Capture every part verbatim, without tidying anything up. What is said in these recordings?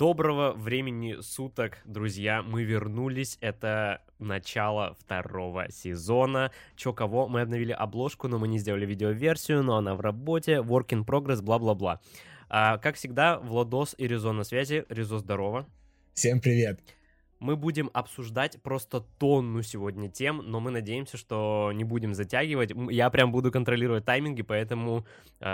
Доброго времени суток, друзья, мы вернулись, это начало второго сезона. Чё кого, мы обновили обложку, но мы не сделали видеоверсию, но она в работе, work in progress, бла-бла-бла. А, как всегда, Владос и Резо на связи. Резо, здорово. Всем привет. Мы будем обсуждать просто тонну сегодня тем, но мы надеемся, что не будем затягивать. Я прям буду контролировать тайминги, поэтому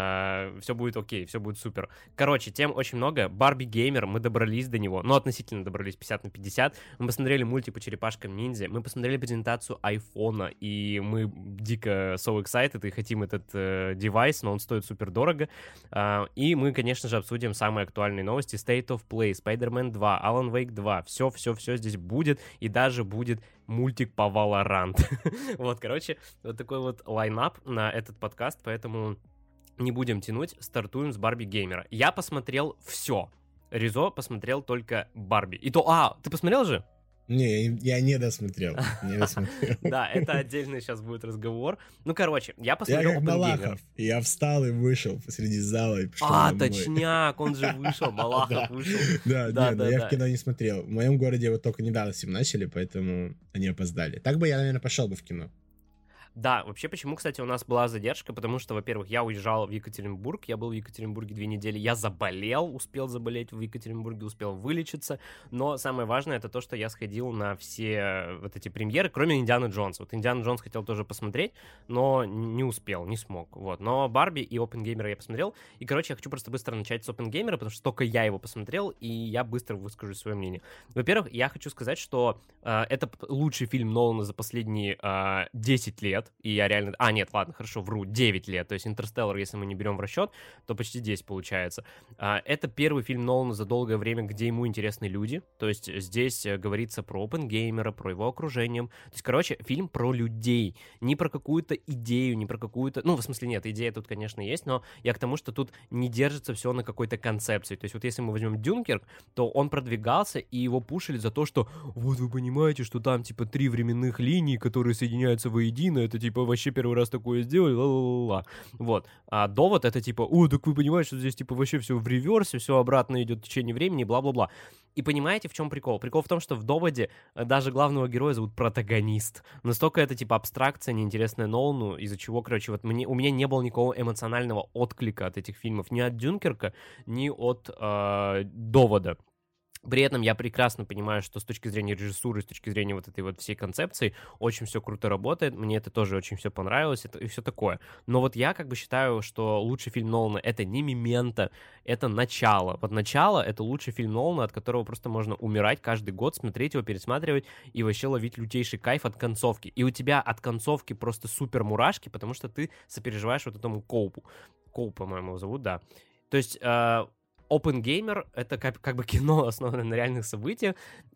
э, все будет окей, все будет супер. Короче, тем очень много. Барби Геймер, мы добрались до него, ну, относительно добрались пятьдесят на пятьдесят. Мы посмотрели мультик по черепашкам ниндзя, мы посмотрели презентацию айфона, и мы дико so excited и хотим этот э, девайс, но он стоит супер дорого. Э, и мы, конечно же, обсудим самые актуальные новости. State of Play, Spider-Man два, Alan Wake два, все-все-все здесь будет, и даже будет мультик по Valorant. Вот, короче, вот такой вот лайнап на этот подкаст, поэтому не будем тянуть, стартуем с Барби Геймера. Я посмотрел все. Резо посмотрел только Барби. И то, а, ты посмотрел же? Не, я не досмотрел. Не досмотрел. Да, это отдельный сейчас будет разговор. Ну, короче, я посмотрел Я как Малахов. Я встал и вышел посреди зала и пошел А, домой. точняк, он же вышел, Малахов вышел. Да, да, да, я в кино не смотрел. В моем городе вот только недавно с ним начали, поэтому они опоздали. Так бы я, наверное, пошел бы в кино. Да, вообще, почему, кстати, у нас была задержка? Потому что, во-первых, я уезжал в Екатеринбург, я был в Екатеринбурге две недели, я заболел, успел заболеть в Екатеринбурге, успел вылечиться, но самое важное это то, что я сходил на все вот эти премьеры, кроме Индианы Джонса. Вот Индиану Джонс хотел тоже посмотреть, но не успел, не смог, вот. Но Барби и Оппенгеймера я посмотрел, и, короче, я хочу просто быстро начать с Оппенгеймера, потому что только я его посмотрел, и я быстро выскажу свое мнение. Во-первых, я хочу сказать, что э, это лучший фильм Нолана за последние э, десять лет, и я реально... А, нет, ладно, хорошо, вру, девять лет. То есть «Интерстеллар», если мы не берем в расчет, то почти десять получается. Это первый фильм Нолана за долгое время, где ему интересны люди. То есть здесь говорится про Оппенгеймера, про его окружение. То есть, короче, фильм про людей. Не про какую-то идею, не про какую-то... Ну, в смысле, нет, идея тут, конечно, есть, но я к тому, что тут не держится все на какой-то концепции. То есть вот если мы возьмем «Дюнкерк», то он продвигался, и его пушили за то, что вот вы понимаете, что там типа три временных линии, которые соединяются воедино, это типа вообще первый раз такое сделали, ла-ла-ла-ла. Вот. А довод это типа, о, так вы понимаете, что здесь типа вообще все в реверсе, все обратно идет в течение времени, бла-бла-бла. И понимаете, в чем прикол? Прикол в том, что в доводе даже главного героя зовут протагонист. Настолько это типа абстракция, неинтересная Нолану, из-за чего, короче, вот мне, у меня не было никакого эмоционального отклика от этих фильмов, ни от Дюнкерка, ни от э, довода. При этом я прекрасно понимаю, что с точки зрения режиссуры, с точки зрения вот этой вот всей концепции, очень все круто работает, мне это тоже очень все понравилось это, и все такое. Но вот я как бы считаю, что лучший фильм Нолана — это не «Мементо», это «Начало». Вот «Начало» — это лучший фильм Нолана, от которого просто можно умирать каждый год, смотреть его, пересматривать и вообще ловить лютейший кайф от концовки. И у тебя от концовки просто супер мурашки, потому что ты сопереживаешь вот этому Коупу. Коуп, по-моему, его зовут, да. То есть... Э- Оппенгеймер — это как, как бы кино, основанное на реальных событиях,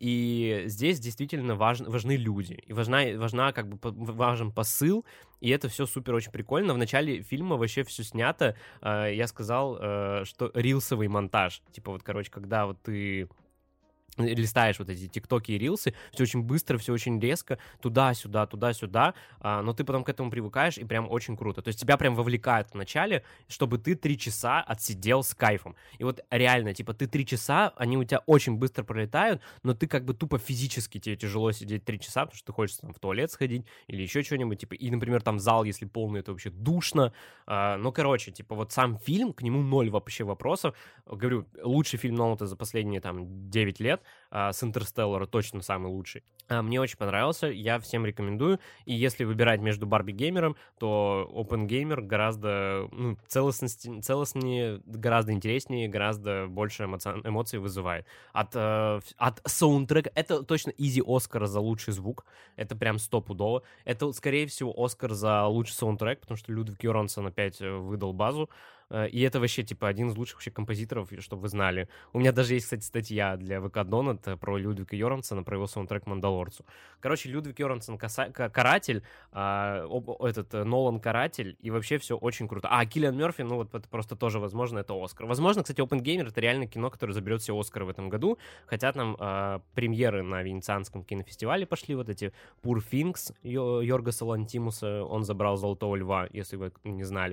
и здесь действительно важ, важны люди, и важна, важна как бы важен посыл, и это все супер очень прикольно. В начале фильма вообще все снято, э, я сказал, э, что рилсовый монтаж, типа вот, короче, когда вот ты... листаешь вот эти тиктоки и рилсы, все очень быстро, все очень резко, туда-сюда, туда-сюда, а, но ты потом к этому привыкаешь, и прям очень круто. То есть тебя прям вовлекают в начале, чтобы ты три часа отсидел с кайфом. И вот реально, типа, ты три часа, они у тебя очень быстро пролетают, но ты как бы тупо физически, тебе тяжело сидеть три часа, потому что ты хочешь там в туалет сходить или еще что-нибудь, типа, и, например, там зал, если полный, это вообще душно. А, ну, короче, типа, вот сам фильм, к нему ноль вообще вопросов. Говорю, лучший фильм Нолана за последние, там, девять лет, с «Интерстеллара» точно самый лучший. Мне очень понравился, я всем рекомендую. И если выбирать между Барби Геймером, то Оппенгеймер гораздо ну, целостнее, гораздо интереснее, гораздо больше эмоци... эмоций вызывает. От, э, от саундтрека, это точно изи Оскар за лучший звук, это прям стопудово. Это, скорее всего, Оскар за лучший саундтрек, потому что Людвиг Йорансон опять выдал базу. И это вообще, типа, один из лучших вообще композиторов, чтобы вы знали. У меня даже есть, кстати, статья для вэ ка Донат про Людвига Йорансона, про его саундтрек «Мандалорцу». Короче, Людвиг Йорансон коса- каратель, а, об, этот Нолан каратель, и вообще все очень круто. А Киллиан Мёрфи, ну вот это просто тоже возможно, это Оскар. Возможно, кстати, Оппенгеймер — это реально кино, которое заберет все Оскары в этом году, хотя там а, премьеры на Венецианском кинофестивале пошли, вот эти Poor Things Йоргоса Лантимуса, он забрал «Золотого льва», если вы не знали.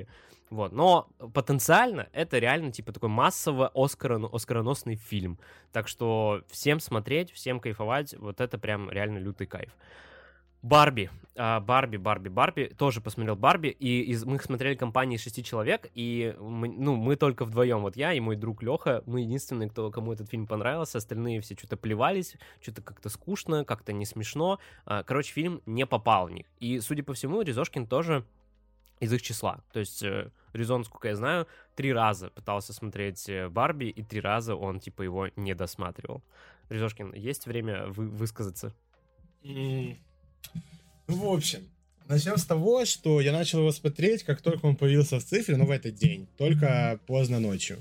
Вот, но потенциально это реально, типа, такой массово оскар, оскароносный фильм. Так что всем смотреть, всем кайфовать, вот это прям реально лютый кайф. Барби, а, Барби, Барби, Барби, тоже посмотрел Барби, и из, мы смотрели компанией шести человек, и мы, ну, мы только вдвоем, вот я и мой друг Леха, мы единственные, кто, кому этот фильм понравился, остальные все что-то плевались, что-то как-то скучно, как-то не смешно, а, короче, фильм не попал в них, и, судя по всему, Резошкин тоже из их числа, то есть э, Резон, сколько я знаю, три раза пытался смотреть Барби, и три раза он, типа, его не досматривал. Резошкин, есть время вы, высказаться? Mm. Ну, в общем, начнем с того, что я начал его смотреть, как только он появился в цифре, ну, в этот день, только поздно ночью.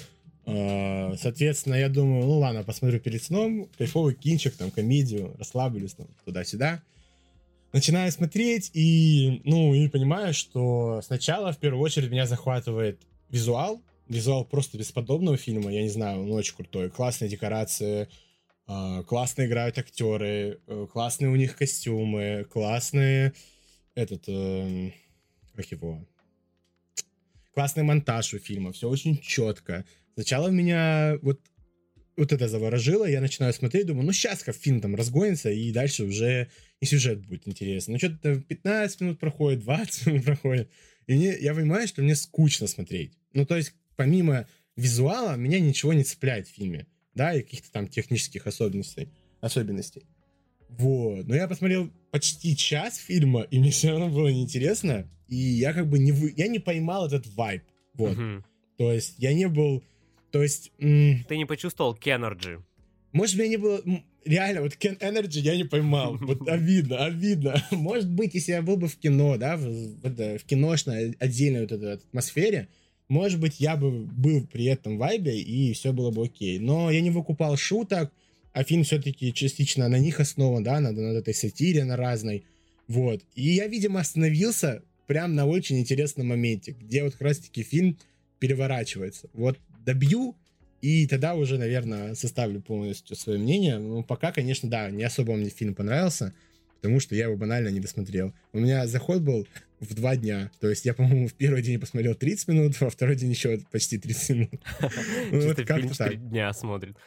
Соответственно, я думаю, ну, ладно, посмотрю перед сном, кайфовый кинчик, там, комедию, расслаблюсь, там, туда-сюда. Начинаю смотреть и, ну, и понимаю, что сначала, в первую очередь, меня захватывает визуал. Визуал просто бесподобного фильма, я не знаю, он очень крутой. Классные декорации, классно играют актеры, классные у них костюмы, классные этот, э, как его, классный монтаж у фильма, все очень четко. Сначала меня вот, вот это заворожило, я начинаю смотреть, думаю, ну сейчас как фильм там разгонится, и дальше уже и сюжет будет интересный. Ну что-то пятнадцать минут проходит, двадцать минут проходит, и мне, я понимаю, что мне скучно смотреть. Ну то есть помимо визуала меня ничего не цепляет в фильме. Да, и каких-то там технических особенностей, особенностей. Вот. Но я посмотрел почти час фильма, и мне все равно было неинтересно, и я как бы не, вы... я не поймал этот вайб. Вот. Uh-huh. То есть я не был... То есть... М- Ты не почувствовал Ken-Energy? Может, у меня не было... Реально, вот Ken-Energy я не поймал. Вот обидно, обидно. Может быть, если я был бы в кино, да, в, в, в киношной отдельной вот этой атмосфере, может быть, я бы был при этом вайбе, и все было бы окей. Но я не выкупал шуток, а фильм все-таки частично на них основан, да, на, на этой сатире, на разной. Вот. И я, видимо, остановился прям на очень интересном моменте, где вот как раз-таки фильм переворачивается. Вот добью, и тогда уже, наверное, составлю полностью свое мнение. Но пока, конечно, да, не особо мне фильм понравился, потому что я его банально не досмотрел. У меня заход был в два дня. То есть я, по-моему, в первый день посмотрел тридцать минут, а во второй день еще почти тридцать минут. Чисто фильм четыре дня смотрит.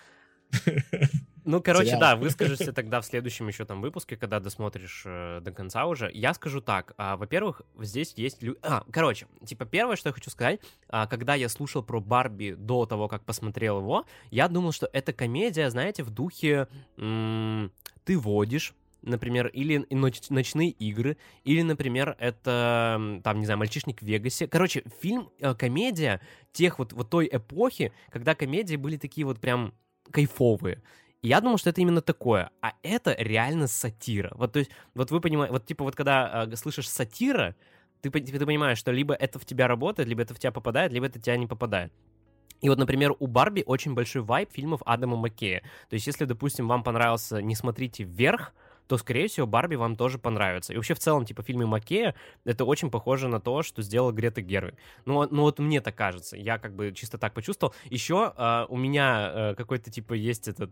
Ну, короче, да, выскажешься тогда в следующем еще там выпуске, когда досмотришь э, до конца уже. Я скажу так, а, во-первых, здесь есть... Лю... А, короче, типа первое, что я хочу сказать, а, когда я слушал про Барби до того, как посмотрел его, я думал, что это комедия, знаете, в духе м- «Ты водишь», например, или ноч- «Ночные игры», или, например, это, там, не знаю, «Мальчишник в Вегасе». Короче, фильм, э, комедия тех вот, вот той эпохи, когда комедии были такие вот прям кайфовые. И я думал, что это именно такое. А это реально сатира. Вот, то есть, вот вы понимаете, вот типа вот когда э, слышишь сатира, ты, ты, ты понимаешь, что либо это в тебя работает, либо это в тебя попадает, либо это в тебя не попадает. И вот, например, у Барби очень большой вайб фильмов Адама Маккея. То есть, если, допустим, вам понравился «Не смотрите вверх», то, скорее всего, Барби вам тоже понравится. И вообще, в целом, типа, фильмы Маккея, это очень похоже на то, что сделала Грета Гервиг. Ну, ну вот мне так кажется. Я как бы чисто так почувствовал. Еще э, у меня э, какой-то, типа, есть этот...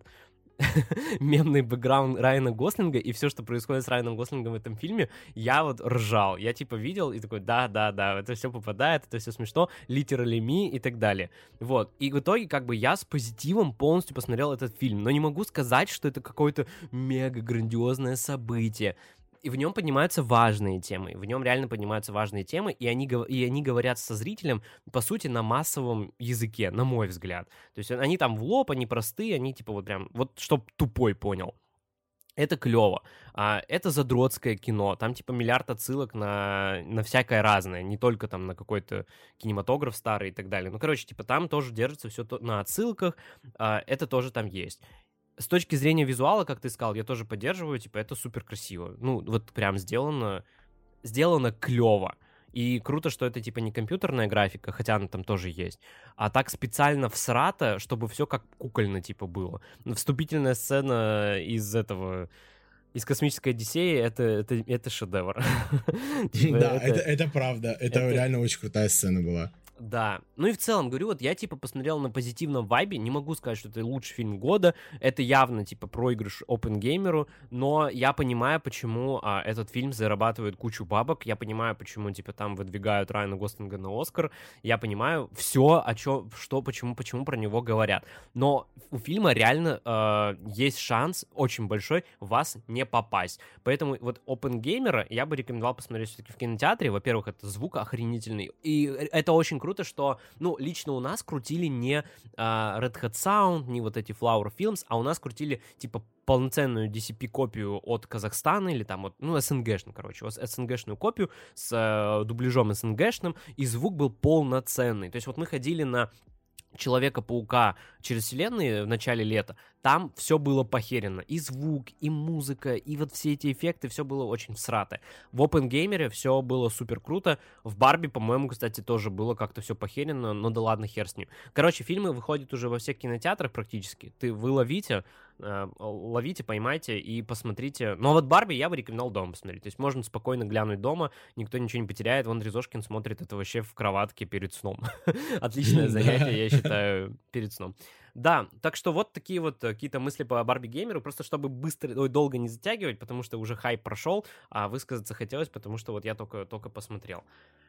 мемный бэкграунд Райана Гослинга, и все, что происходит с Райаном Гослингом в этом фильме, я вот ржал. Я типа видел и такой, да-да-да, это все попадает, это все смешно, literally me и так далее. Вот. И в итоге как бы я с позитивом полностью посмотрел этот фильм, но не могу сказать, что это какое-то мега грандиозное событие. И в нем поднимаются важные темы, в нем реально поднимаются важные темы, и они, и они говорят со зрителем, по сути, на массовом языке, на мой взгляд. То есть они там в лоб, они простые, они типа вот прям, вот чтоб тупой понял. Это клево. А, это задротское кино, там типа миллиард отсылок на, на всякое разное, не только там на какой-то кинематограф старый и так далее. Ну, короче, типа там тоже держится все на отсылках, а, это тоже там есть. С точки зрения визуала, как ты сказал, я тоже поддерживаю, типа, это супер красиво. Ну, вот прям сделано, сделано клево. И круто, что это, типа, не компьютерная графика, хотя она там тоже есть, а так специально всрато, чтобы все как кукольно, типа, было. Вступительная сцена из этого... из «Космической Одиссеи» это, — это, это шедевр. Да, это правда. Это реально очень крутая сцена была. Да, ну и в целом, говорю, вот я, типа, посмотрел на позитивном вайбе, не могу сказать, что это лучший фильм года, это явно, типа, проигрыш Оппенгеймеру, но я понимаю, почему а, этот фильм зарабатывает кучу бабок, я понимаю, почему, типа, там выдвигают Райана Гослинга на Оскар, я понимаю все, о чем, что, почему, почему про него говорят, но у фильма реально э, есть шанс очень большой в вас не попасть, поэтому вот Оппенгеймера я бы рекомендовал посмотреть все-таки в кинотеатре, во-первых, это звук охренительный, и это очень круто, что, ну, лично у нас крутили не uh, Red Hat Sound, не вот эти Flower Films, а у нас крутили, типа, полноценную ди си пи-копию от Казахстана или там, от, ну, СНГшную, короче, СНГшную копию с э, дубляжом СНГшным, и звук был полноценный. То есть вот мы ходили на Человека-паука через вселенные в начале лета, там все было похерено. И звук, и музыка, и вот все эти эффекты, все было очень всрато. В Оппенгеймере все было супер круто. В Барби, по-моему, кстати, тоже было как-то все похерено, но да ладно, хер с ним. Короче, фильмы выходят уже во всех кинотеатрах практически. Ты, вы ловите, э, ловите, поймайте и посмотрите. Но вот Барби я бы рекомендовал дома посмотреть. То есть можно спокойно глянуть дома, никто ничего не потеряет. Вон Резошкин смотрит это вообще в кроватке перед сном. Отличное занятие, я считаю, перед сном. Да, так что вот такие вот какие-то мысли по Барби Геймеру, просто чтобы быстро, ой, долго не затягивать, потому что уже хайп прошел, а высказаться хотелось, потому что вот я только, только посмотрел.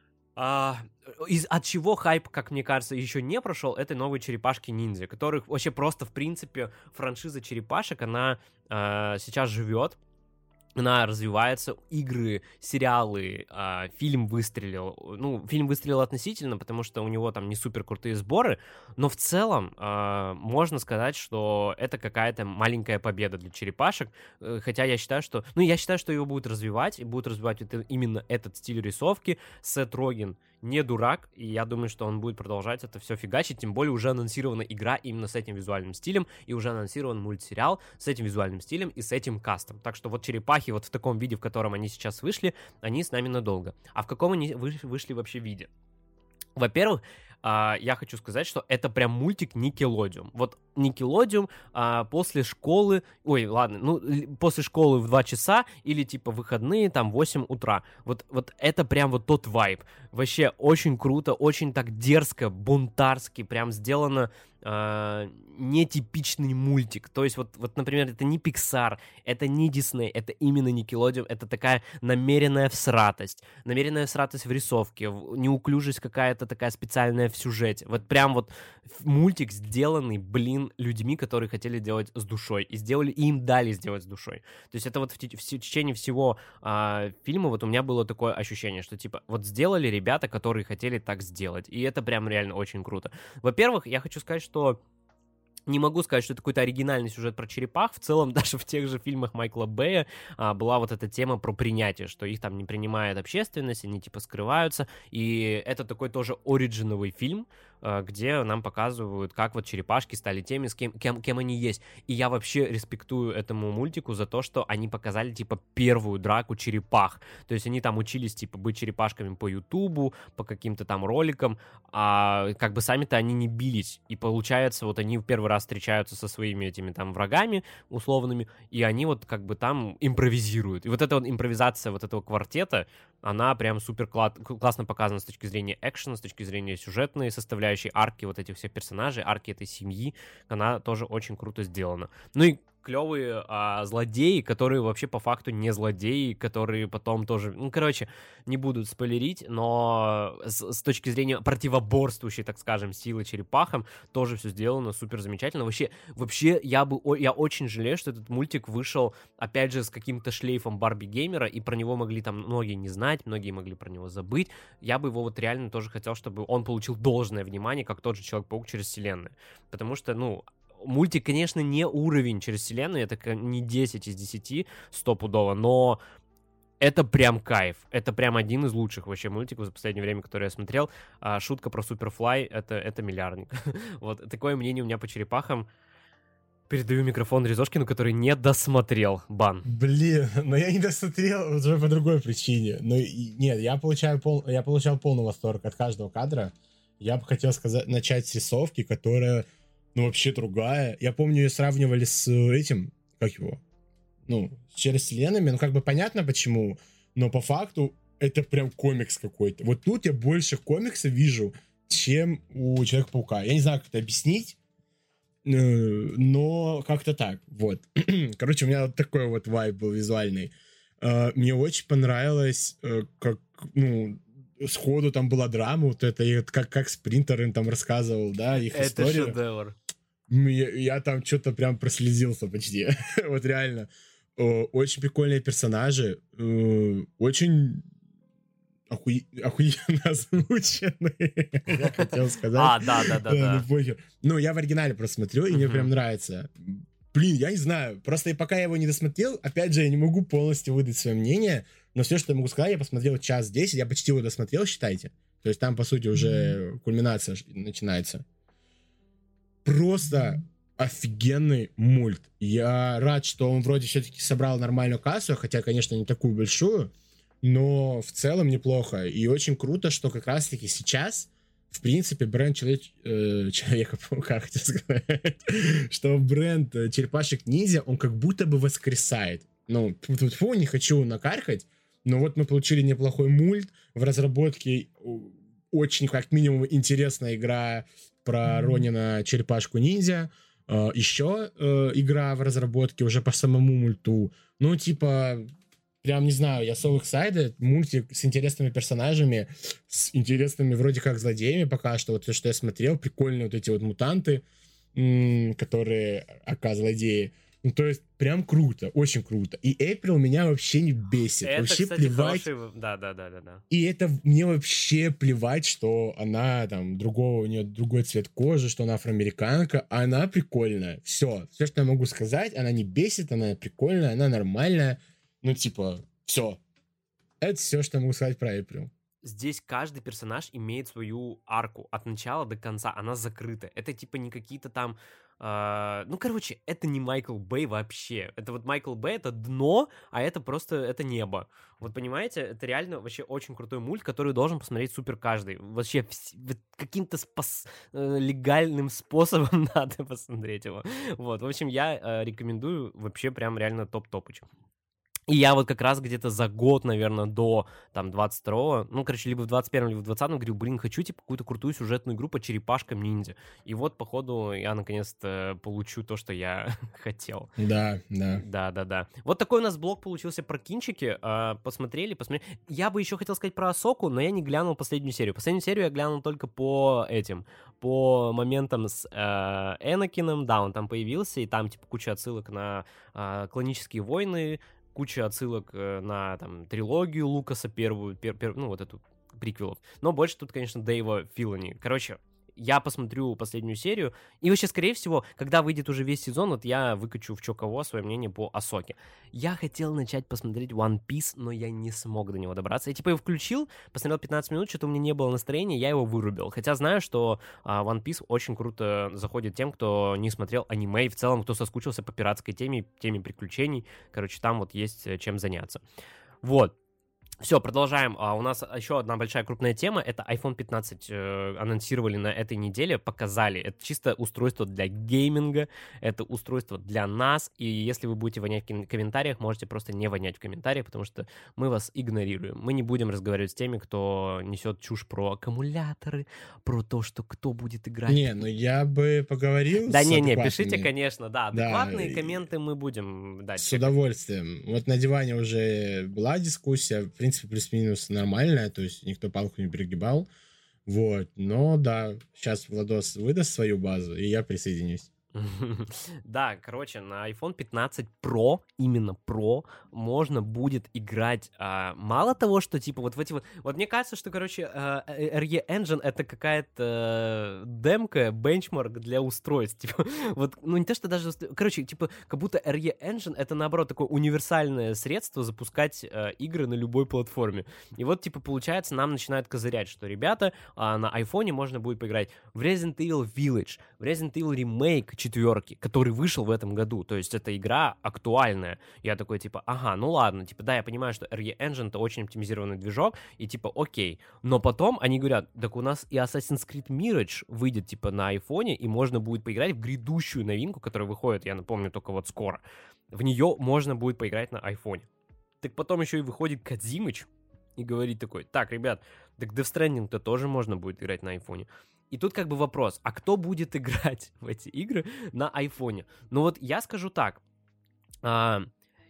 А, из, от чего хайп, как мне кажется, еще не прошел, это новые черепашки-ниндзя, которых вообще просто, в принципе, франшиза черепашек, она а, сейчас живет. Она развивается, игры, сериалы, э, фильм выстрелил. Ну, фильм выстрелил относительно, потому что у него там не супер крутые сборы, но в целом э, можно сказать, что это какая-то маленькая победа для черепашек, э, хотя я считаю, что... Ну, я считаю, что его будут развивать, и будут развивать это, именно этот стиль рисовки. Сет Роген не дурак, и я думаю, что он будет продолжать это все фигачить, тем более уже анонсирована игра именно с этим визуальным стилем, и уже анонсирован мультсериал с этим визуальным стилем и с этим кастом. Так что вот черепахи вот в таком виде, в котором они сейчас вышли, они с нами надолго. А в каком они вышли вообще виде? Во-первых, я хочу сказать, что это прям мультик Nickelodeon. Вот Nickelodeon а, после школы, ой, ладно, ну, после школы в два часа или типа выходные, там, в восемь утра. Вот, вот это прям вот тот вайб. Вообще очень круто, очень так дерзко, бунтарски, прям сделано а, нетипичный мультик. То есть вот, вот, например, это не Pixar, это не Disney, это именно Nickelodeon, это такая намеренная всратость, намеренная всратость в рисовке, неуклюжесть какая-то такая специальная в сюжете. Вот прям вот мультик, сделанный, блин, людьми, которые хотели делать с душой, и сделали, и им дали сделать с душой. То есть это вот в, в, в течение всего а, фильма вот у меня было такое ощущение, что типа вот сделали ребята, которые хотели так сделать, и это прям реально очень круто. Во-первых, я хочу сказать, что не могу сказать, что это какой-то оригинальный сюжет про черепах. В целом, даже в тех же фильмах Майкла Бэя а, была вот эта тема про принятие, что их там не принимает общественность, они типа скрываются. И это такой тоже оригиновый фильм, а, где нам показывают, как вот черепашки стали теми, с кем, кем, кем они есть. И я вообще респектую этому мультику за то, что они показали типа первую драку черепах. То есть они там учились типа быть черепашками по Ютубу, по каким-то там роликам, а как бы сами-то они не бились. И получается, вот они в первый раз встречаются со своими этими там врагами условными, и они вот как бы там импровизируют. И вот эта вот импровизация вот этого квартета, она прям супер кла- классно показана с точки зрения экшена, с точки зрения сюжетной составляющей, арки вот этих всех персонажей, арки этой семьи, она тоже очень круто сделана. Ну и клевые а, злодеи, которые вообще по факту не злодеи, которые потом тоже, ну, короче, не будут спойлерить, но с, с точки зрения противоборствующей, так скажем, силы черепахам, тоже все сделано супер замечательно. Вообще, вообще я бы, я очень жалею, что этот мультик вышел, опять же, с каким-то шлейфом Барби Геймера, и про него могли там многие не знать, многие могли про него забыть. Я бы его вот реально тоже хотел, чтобы он получил должное внимание, как тот же Человек-паук через вселенную. Потому что, ну, мультик, конечно, не уровень через вселенную, это не десять из десяти стопудово, но это прям кайф. Это прям один из лучших вообще мультиков за последнее время, который я смотрел. А, шутка про Суперфлай, это, это миллиардник. Вот такое мнение у меня по черепахам. Передаю микрофон Резошкину, который не досмотрел. Бан. Блин, но я не досмотрел уже по другой причине. Но нет, я получаю пол, я получал полный восторг от каждого кадра. Я бы хотел сказать, начать с рисовки, которая, ну, вообще другая. Я помню, ее сравнивали с этим, как его, ну, с через вселенными, ну, как бы понятно почему, но по факту это прям комикс какой-то. Вот тут я больше комикса вижу, чем у Человека-паука. Я не знаю, как это объяснить, но как-то так, вот. Короче, у меня вот такой вот вайб был визуальный. Мне очень понравилось, как, ну, сходу там была драма вот это, и как, как Спринтер им там рассказывал, да, их это историю. Это шедевр. Я, я там что-то прям прослезился почти. Вот реально. Очень прикольные персонажи, очень охуе... охуенно озвученные, я хотел сказать. А, да-да-да. Ну, похер. Ну, я в оригинале просто смотрю, и мне прям нравится. Блин, я не знаю, просто пока я его не досмотрел, опять же, я не могу полностью выдать свое мнение, но все, что я могу сказать, я посмотрел час десять, я почти его досмотрел, считайте. То есть там, по сути, уже кульминация начинается. Просто офигенный мульт. Я рад, что он вроде все-таки собрал нормальную кассу, хотя, конечно, не такую большую, но в целом неплохо. И очень круто, что как раз-таки сейчас, в принципе, бренд человек... э, Человека-паука, хотел сказать, что бренд черепашек-ниндзя, он как будто бы воскресает. Ну, фу, не хочу накаркать, но вот мы получили неплохой мульт, в разработке очень, как минимум, интересная игра про Ронина Черепашку-ниндзя, uh, еще uh, игра в разработке уже по самому мульту. Ну, типа, прям, не знаю, я so excited, мультик с интересными персонажами, с интересными вроде как злодеями пока что, вот то, что я смотрел, прикольные вот эти вот мутанты, м- которые, ока, злодеи. Ну, то есть, прям круто, очень круто. И Эйприл меня вообще не бесит. Это, вообще кстати, плевать. хороший... Да, да, да, да, да. И это мне вообще плевать, что она там другого, у нее другой цвет кожи, что она афроамериканка. Она прикольная. Все. Все, что я могу сказать, она не бесит, она прикольная, она нормальная. Ну, типа, все. Это все, что я могу сказать про Эйприл. Здесь каждый персонаж имеет свою арку от начала до конца, она закрыта. Это типа не какие-то там... Э, ну, короче, это не Майкл Бэй вообще. Это вот Майкл Бэй — это дно, а это просто это небо. Вот понимаете, это реально вообще очень крутой мульт, который должен посмотреть супер каждый. Вообще вот каким-то спас... э, легальным способом надо посмотреть его. Вот, в общем, я э, рекомендую вообще прям реально топ-топыч. И я вот как раз где-то за год, наверное, до там двадцать второго, ну, короче, либо в двадцать первом, либо в двадцатом говорю, блин, хочу, типа, какую-то крутую сюжетную игру по черепашкам ниндзя. И вот, походу, я наконец-то получу то, что я хотел. Да, да. Да-да-да. Вот такой у нас блог получился про кинчики. Посмотрели, посмотрели. Я бы еще хотел сказать про Асоку, но я не глянул последнюю серию. Последнюю серию я глянул только по этим, по моментам с э, Энакином. Да, он там появился, и там, типа, куча отсылок на э, клонические войны, куча отсылок на там трилогию Лукаса первую, пер, пер, ну вот эту приквелов. Но больше тут, конечно, Дэйва Филони. Короче, я посмотрю последнюю серию, и вообще, скорее всего, когда выйдет уже весь сезон, вот я выкачу в чё кого свое мнение по Асоке. Я хотел начать посмотреть One Piece, но я не смог до него добраться. Я типа его включил, посмотрел пятнадцать минут, что-то у меня не было настроения, я его вырубил. Хотя знаю, что а, One Piece очень круто заходит тем, кто не смотрел аниме, и в целом, кто соскучился по пиратской теме, теме приключений. Короче, там вот есть чем заняться. Вот. Все, продолжаем. А, у нас еще одна большая крупная тема. Это айфон пятнадцать э, анонсировали на этой неделе, показали. Это чисто устройство для гейминга, это устройство для нас. И если вы будете вонять в комментариях, можете просто не вонять в комментариях, потому что мы вас игнорируем. Мы не будем разговаривать с теми, кто несет чушь про аккумуляторы, про то, что кто будет играть. Не, ну я бы поговорил да с не, не, пишите, конечно, да, адекватные да, комменты мы будем дать. С удовольствием. Вот на диване уже была дискуссия, в принципе, плюс-минус нормальная, то есть никто палку не перегибал. Вот, но да, сейчас Владос выдаст свою базу, и я присоединюсь. Да, короче, на айфон пятнадцать Pro, именно Pro, можно будет играть. А, мало того, что типа вот в эти вот... Вот мне кажется, что, короче, эр и Engine — это какая-то демка, бенчмарк для устройств. Типа, вот, ну не то, что даже... Короче, типа, как будто эр и Engine — это, наоборот, такое универсальное средство запускать а, игры на любой платформе. И вот, типа, получается, нам начинают козырять, что, ребята, а, на айфоне можно будет поиграть в Resident Evil Village, в Resident Evil Remake четверки, который вышел в этом году. То есть это игра актуальная. Я такой, типа, ага, ну ладно, типа, да, я понимаю, что эр и Engine — это очень оптимизированный движок, и типа, окей. Но потом они говорят, так у нас и Assassin's Creed Mirage выйдет, типа, на айфоне, и можно будет поиграть в грядущую новинку, которая выходит, я напомню, только вот скоро. В нее можно будет поиграть на айфоне. Так потом еще и выходит Кодзимыч, и говорить такой, так, ребят, так Death Stranding-то тоже можно будет играть на айфоне. И тут как бы вопрос, а кто будет играть в эти игры на айфоне? Ну вот я скажу так, а,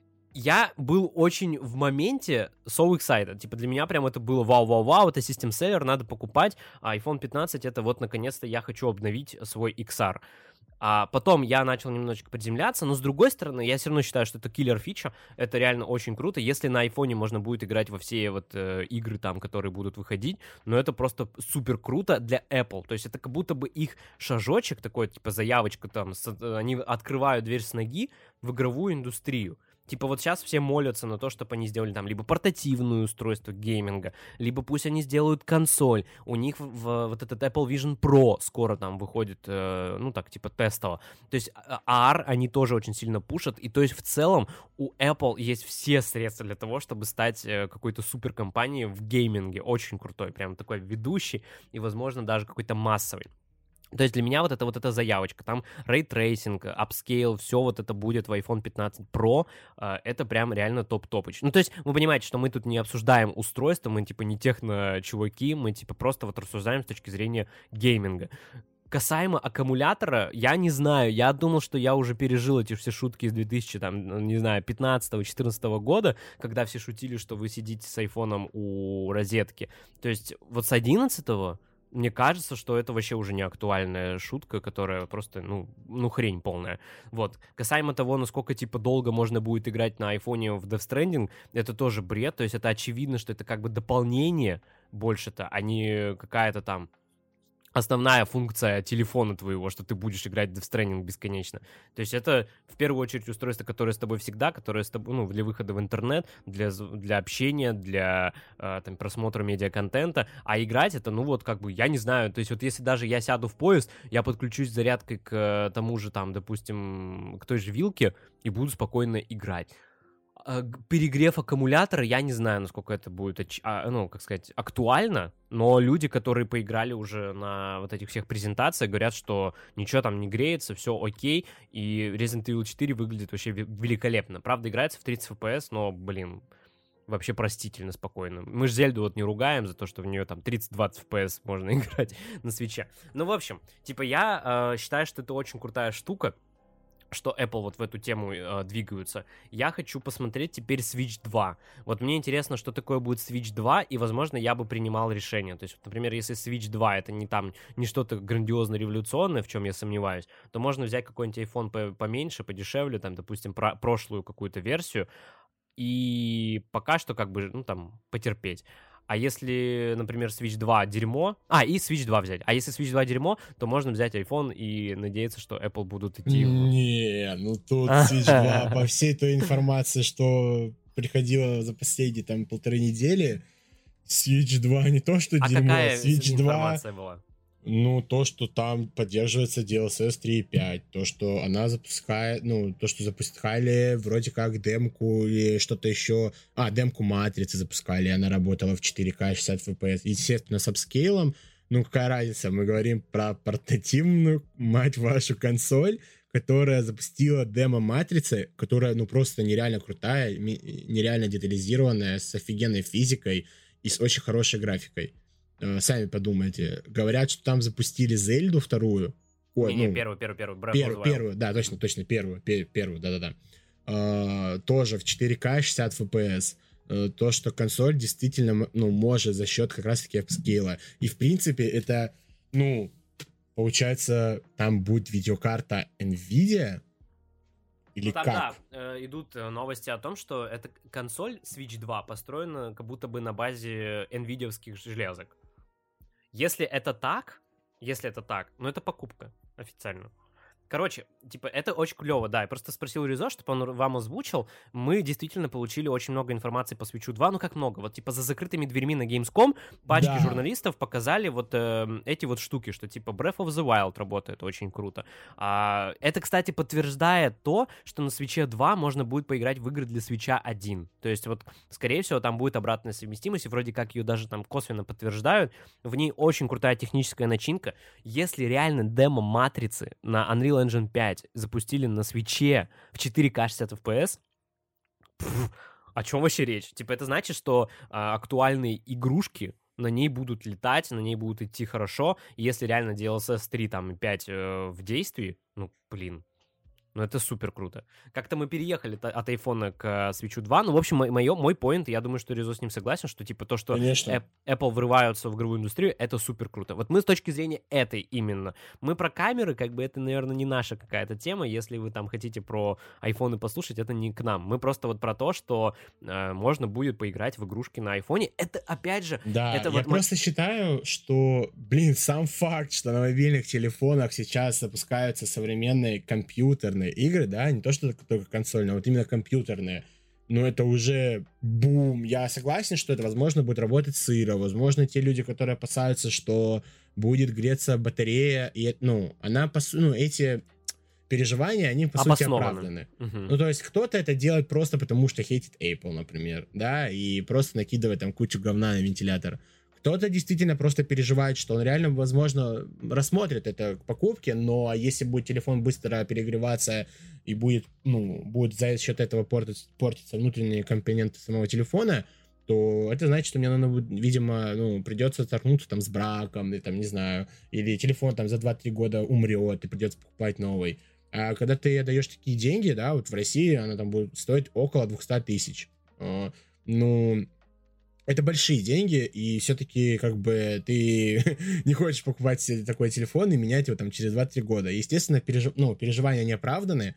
я был очень в моменте so excited, типа для меня прям это было вау-вау-вау, это систем селлер, надо покупать, а iPhone пятнадцать это вот наконец-то я хочу обновить свой икс ар. А потом я начал немножечко приземляться, но с другой стороны, я все равно считаю, что это киллер фича, это реально очень круто, если на айфоне можно будет играть во все вот э, игры там, которые будут выходить, но это просто супер круто для Apple, то есть это как будто бы их шажочек такой, типа заявочка там, с, они открывают дверь с ноги в игровую индустрию. Типа вот сейчас все молятся на то, чтобы они сделали там либо портативное устройство гейминга, либо пусть они сделают консоль. У них в, в, вот этот Apple Vision Pro скоро там выходит, э, ну так, типа тестово. То есть эй ар они тоже очень сильно пушат. И то есть в целом у Apple есть все средства для того, чтобы стать э, какой-то суперкомпанией в гейминге. Очень крутой, прям такой ведущий и, возможно, даже какой-то массовый. То есть для меня вот это вот эта заявочка, там рейтрейсинг, апскейл, все вот это будет в iPhone пятнадцать Pro, это прям реально топ-топыч. Ну, то есть вы понимаете, что мы тут не обсуждаем устройство, мы типа не техно-чуваки, мы типа просто вот рассуждаем с точки зрения гейминга. Касаемо аккумулятора, я не знаю, я думал, что я уже пережил эти все шутки из две тысячи, там, не знаю, пятнадцатого-четырнадцатого года, когда все шутили, что вы сидите с айфоном у розетки. То есть вот с одиннадцатого... Мне кажется, что это вообще уже не актуальная шутка, которая просто, ну, ну, хрень полная. Вот. Касаемо того, насколько, типа, долго можно будет играть на айфоне в Death Stranding, это тоже бред. То есть это очевидно, что это как бы дополнение больше-то, а не какая-то там основная функция телефона твоего, что ты будешь играть в Death Stranding бесконечно. То есть это, в первую очередь, устройство, которое с тобой всегда, которое с тобой, ну, для выхода в интернет, для, для общения, для э, там, просмотра медиаконтента, а играть это, ну, вот, как бы, я не знаю, то есть вот если даже я сяду в поезд, я подключусь зарядкой к тому же, там, допустим, к той же вилке и буду спокойно играть. Перегрев аккумулятора, я не знаю, насколько это будет, ну, как сказать, актуально, но люди, которые поиграли уже на вот этих всех презентациях, говорят, что ничего там не греется, все окей, и Resident Evil четыре выглядит вообще великолепно. Правда, играется в тридцать эф пи эс, но, блин, вообще простительно спокойно. Мы же Зельду вот не ругаем за то, что в нее там тридцать-двадцать эф пи эс можно играть на свитче. Ну, в общем, типа я э, считаю, что это очень крутая штука, что Apple вот в эту тему э, двигаются. Я хочу посмотреть теперь Switch два. Вот мне интересно, что такое будет Switch два, и, возможно, я бы принимал решение. То есть, вот, например, если Switch два это не там, не что-то грандиозно-революционное, в чем я сомневаюсь, то можно взять какой-нибудь iPhone поменьше, подешевле, там, допустим, про- прошлую какую-то версию, и пока что, как бы, ну, там, потерпеть. А если, например, Switch два дерьмо... А, и Switch два взять. А если Switch два дерьмо, то можно взять iPhone и надеяться, что Apple будут идти... Не, ну тут Switch два, по всей той информации, что приходила за последние там полторы недели, Switch два не то, что а дерьмо, какая Switch два... информация была? Ну, то, что там поддерживается ди эл эс эс три и пять, то, что она запускает, ну, то, что запускали вроде как демку или что-то еще, а, демку Матрицы запускали, она работала в четыре ка шестьдесят эф пи эс, естественно, с апскейлом, ну, какая разница, мы говорим про портативную, мать вашу, консоль, которая запустила демо Матрицы, которая, ну, просто нереально крутая, нереально детализированная, с офигенной физикой и с очень хорошей графикой. Сами подумайте. Говорят, что там запустили Зельду вторую. Ой, не, ну, не, первую, первую, первую. Первую, первую, да, точно, точно, первую, первую, да-да-да. А, тоже в четыре ка шестьдесят эф пи эс. А, то, что консоль действительно, ну, может за счет как раз-таки апскейла. И, в принципе, это, ну, получается, там будет видеокарта NVIDIA, или ну, тогда как? Э, идут новости о том, что эта консоль Switch два построена как будто бы на базе NVIDIA-вских железок. Если это так, если это так, ну это покупка официально. Короче, типа, это очень клево, да. Я просто спросил Резо, чтобы он вам озвучил. Мы действительно получили очень много информации по Switch два. Ну, как много? Вот, типа, за закрытыми дверьми на Gamescom пачки да. журналистов показали вот э, эти вот штуки, что, типа, Breath of the Wild работает очень круто. А, это, кстати, подтверждает то, что на Switch два можно будет поиграть в игры для Switch один. То есть, вот, скорее всего, там будет обратная совместимость, и вроде как ее даже там косвенно подтверждают. В ней очень крутая техническая начинка. Если реально демо Матрицы на Unreal Engine пять запустили на свитче в четыре ка шестьдесят эф пи эс, пфф, О чем вообще речь? Типа, это значит, что а, актуальные игрушки на ней будут летать, на ней будут идти хорошо. И если реально ди эл эс эс три там и пять э, в действии, ну, блин, ну это супер круто. Как-то мы переехали та- от айфона к э, Switch два. Ну, в общем, мо- моё, мой поинт, я думаю, что Резо с ним согласен, что типа то, что Конечно. Эп- Apple врываются в игровую индустрию, это супер круто. Вот мы с точки зрения этой именно. Мы про камеры, как бы это, наверное, не наша какая-то тема. Если вы там хотите про айфоны послушать, это не к нам. Мы просто вот про то, что э, можно будет поиграть в игрушки на айфоне. Это, опять же, Да, это я вот... мо- просто считаю, что, блин, сам факт, что на мобильных телефонах сейчас запускаются современные компьютерные игры, да, не то, что только консольные, а вот именно компьютерные, ну, это уже бум. Я согласен, что это, возможно, будет работать сыро, возможно, те люди, которые опасаются, что будет греться батарея, и, ну, она, по су- ну, эти переживания, они, по сути, Обоснованы. оправданы. Мгм. Ну, то есть кто-то это делает просто потому, что хейтит Apple, например, да, и просто накидывает там кучу говна на вентилятор. Кто-то действительно просто переживает, что он реально, возможно, рассмотрит это к покупке, но если будет телефон быстро перегреваться и будет, ну, будет за счет этого портить, портиться внутренние компоненты самого телефона, то это значит, что мне надо, будет, видимо, ну, придется столкнуться там с браком, и, там, не знаю, или телефон там за два-три года умрет, и придется покупать новый. А когда ты отдаешь такие деньги, да, вот в России она там будет стоить около двести тысяч. А, ну, это большие деньги, и все-таки как бы ты не хочешь покупать себе такой телефон и менять его там через два-три года. Естественно, пережив... ну, переживания не оправданы,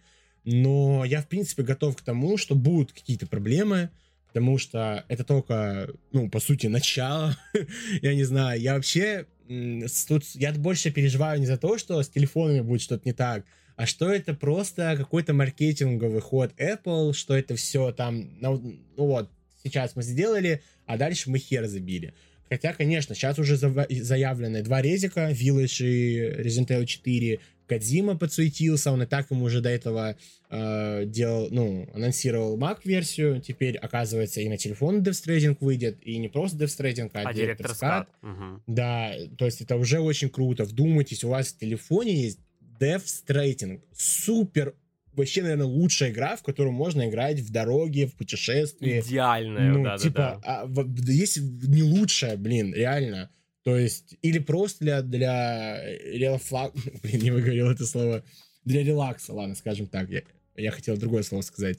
но я, в принципе, готов к тому, что будут какие-то проблемы, потому что это только, ну, по сути, начало. Я не знаю, я вообще м, с- тут я больше переживаю не за то, что с телефонами будет что-то не так, а что это просто какой-то маркетинговый ход Apple, что это все там, ну, ну вот, сейчас мы сделали, а дальше мы хер забили. Хотя, конечно, сейчас уже зава- заявлены два резика, Village и Resident Evil четыре. Кодзима подсуетился, он и так ему уже до этого э, делал, ну, анонсировал Mac-версию, теперь, оказывается, и на телефон Death Stranding выйдет, и не просто Death Stranding, а, А Director's директор Cut. Скат. Мгм. Да, то есть это уже очень круто. Вдумайтесь, у вас в телефоне есть Death Stranding. Супер, вообще, наверное, лучшая игра, в которую можно играть в дороге, в путешествии. Идеальная, Ну, да-да-да. типа, а, в- есть не лучшая, блин, реально. То есть, или просто для, для релафла... Блин, не выговорил это слово. Для релакса, ладно, скажем так. Я, я хотел другое слово сказать.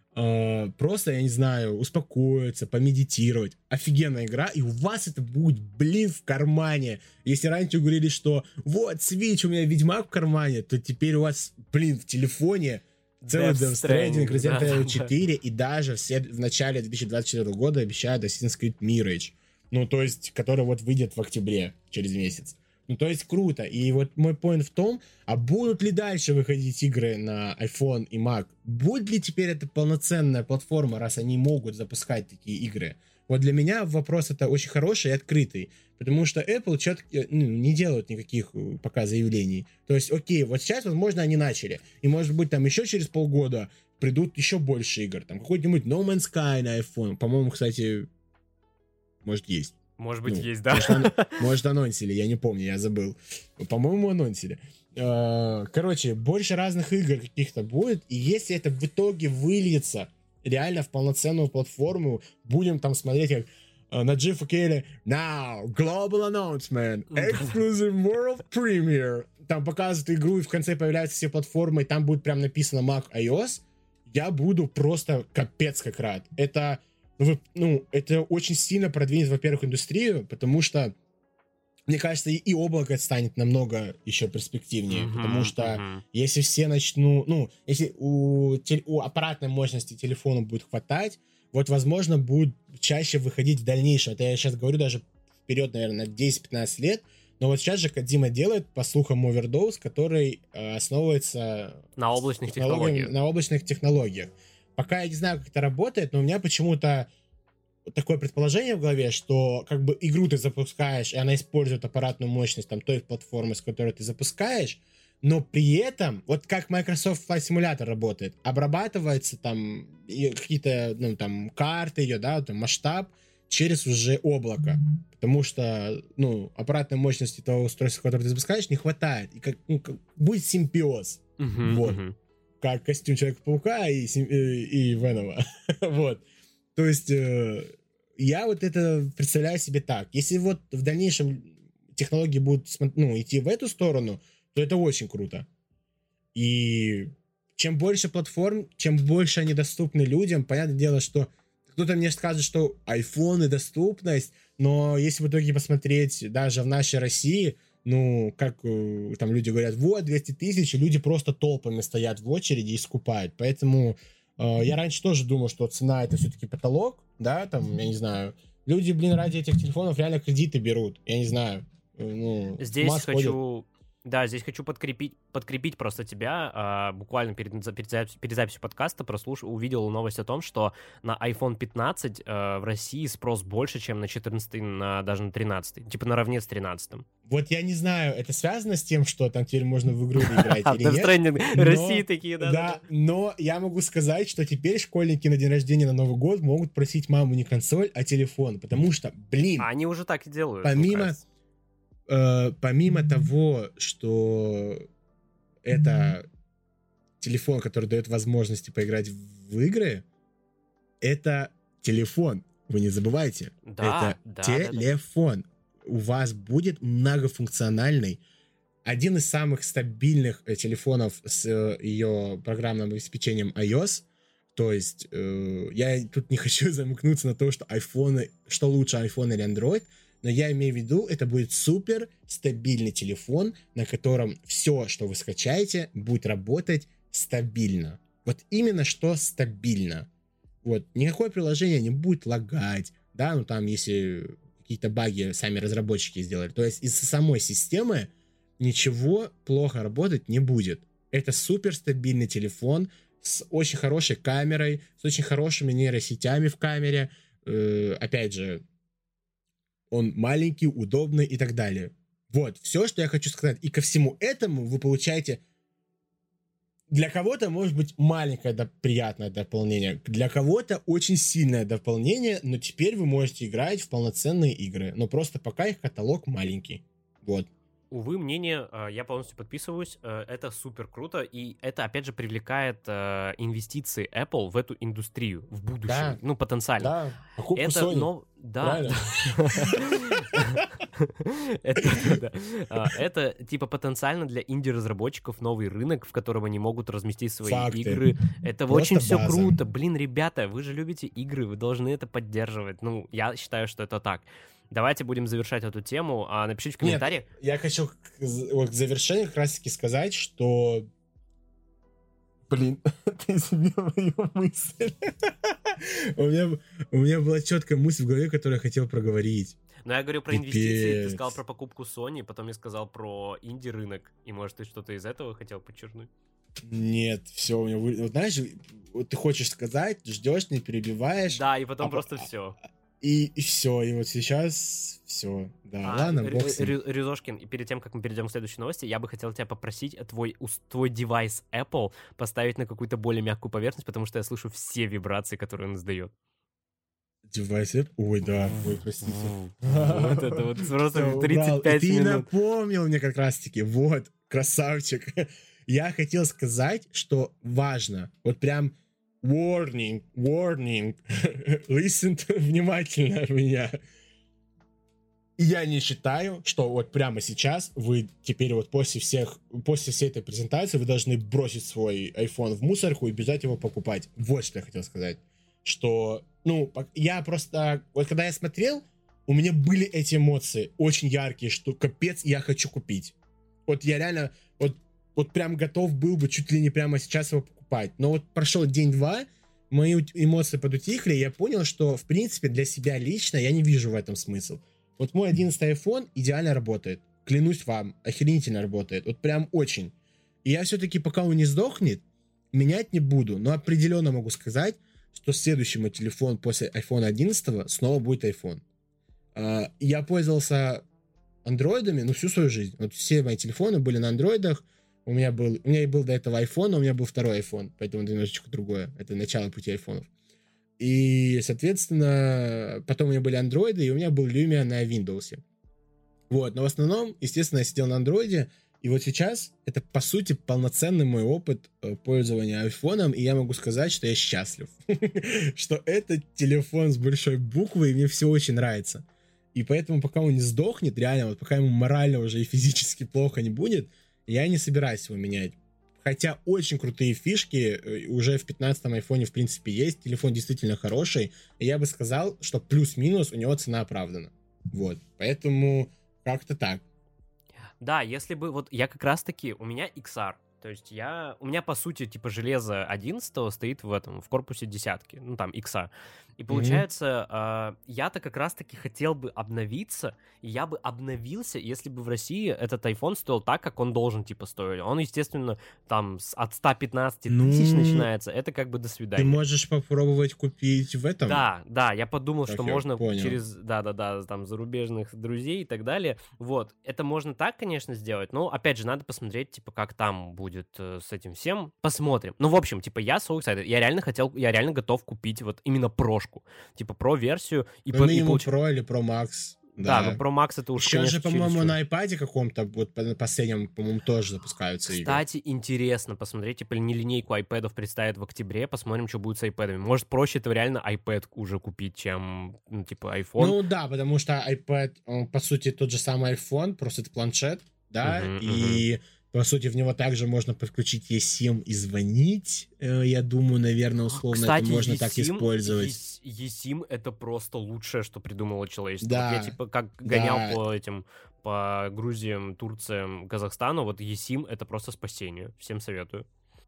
А, просто, я не знаю, успокоиться, помедитировать. Офигенная игра, и у вас это будет, блин, в кармане. Если раньше говорили, что вот, Switch, у меня Ведьмак в кармане, то теперь у вас, блин, в телефоне целый Death Death Stranding, Stranding, Resident Evil да-да-да. четыре, и даже в, след- в начале две тысячи двадцать четвёртого года обещают Assassin's Creed Mirage. Ну, то есть, который вот выйдет в октябре, через месяц. Ну, то есть, круто. И вот мой поинт в том, а будут ли дальше выходить игры на iPhone и Mac? Будет ли теперь это полноценная платформа, раз они могут запускать такие игры? Вот для меня вопрос это очень хороший и открытый. Потому что Apple четко, ну, не делают никаких э, пока заявлений. То есть, окей, вот сейчас, возможно, они начали. И, может быть, там еще через полгода придут еще больше игр. Там какой-нибудь No Man's Sky на iPhone. По-моему, кстати, может, есть. Может быть, Ну, есть, да? Может, ан- может, анонсили, я не помню, я забыл. По-моему, анонсили. Э, Короче, больше разных игр каких-то будет, и если это в итоге выльется реально в полноценную платформу, будем там смотреть, как э, на джи эф кей Now, global announcement, exclusive world premiere. Там показывают игру, и в конце появляются все платформы, и там будет прям написано Mac, iOS. Я буду просто капец как рад. Это, ну, вы- ну, это очень сильно продвинет, во-первых, индустрию, потому что, мне кажется, и, и облако станет намного еще перспективнее, Мгм, потому что мгм. если все начнут, ну, если у, тел- у аппаратной мощности телефона будет хватать, вот, возможно, будут чаще выходить в дальнейшем. Это я сейчас говорю даже вперед, наверное, на десять-пятнадцать лет, но вот сейчас же Кодзима делает, по слухам, Overdose, который э, основывается На облачных технологиями- технологиях. на облачных технологиях. Пока я не знаю, как это работает, но у меня почему-то такое предположение в голове, что как бы игру ты запускаешь, и она использует аппаратную мощность там той платформы, с которой ты запускаешь, но при этом, вот как Microsoft Flight Simulator работает, обрабатывается там и какие-то, ну, там, карты ее, да, там, масштаб через уже облако, потому что, ну, аппаратной мощности того устройства, которое ты запускаешь, не хватает, и как, ну, как- будет симбиоз, Мгм, вот. мгм. как костюм Человека-паука и, Сим- э, и Венома. Вот. То есть э, я вот это представляю себе так. Если вот в дальнейшем технологии будут, ну, идти в эту сторону, то это очень круто. И чем больше платформ, чем больше они доступны людям, понятное дело, что кто-то мне скажет, что айфоны доступность, но если в итоге посмотреть даже в нашей России, ну, как э, там люди говорят, вот, двести тысяч, и люди просто толпами стоят в очереди и скупают. Поэтому э, я раньше тоже думал, что цена это все-таки потолок, да, там, я не знаю. Люди, блин, ради этих телефонов реально кредиты берут, я не знаю. Э, ну, Здесь хочу... Да, здесь хочу подкрепить, подкрепить просто тебя. А, буквально перед, перед, запись, перед записью подкаста прослушал, увидел новость о том, что на айфон пятнадцать а, в России спрос больше, чем на четырнадцатый, на, даже на тринадцатый. Типа наравне с тринадцатым. Вот я не знаю, это связано с тем, что там теперь можно в игру играть или нет? Stranding России такие, да? Да, но я могу сказать, что теперь школьники на день рождения, на Новый год могут просить маму не консоль, а телефон. Потому что, блин... Они уже так и делают. Помимо... Uh, помимо того, что это телефон, который дает возможности поиграть в игры, это телефон. Вы не забывайте. Да, это да, телефон. Да, да. У вас будет многофункциональный, один из самых стабильных телефонов с э, ее программным обеспечением iOS. То есть э, я тут не хочу замкнуться на то, что айфоны, что лучше, iPhone или Android. Но я имею в виду, это будет супер стабильный телефон, на котором все, что вы скачаете, будет работать стабильно. Вот именно что стабильно. Вот, никакое приложение не будет лагать, да, ну там, если какие-то баги сами разработчики сделали. То есть из самой системы ничего плохо работать не будет. Это супер стабильный телефон с очень хорошей камерой, с очень хорошими нейросетями в камере. Э, опять же, он маленький, удобный и так далее. Вот, все, что я хочу сказать. И ко всему этому вы получаете... Для кого-то, может быть, маленькое да, приятное дополнение. Для кого-то очень сильное дополнение, но теперь вы можете играть в полноценные игры. Но просто пока их каталог маленький. Вот. Увы, мнение, я полностью подписываюсь, это супер круто, и это, опять же, привлекает инвестиции Apple в эту индустрию в будущем, да, ну, потенциально. Да, покупку это, Sony. Но... Да. Это, типа, потенциально для инди-разработчиков новый рынок, в котором они могут разместить свои игры. Это очень все круто. Блин, ребята, вы же любите игры, вы должны это поддерживать. Ну, я считаю, что это так. Давайте будем завершать эту тему. А напишите в комментариях. Нет, я хочу вот к завершению как раз-таки сказать, что... Блин, ты изменил мою мысль. у, меня, у меня была четкая мысль в голове, которую я хотел проговорить. Ну, я говорю про Пипец. инвестиции, ты сказал про покупку Sony, потом я сказал про инди-рынок. И, может, ты что-то из этого хотел подчеркнуть? Нет, все, у меня... Вы... Вот, знаешь, вот ты хочешь сказать, ждешь, не перебиваешь. Да, и потом а, просто а, все. И, и все, и вот сейчас все, да, а, ладно, бог с ним. Рюзошкин, и перед тем, как мы перейдем к следующей новости, я бы хотел тебя попросить твой, твой девайс Apple поставить на какую-то более мягкую поверхность, потому что я слышу все вибрации, которые он издает. Девайс Apple? Ой, да, ой, простите. Вот это вот просто тридцать пять минут. Ты напомнил мне как раз-таки, вот, красавчик. Я хотел сказать, что важно, вот прям... Warning, warning, listen внимательно меня. Я не считаю, что вот прямо сейчас вы теперь вот после всех, после всей этой презентации вы должны бросить свой iPhone в мусорку и бежать его покупать. Вот что я хотел сказать. Что, ну, я просто, вот когда я смотрел, у меня были эти эмоции очень яркие, что капец, я хочу купить. Вот я реально, вот, вот прям готов был бы чуть ли не прямо сейчас его покупать. Но вот прошел день-два, мои эмоции подутихли, и я понял, что, в принципе, для себя лично я не вижу в этом смысл. Вот мой одиннадцатый iPhone идеально работает. Клянусь вам, охренительно работает. Вот прям очень. И я все-таки, пока он не сдохнет, менять не буду. Но определенно могу сказать, что следующий мой телефон после iPhone одиннадцать снова будет iPhone. Я пользовался андроидами, ну, всю свою жизнь. Вот все мои телефоны были на андроидах. У меня был, у меня и был до этого iPhone, но у меня был второй iPhone, поэтому это немножечко другое. Это начало пути айфонов. И, соответственно, потом у меня были андроиды, и у меня был Lumia на Windows. Вот, но в основном, естественно, я сидел на андроиде, И вот сейчас это, по сути, полноценный мой опыт пользования айфоном, и я могу сказать, что я счастлив. Что это телефон с большой буквы, и мне все очень нравится. И поэтому, пока он не сдохнет, реально, вот пока ему морально уже и физически плохо не будет, я не собираюсь его менять. Хотя очень крутые фишки уже в пятнадцатом айфоне, в принципе, есть. Телефон действительно хороший. И я бы сказал, что плюс-минус у него цена оправдана. Вот. Поэтому как-то так. Да, если бы... Вот я как раз-таки... У меня икс ар. То есть я... У меня, по сути, типа, железо одиннадцатого стоит в этом, в корпусе десятки. Ну, там, икса. И получается, mm-hmm. э, я-то как раз-таки хотел бы обновиться, и я бы обновился, если бы в России этот iPhone стоил так, как он должен, типа, стоить. Он, естественно, там, с, от ста пятнадцати ну, тысяч начинается, это как бы до свидания. Ты можешь попробовать купить в этом? Да, да, я подумал, как что можно понял. через, да-да-да, там, зарубежных друзей и так далее. Вот, это можно так, конечно, сделать, но, опять же, надо посмотреть, типа, как там будет э, с этим всем. Посмотрим. Ну, в общем, типа, я so excited. Я реально хотел, я реально готов купить вот именно прошку. Типа Pro-версию. И ну, по, минимум и получ... Pro или Pro Max. Да, да, но Pro Max это уж, Еще конечно, же, по-моему, через... на iPad каком-то, вот на последнем, по-моему, тоже запускаются игры. Кстати, интересно посмотреть, типа, не линейку iPad'ов представят в октябре, посмотрим, что будет с iPad'ами. Может, проще это реально iPad уже купить, чем, ну, типа, iPhone? Ну, да, потому что iPad, он, по сути, тот же самый iPhone, просто это планшет, да, uh-huh, и... Uh-huh. По сути, в него также можно подключить eSIM и звонить. Я думаю, наверное, условно Кстати, это можно eSIM, так использовать. eSIM — это просто лучшее, что придумало человечество. Да, вот я типа как гонял да. по этим, по Грузиям, Турциям, Казахстану, вот eSIM — это просто спасение. Всем советую.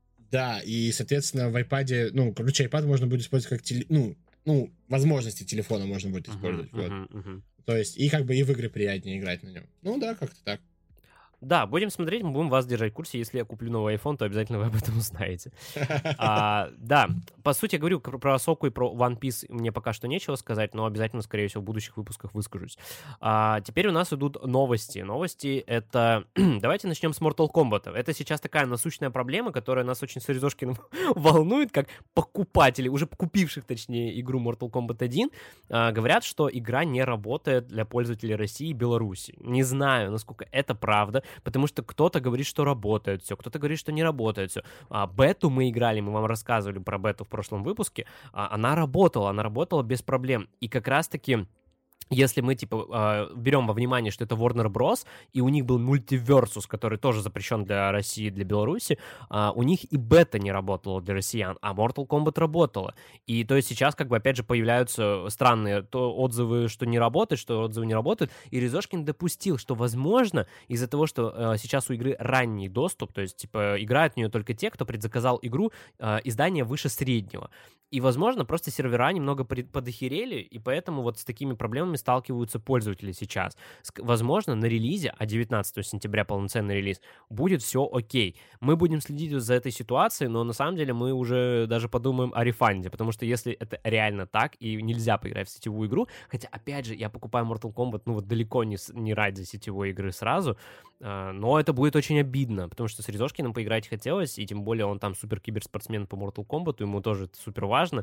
Да, и, соответственно, в iPad, ну, короче, iPad можно будет использовать как теле... ну, ну, возможности телефона можно будет использовать. Uh-huh, вот. uh-huh, uh-huh. То есть, и как бы и в игры приятнее играть на нем. Ну да, как-то так. Да, будем смотреть, мы будем вас держать в курсе. Если я куплю новый iPhone, то обязательно вы об этом узнаете. а, да, по сути, я говорю про Ahsoka и про One Piece мне пока что нечего сказать, но обязательно, скорее всего, в будущих выпусках выскажусь. А, теперь у нас идут новости. Новости — это... Давайте начнем с Mortal Kombat. Это сейчас такая насущная проблема, которая нас очень с Резошкиным волнует, как покупателей, уже купивших, точнее, игру Mortal Kombat один, а, говорят, что игра не работает для пользователей России и Беларуси. Не знаю, насколько это правда, потому что кто-то говорит, что работает все, кто-то говорит, что не работает все. А, бету мы играли, мы вам рассказывали про бету в прошлом выпуске, а, она работала, она работала без проблем. И как раз-таки... Если мы, типа, берем во внимание, что это Warner Bros., и у них был мультиверсус, который тоже запрещен для России и для Беларуси, у них и бета не работала для россиян, а Mortal Kombat работала. И то есть сейчас, как бы, опять же, появляются странные то отзывы, что не работает, что отзывы не работают, и Резошкин допустил, что, возможно, из-за того, что сейчас у игры ранний доступ, то есть, типа, играют в нее только те, кто предзаказал игру издания выше среднего. И, возможно, просто сервера немного подохерели, и поэтому вот с такими проблемами сталкиваются пользователи сейчас. Возможно, на релизе, а девятнадцатого сентября полноценный релиз, будет все окей. Мы будем следить за этой ситуацией, но на самом деле мы уже даже подумаем о рефанде, потому что если это реально так, и нельзя поиграть в сетевую игру, хотя, опять же, я покупаю Mortal Kombat, ну вот далеко не, не ради сетевой игры сразу, но это будет очень обидно, потому что с Резошкиным поиграть хотелось, и тем более он там супер-киберспортсмен по Mortal Kombat, ему тоже это супер важно.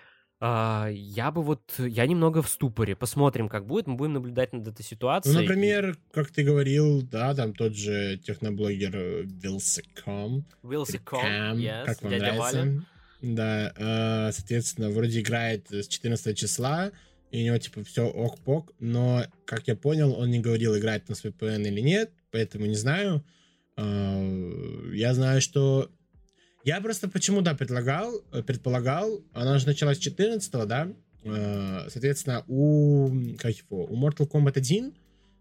Uh, я бы вот... Я немного в ступоре. Посмотрим, как будет. Мы будем наблюдать над этой ситуацией. Ну, например, и... как ты говорил, да, там тот же техноблогер Вилсаком. Вилсаком, yes, как вам дядя нравится? Валя. Да, uh, соответственно, вроде играет с четырнадцатого числа, и у него, типа, все ок-пок, но, как я понял, он не говорил, играет на с ви пи эн или нет, поэтому не знаю. Uh, я знаю, что... Я просто почему, да, предлагал, предполагал, она же началась с четырнадцатого, да, соответственно, у, как его, у Mortal Kombat один,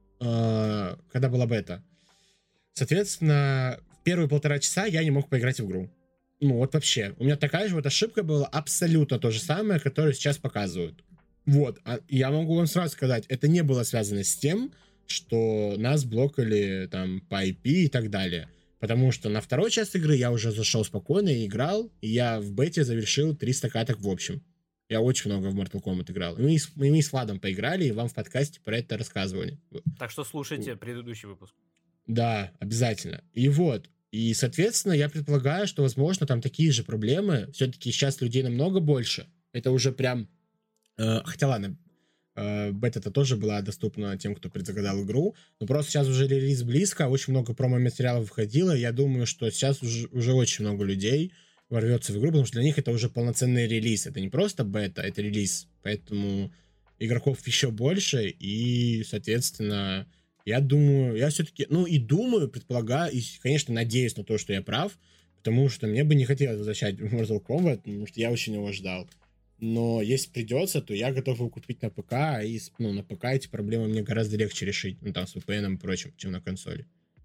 когда была бета, соответственно, в первые полтора часа я не мог поиграть в игру. Ну, вот вообще. У меня такая же вот ошибка была, абсолютно то же самое, которое сейчас показывают. Вот, а я могу вам сразу сказать, это не было связано с тем, что нас блокали там по ай пи и так далее. Потому что на второй часть игры я уже зашел спокойно и играл, и я в бете завершил триста каток в общем. Я очень много в Mortal Kombat играл. И мы, мы, мы с Владом поиграли, и вам в подкасте про это рассказывали. Так что слушайте предыдущий выпуск. Да, обязательно. И вот, и, соответственно, я предполагаю, что, возможно, там такие же проблемы. Все-таки сейчас людей намного больше. Это уже прям... Э, хотя, ладно, э, бета-то тоже была доступна тем, кто предзагадал игру, но просто сейчас уже релиз близко, очень много промо-материалов выходило, я думаю, что сейчас уже, уже очень много людей ворвется в игру, потому что для них это уже полноценный релиз, это не просто бета, это релиз, поэтому игроков еще больше, и, соответственно, я думаю, я все-таки, ну и думаю, предполагаю, и, конечно, надеюсь на то, что я прав, потому что мне бы не хотелось возвращать Mortal Kombat, потому что я очень его ждал. Но если придется, то я готов его купить на ПК, и ну, на ПК эти проблемы мне гораздо легче решить, ну там с ви пи эн и прочим, чем на консоли.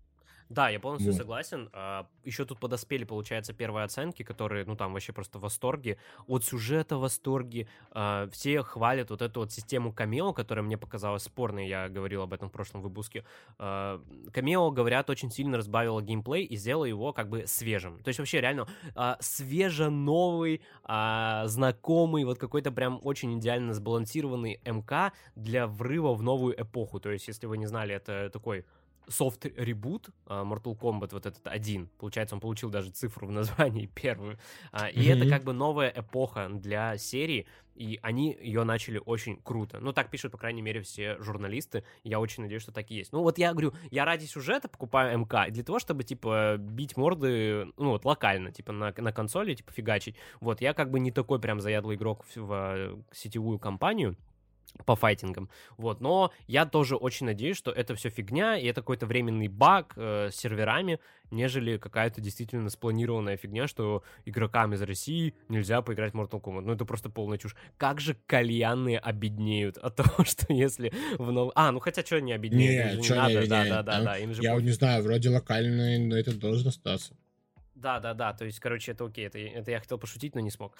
Да, я полностью Вот. согласен. А, еще тут подоспели, получается, первые оценки, которые, ну, там вообще просто в восторге. От сюжета в восторге. А, все хвалят вот эту вот систему камео, которая мне показалась спорной, я говорил об этом в прошлом выпуске. А, камео, говорят, очень сильно разбавило геймплей и сделало его как бы свежим. То есть вообще реально а, свеже-новый, а, знакомый, вот какой-то прям очень идеально сбалансированный МК для врыва в новую эпоху. То есть, если вы не знали, это такой... софт-ребут Mortal Kombat вот этот один, получается, он получил даже цифру в названии первую, а, и mm-hmm. это как бы новая эпоха для серии, и они ее начали очень круто. Ну, так пишут, по крайней мере, все журналисты, я очень надеюсь, что так и есть. Ну, вот я говорю, я ради сюжета покупаю МК, для того, чтобы, типа, бить морды, ну, вот, локально, типа, на, на консоли, типа, фигачить. Вот, я как бы не такой прям заядлый игрок в, в сетевую компанию, по файтингам, вот, но я тоже очень надеюсь, что это все фигня, и это какой-то временный баг э, с серверами, нежели какая-то действительно спланированная фигня, что игрокам из России нельзя поиграть в Mortal Kombat, ну это просто полная чушь. Как же кальянные обеднеют от того, что если в новом... А, ну хотя что не обеднеют? Не, что не обеднеет? Да, да, да, да, им же я пофиг. не знаю, вроде локальный, но это должен остаться. Да, да, да, то есть, короче, это окей, это, это я хотел пошутить, но не смог.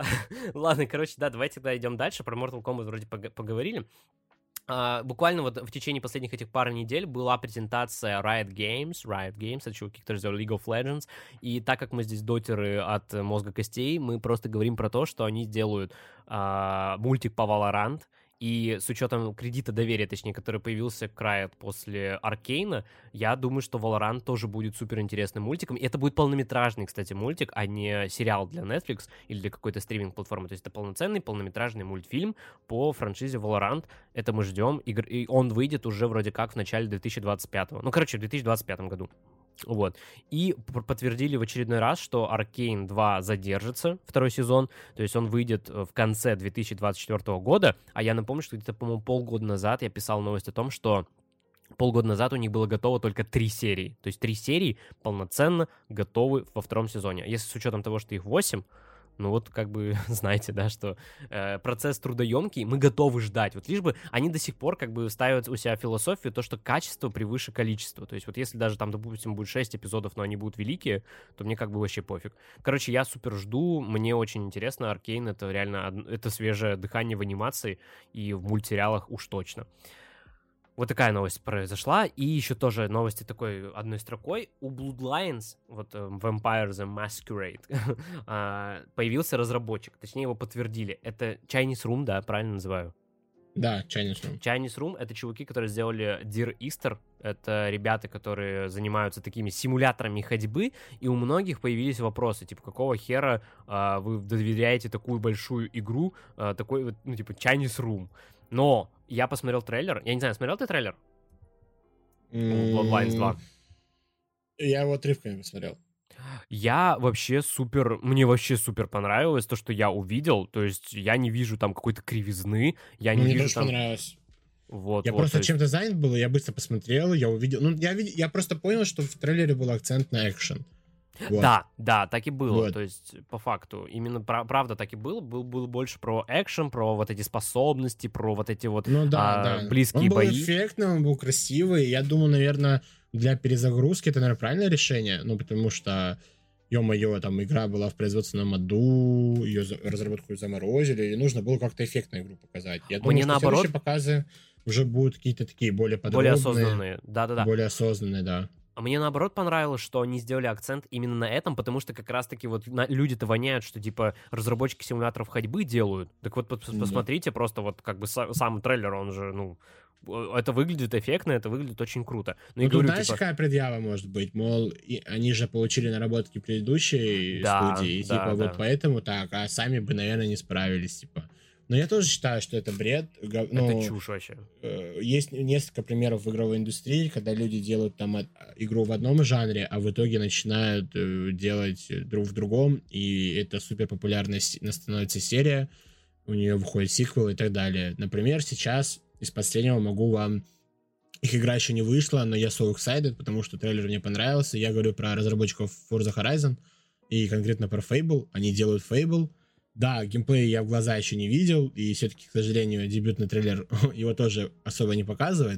Ладно, короче, да, давайте тогда идем дальше, про Mortal Kombat вроде поговорили. Uh, буквально вот в течение последних этих пары недель была презентация Riot Games, Riot Games, это чуваки, которые сделали League of Legends, и так как мы здесь дотеры от мозга костей, мы просто говорим про то, что они сделают uh, мультик по Valorant, и с учетом кредита доверия, точнее, который появился к Riot после Аркейна, я думаю, что Valorant тоже будет суперинтересным мультиком. И это будет полнометражный, кстати, мультик, а не сериал для Netflix или для какой-то стриминг-платформы. То есть это полноценный полнометражный мультфильм по франшизе Valorant. Это мы ждем. И он выйдет уже вроде как в начале две тысячи двадцать пятого. Ну, короче, в две тысячи двадцать пятом году. Вот. И подтвердили в очередной раз, что Arcane два задержится, второй сезон, то есть он выйдет в конце две тысячи двадцать четвёртого года, а я напомню, что где-то, по-моему, полгода назад я писал новость о том, что полгода назад у них было готово только три серии, то есть три серии полноценно готовы во втором сезоне. Если с учетом того, что их восемь, ну вот как бы знаете, да, что э, процесс трудоемкий, мы готовы ждать. Вот лишь бы они до сих пор как бы ставят у себя философию, то, что качество превыше количества. То есть вот если даже там, допустим, будет шесть эпизодов, но они будут великие, то мне как бы вообще пофиг. Короче, я супер жду, мне очень интересно. Аркейн — это реально, это свежее дыхание в анимации и в мультсериалах уж точно. Вот такая новость произошла. И еще тоже новости такой одной строкой. У Bloodlines, вот Vampire the Masquerade, появился разработчик. Точнее, его подтвердили. Это Chinese Room, да, правильно называю? Да, Chinese Room. Chinese Room — это чуваки, которые сделали Dear Easter. Это ребята, которые занимаются такими симуляторами ходьбы. И у многих появились вопросы, типа, какого хера а, вы доверяете такую большую игру, а, такой вот, ну, типа, Chinese Room. Но я посмотрел трейлер. Я не знаю, смотрел ты трейлер? Mm-hmm. Bloodlines два. Я его отрывками посмотрел. Я вообще супер... Мне вообще супер понравилось то, что я увидел. То есть я не вижу там какой-то кривизны. Я не Мне вижу тоже там... понравилось. Вот, я вот, просто есть... чем-то занят был, и я быстро посмотрел, я увидел... Ну, я, вид... я просто понял, что в трейлере был акцент на экшен. Вот. Да, да, так и было. Вот. То есть, по факту, именно правда так и было. Был, был больше про экшен, про вот эти способности, про вот эти вот ну, да, а, да. близкие он был бои. Эффектный, он был красивый. Я думаю, наверное, для перезагрузки это, наверное, правильное решение. Ну, потому что, ё-моё, там игра была в производственном аду, ее разработку заморозили, и нужно было как-то эффектно игру показать. Я думаю, Мне что наоборот... следующие показы уже будут какие-то такие более подробные. Более осознанные, да-да-да. Более осознанные, да. А мне, наоборот, понравилось, что они сделали акцент именно на этом, потому что как раз-таки вот люди-то воняют, что, типа, разработчики симуляторов ходьбы делают. Так вот, пос- посмотрите, да. Просто вот как бы са- сам трейлер, он же, ну, это выглядит эффектно, это выглядит очень круто. Но ну, тут, говорю, знаешь, типа... какая предъява может быть? Мол, и они же получили наработки предыдущей да, студии, и, да, типа, да. вот поэтому так, а сами бы, наверное, не справились, типа. Но я тоже считаю, что это бред. Ну, это чушь вообще. Есть несколько примеров в игровой индустрии, когда люди делают там игру в одном жанре, а в итоге начинают делать друг в другом, и это супер популярная становится серия, у нее выходит сиквел и так далее. Например, сейчас из последнего могу вам... Их игра еще не вышла, но я so excited, потому что трейлер мне понравился. Я говорю про разработчиков Forza Horizon и конкретно про Fable. Они делают Fable. Да, геймплей я в глаза еще не видел, и все-таки, к сожалению, дебютный трейлер его тоже особо не показывает,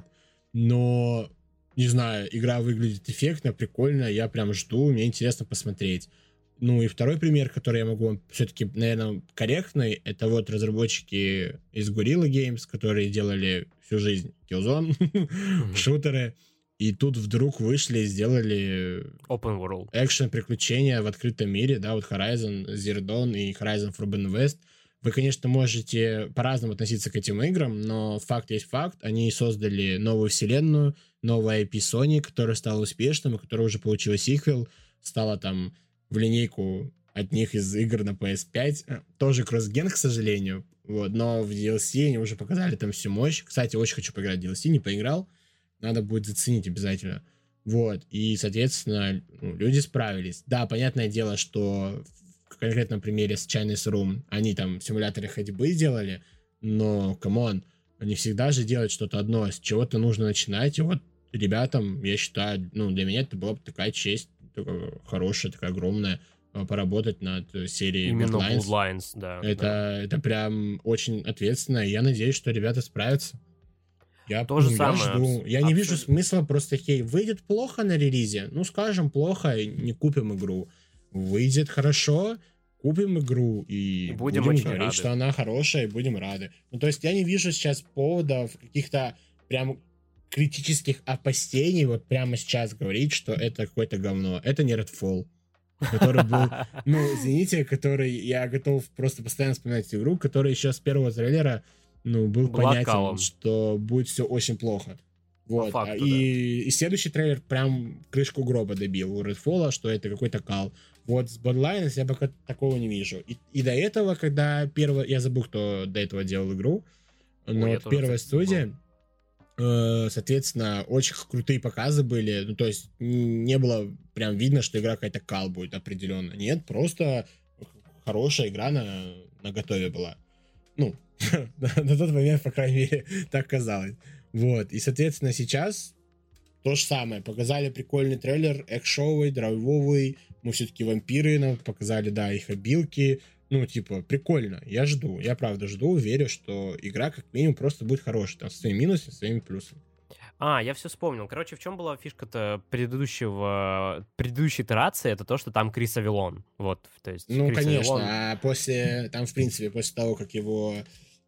но, не знаю, игра выглядит эффектно, прикольно, я прям жду, мне интересно посмотреть. Ну и второй пример, который я могу вам все-таки, наверное, корректный, это вот разработчики из Guerrilla Games, которые делали всю жизнь Killzone, mm-hmm. шутеры, и тут вдруг вышли и сделали Open World. Экшен-приключения в открытом мире, да, вот Horizon Zero Dawn и Horizon Forbidden West. Вы, конечно, можете по-разному относиться к этим играм, но факт есть факт. Они создали новую вселенную, новую ай пи Sony, которая стала успешным, и которая уже получила сиквел, стала там в линейку одних из игр на пи эс пять. Тоже кросс-ген, к сожалению. Вот, но в ди эл си они уже показали там всю мощь. Кстати, очень хочу поиграть в ди эл си, не поиграл. Надо будет заценить обязательно. Вот. И, соответственно, ну, люди справились. Да, понятное дело, что в конкретном примере с Chinese Room они там симуляторы ходьбы сделали, но, камон, они всегда же делают что-то одно, с чего-то нужно начинать. И вот ребятам, я считаю, ну, для меня это была бы такая честь, такая хорошая, такая огромная, поработать над серией Именно Bloodlines. Bloodlines, да. Это, да. это прям очень ответственно, и я надеюсь, что ребята справятся. Я, То же ну, самое. я жду. Я Абсолютно. не вижу смысла просто, хей, выйдет плохо на релизе, ну, скажем, плохо, не купим игру. Выйдет хорошо, купим игру и, и будем, будем очень говорить, рады. что она хорошая, и будем рады. Ну, то есть я не вижу сейчас поводов, каких-то прям критических опасений, вот прямо сейчас говорить, что это какое-то говно. Это не Redfall, который был, ну, извините, который я готов просто постоянно вспоминать игру, которая еще с первого трейлера, ну, был Была понятен, калом. что будет все очень плохо. Вот. факту, и, да. и следующий трейлер прям крышку гроба добил у Redfall, что это какой-то кал. Вот с Bloodlines я пока такого не вижу. И, и до этого, когда первое... Я забыл, кто до этого делал игру, но Ой, вот первая студия, э, соответственно, очень крутые показы были. Ну, то есть не было прям видно, что игра какая-то кал будет определенно. Нет, просто хорошая игра на, на готове была. Ну, на тот момент, по крайней мере, так казалось. Вот, и, соответственно, сейчас то же самое. Показали прикольный трейлер, экшовый, драйвовый. Мы все-таки вампиры, нам показали, да, их обилки. Ну, типа, прикольно. Я жду, я правда жду, верю, что игра как минимум просто будет хорошей. Там, с своими минусами, с своими плюсами. А, я все вспомнил. Короче, в чем была фишка-то предыдущего, предыдущей итерации? Это то, что там Крис Авилон. Вот, то есть Ну, Крис конечно, Авилон... а после, там, в принципе, после того, как его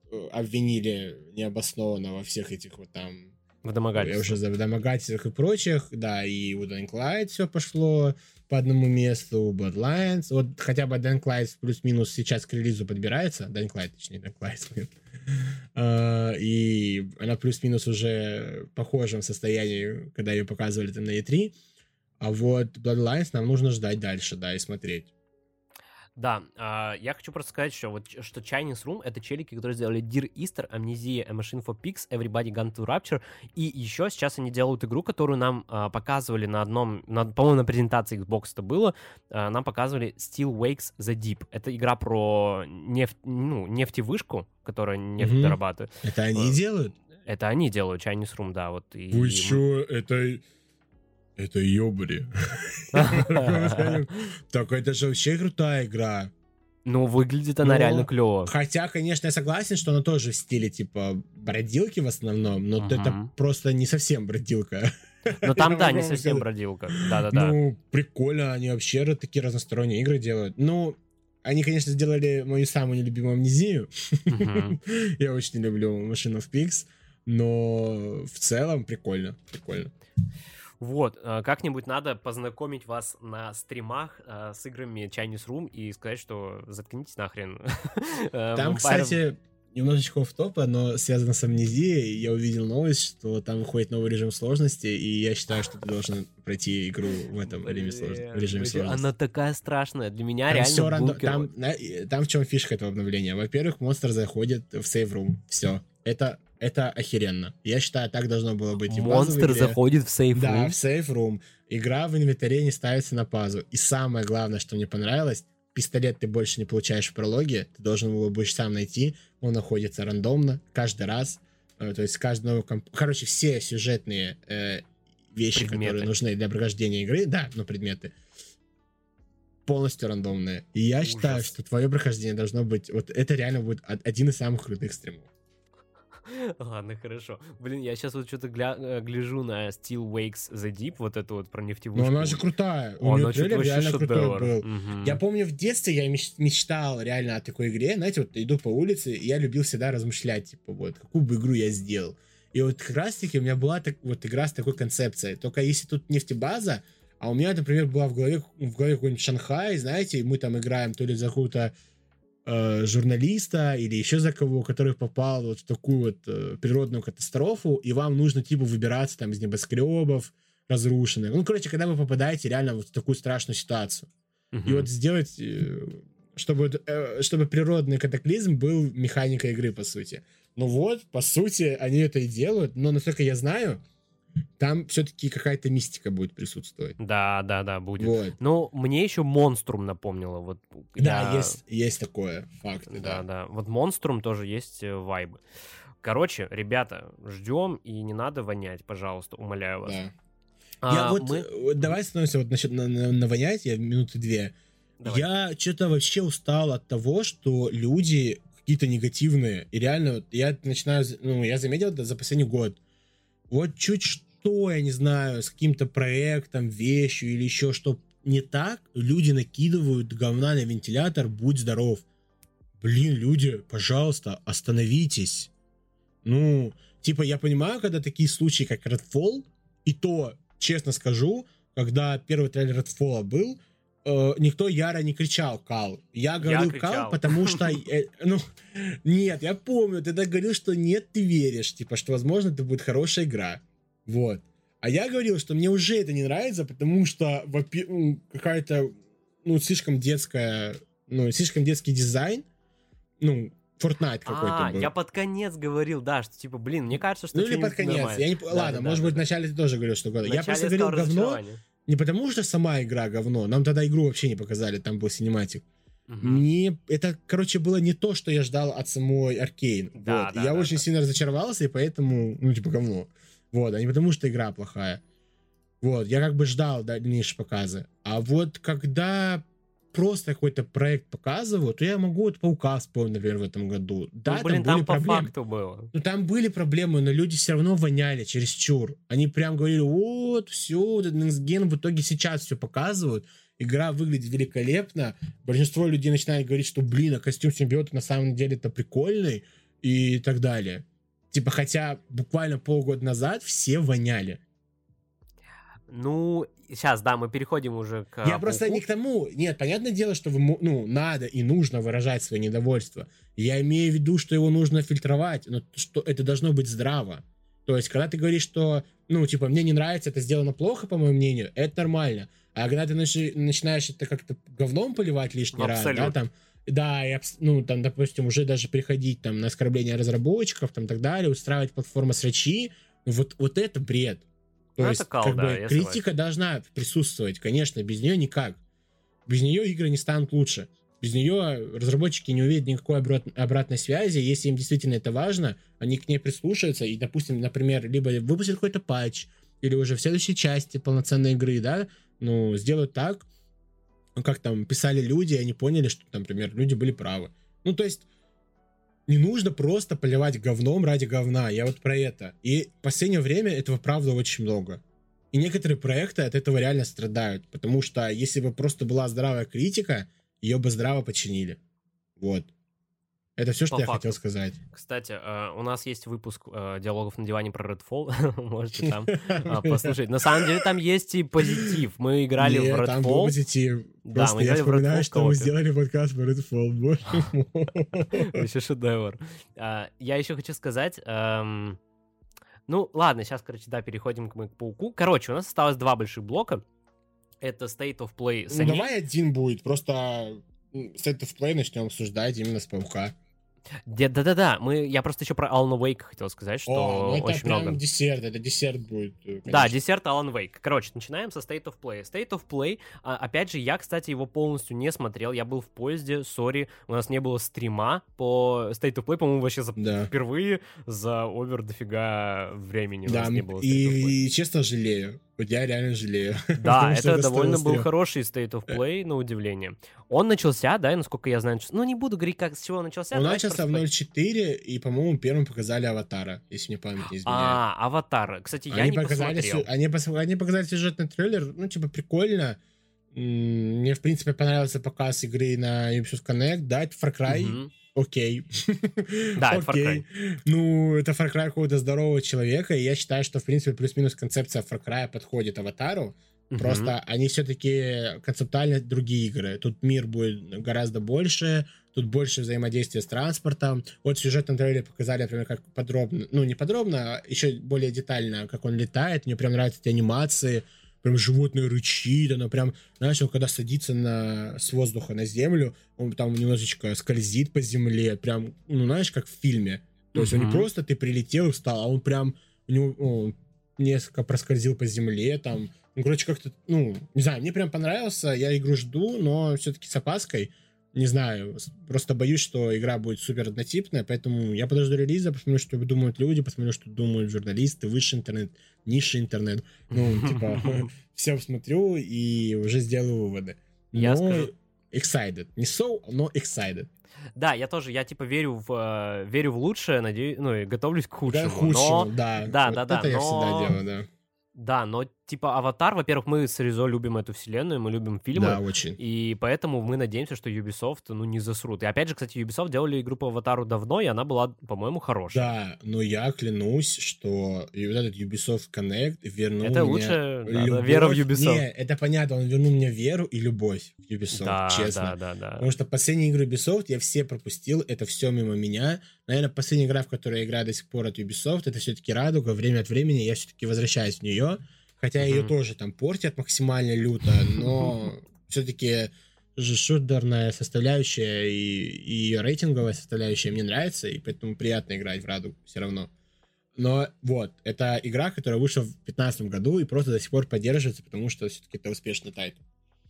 обвинили необоснованно во всех этих вот там... В домогательствах. Я уже за домогательствах и прочих, да, и у Dying Light все пошло по одному месту, Bloodlines. Вот хотя бы Dying Light плюс-минус сейчас к релизу подбирается, Dying Light, точнее, Dying Light, uh, и она плюс-минус уже в похожем состоянии, когда ее показывали там на и три, а вот Bloodlines нам нужно ждать дальше, да, и смотреть. Да, э, я хочу просто сказать, что, вот, что Chinese Room — это челики, которые сделали Dear Easter, Amnesia, A Machine for Pigs, Everybody Gone to Rapture, и еще сейчас они делают игру, которую нам э, показывали на одном, на, по-моему, на презентации Xbox это было, э, нам показывали Still Wakes the Deep. Это игра про нефть, ну, нефтевышку, которая нефть Mm-hmm. дорабатывает. Это они э, делают? Это они делают, Chinese Room, да. Вот, и... Вы чё, это... Это ёбри. Так это же вообще крутая игра. Ну, выглядит она реально клево. Хотя, конечно, я согласен, что она тоже в стиле, типа, бродилки в основном, но это просто не совсем бродилка. Ну, там, да, не совсем бродилка. Да-да-да. Ну, прикольно, они вообще такие разносторонние игры делают. Ну, они, конечно, сделали мою самую нелюбимую Амнезию. Я очень не люблю Machine of Pigs, но в целом прикольно, прикольно. Вот, как-нибудь надо познакомить вас на стримах с играми Chinese Room и сказать, что заткнитесь нахрен. Там, кстати, немножечко офф-топа, но связано с амнезией. Я увидел новость, что там выходит новый режим сложности, и я считаю, что ты должен пройти игру в этом режиме сложности. В режиме сложности. Она такая страшная. Для меня там реально все рандом... бункер. там, там в чем фишка этого обновления? Во-первых, монстр заходит в сейв-рум. Все. Это, это охеренно. Я считаю, так должно было быть и в Монстр заходит в сейф-рум? Да, в сейф-рум. Игра в инвентаре не ставится на пазу. И самое главное, что мне понравилось, пистолет ты больше не получаешь в прологе, ты должен его будешь сам найти, он находится рандомно каждый раз, э, то есть каждый новый комп... Короче, все сюжетные э, вещи, предметы, которые нужны для прохождения игры, да, ну, предметы, полностью рандомные. И я Ужас. считаю, что твое прохождение должно быть, вот это реально будет один из самых крутых стримов. Ладно, хорошо. Блин, я сейчас вот что-то гля- гляжу на Still Wakes the Deep, вот это вот про нефтевушку. Ну, она же крутая. У нее трейлер реально крутой был. Угу. Я помню, в детстве я меч- мечтал реально о такой игре. Знаете, вот иду по улице, и я любил всегда размышлять, типа, вот, какую бы игру я сделал. И вот как раз-таки у меня была так, вот игра с такой концепцией. Только если тут нефтебаза, а у меня, например, была в голове, в голове какой-нибудь Шанхай, знаете, и мы там играем то ли за какую-то журналиста или еще за кого, который попал вот в такую вот э, природную катастрофу, и вам нужно типа выбираться там из небоскребов разрушенных. Ну, короче, когда вы попадаете реально вот в такую страшную ситуацию. Uh-huh. И вот сделать, э, чтобы, э, чтобы природный катаклизм был механикой игры, по сути. Ну вот, по сути, они это и делают, но насколько я знаю, там все-таки какая-то мистика будет присутствовать. Да, да, да, будет. Вот. Ну, мне еще Монструм напомнило. Вот да, я... есть, есть такое, факт. Да, да, да. Вот Монструм тоже есть вайбы. Короче, ребята, ждем, и не надо вонять, пожалуйста, умоляю вас. Да. А, я вот, мы... вот давай становимся вот насчет на, на, навонять, я минуты две. Давай. Я что-то вообще устал от того, что люди какие-то негативные. И реально, вот я начинаю, ну, я заметил это за последний год. Вот чуть что, я не знаю, с каким-то проектом, вещью или еще что не так, люди накидывают говна на вентилятор, будь здоров. Блин, люди, пожалуйста, остановитесь. Ну, типа, я понимаю, когда такие случаи, как Redfall, и то, честно скажу, когда первый трейлер Redfall был, э, никто яро не кричал «Кал». Я говорил я «Кал», потому что... Э, ну, нет, я помню, ты так говорил, что нет, ты веришь, типа, что, возможно, это будет хорошая игра. Вот. А я говорил, что мне уже это не нравится, потому что ну, какая-то, ну, слишком детская, ну, слишком детский дизайн, ну, Fortnite какой-то а, был. Я под конец говорил, да, что типа, блин, мне кажется, что... Ну или под конец, я не... да, да, ладно, да, может да, быть, да. вначале ты тоже говорил, что... Я просто говорил говно, не потому что сама игра говно, нам тогда игру вообще не показали, там был синематик. Угу. Мне это, короче, было не то, что я ждал от самой Аркейн. Да, вот. да, я да, очень да. сильно разочаровался, и поэтому, ну, типа, говно. Вот, а не потому, что игра плохая. Вот, я как бы ждал дальнейшие показы. А вот когда просто какой-то проект показывают, то я могу вот Паука вспомнить, например, в этом году. Да, ну, блин, там были там по проблемы. факту было. Ну, там были проблемы, но люди все равно воняли чересчур. Они прям говорили, вот, все, вот этот Next Gen, в итоге сейчас все показывают. Игра выглядит великолепно. Большинство людей начинает говорить, что, блин, а костюм симбиота на самом деле-то прикольный и так далее. Типа, хотя буквально полгода назад все воняли. Ну, сейчас, да, мы переходим уже к... Я просто не к тому... Нет, понятное дело, что вы, ну, надо и нужно выражать свое недовольство. Я имею в виду, что его нужно фильтровать, но что это должно быть здраво. То есть, когда ты говоришь, что, ну, типа, мне не нравится, это сделано плохо, по моему мнению, это нормально. А когда ты начинаешь это как-то говном поливать лишний Абсолютно. раз, да, там, да, и, ну, там, допустим, уже даже переходить там на оскорбление разработчиков, там, так далее, устраивать платформы срачи, вот, вот это бред. То ну, есть, кал, как да, бы, критика согласен. Должна присутствовать, конечно, без нее никак. Без нее игры не станут лучше. Без нее разработчики не увидят никакой обрат- обратной связи. Если им действительно это важно, они к ней прислушаются и, допустим, например, либо выпустят какой-то патч, или уже в следующей части полноценной игры, да, ну, сделают так, как там писали люди, и они поняли, что, например, люди были правы. Ну, то есть, не нужно просто поливать говном ради говна. Я вот про это. И в последнее время этого, правда, очень много. И некоторые проекты от этого реально страдают. Потому что если бы просто была здравая критика, ее бы здраво починили. Вот. Это все, что По я факту. хотел сказать. Кстати, э, у нас есть выпуск э, диалогов на диване про Redfall, можете там э, послушать. На самом деле там есть и позитив. Мы играли Нет, в там был Redfall. позитив. Да, Просто мы я играли в вспоминаю, Redfall в что мы коопе. сделали подкаст по Redfall. Боже мой. Вообще шедевр. А, Я еще хочу сказать... эм, Ну, ладно, сейчас, короче, да, переходим к мы к пауку. Короче, у нас осталось два больших блока. Это State of Play Ну, Sony. давай один будет. Просто м, State of Play начнем обсуждать именно с паука. Де- Да-да-да, мы, я просто еще про Alan Wake хотел сказать, что О, ну это очень прям много. десерт. Это десерт будет. э, Да, конечно. десерт Alan Wake. Короче, начинаем со State of Play. State of Play, а, опять же, я, кстати, его полностью не смотрел. Я был в поезде, сори, у нас не было стрима по State of Play, по-моему, вообще за... Да. впервые за овер дофига времени у Да, нас не м- было State of Play. и, и честно жалею. Вот я реально жалею. Да, Потому что это довольно стоило был стрел. хороший State of Play, на удивление. Он начался, да, и насколько я знаю, ну не буду говорить, как, с чего он начался. Он давайте начался в просто- ноль четыре, и, по-моему, первым показали Аватара, если мне память не изменяет. А, Аватар. Кстати, я Они не показали, посмотрел. сю- они, пос- они показали сюжетный трейлер, ну, типа, прикольно. М, Мне, в принципе, понравился показ игры на Ubisoft Connect. Да, это Far Cry. Мгм. Окей. Да, это Far Окей. Ну, это Far Cry какого-то здорового человека, и я считаю, что, в принципе, плюс-минус концепция Far Cry подходит Аватару. Мгм. Просто они все-таки концептуально другие игры. Тут мир будет гораздо больше, тут больше взаимодействия с транспортом. Вот в сюжетном трейлере показали, например, как подробно, ну, не подробно, а еще более детально, как он летает. Мне прям нравятся эти анимации, прям животное рычит, оно прям, знаешь, он когда садится на, с воздуха на землю, он там немножечко скользит по земле, прям, ну, знаешь, как в фильме. То есть он не Мгм. просто ты прилетел и встал, а он прям, у него, ну, он несколько проскользил по земле, там, ну, короче, как-то, ну, не знаю, мне прям понравился, я игру жду, но все-таки с опаской, не знаю, с- просто боюсь, что игра будет супер однотипная, поэтому я подожду релиза, посмотрю, что думают люди, посмотрю, что думают журналисты, высший интернет, низший интернет, ну, типа, все посмотрю и уже сделаю выводы. Я Но скажу- excited, не so, но excited. Да, я тоже, я типа верю в, э, верю в лучшее, надеюсь, ну и готовлюсь к Да, худшему. худшему, но... да. да, Вот да, да, это я всегда но- делаю, да. Да, но типа Аватар, во-первых, мы с Резо любим эту вселенную, мы любим фильмы. Да, очень. И поэтому мы надеемся, что Ubisoft, ну, не засрут. И опять же, кстати, Ubisoft делали игру по Аватару давно, и она была, по-моему, хорошая. Да, но я клянусь, что и вот этот Ubisoft Connect вернул Это мне лучшая, да, да, любовь. вера в Ubisoft. Не, это понятно, он вернул мне веру и любовь в Ubisoft, да, честно. да, да, да. Потому что последние игры Ubisoft я все пропустил, это все мимо меня. Наверное, последняя игра, в которой я играю до сих пор от Ubisoft, это все-таки Радуга. Время от времени я все-таки возвращаюсь в нее. Хотя ее Мгм. тоже там портят максимально люто, но все-таки же шутерная составляющая и, и ее рейтинговая составляющая мне нравится, и поэтому приятно играть в Радугу все равно. Но вот, это игра, которая вышла в две тысячи пятнадцатом году и просто до сих пор поддерживается, потому что все-таки это успешный тайтл.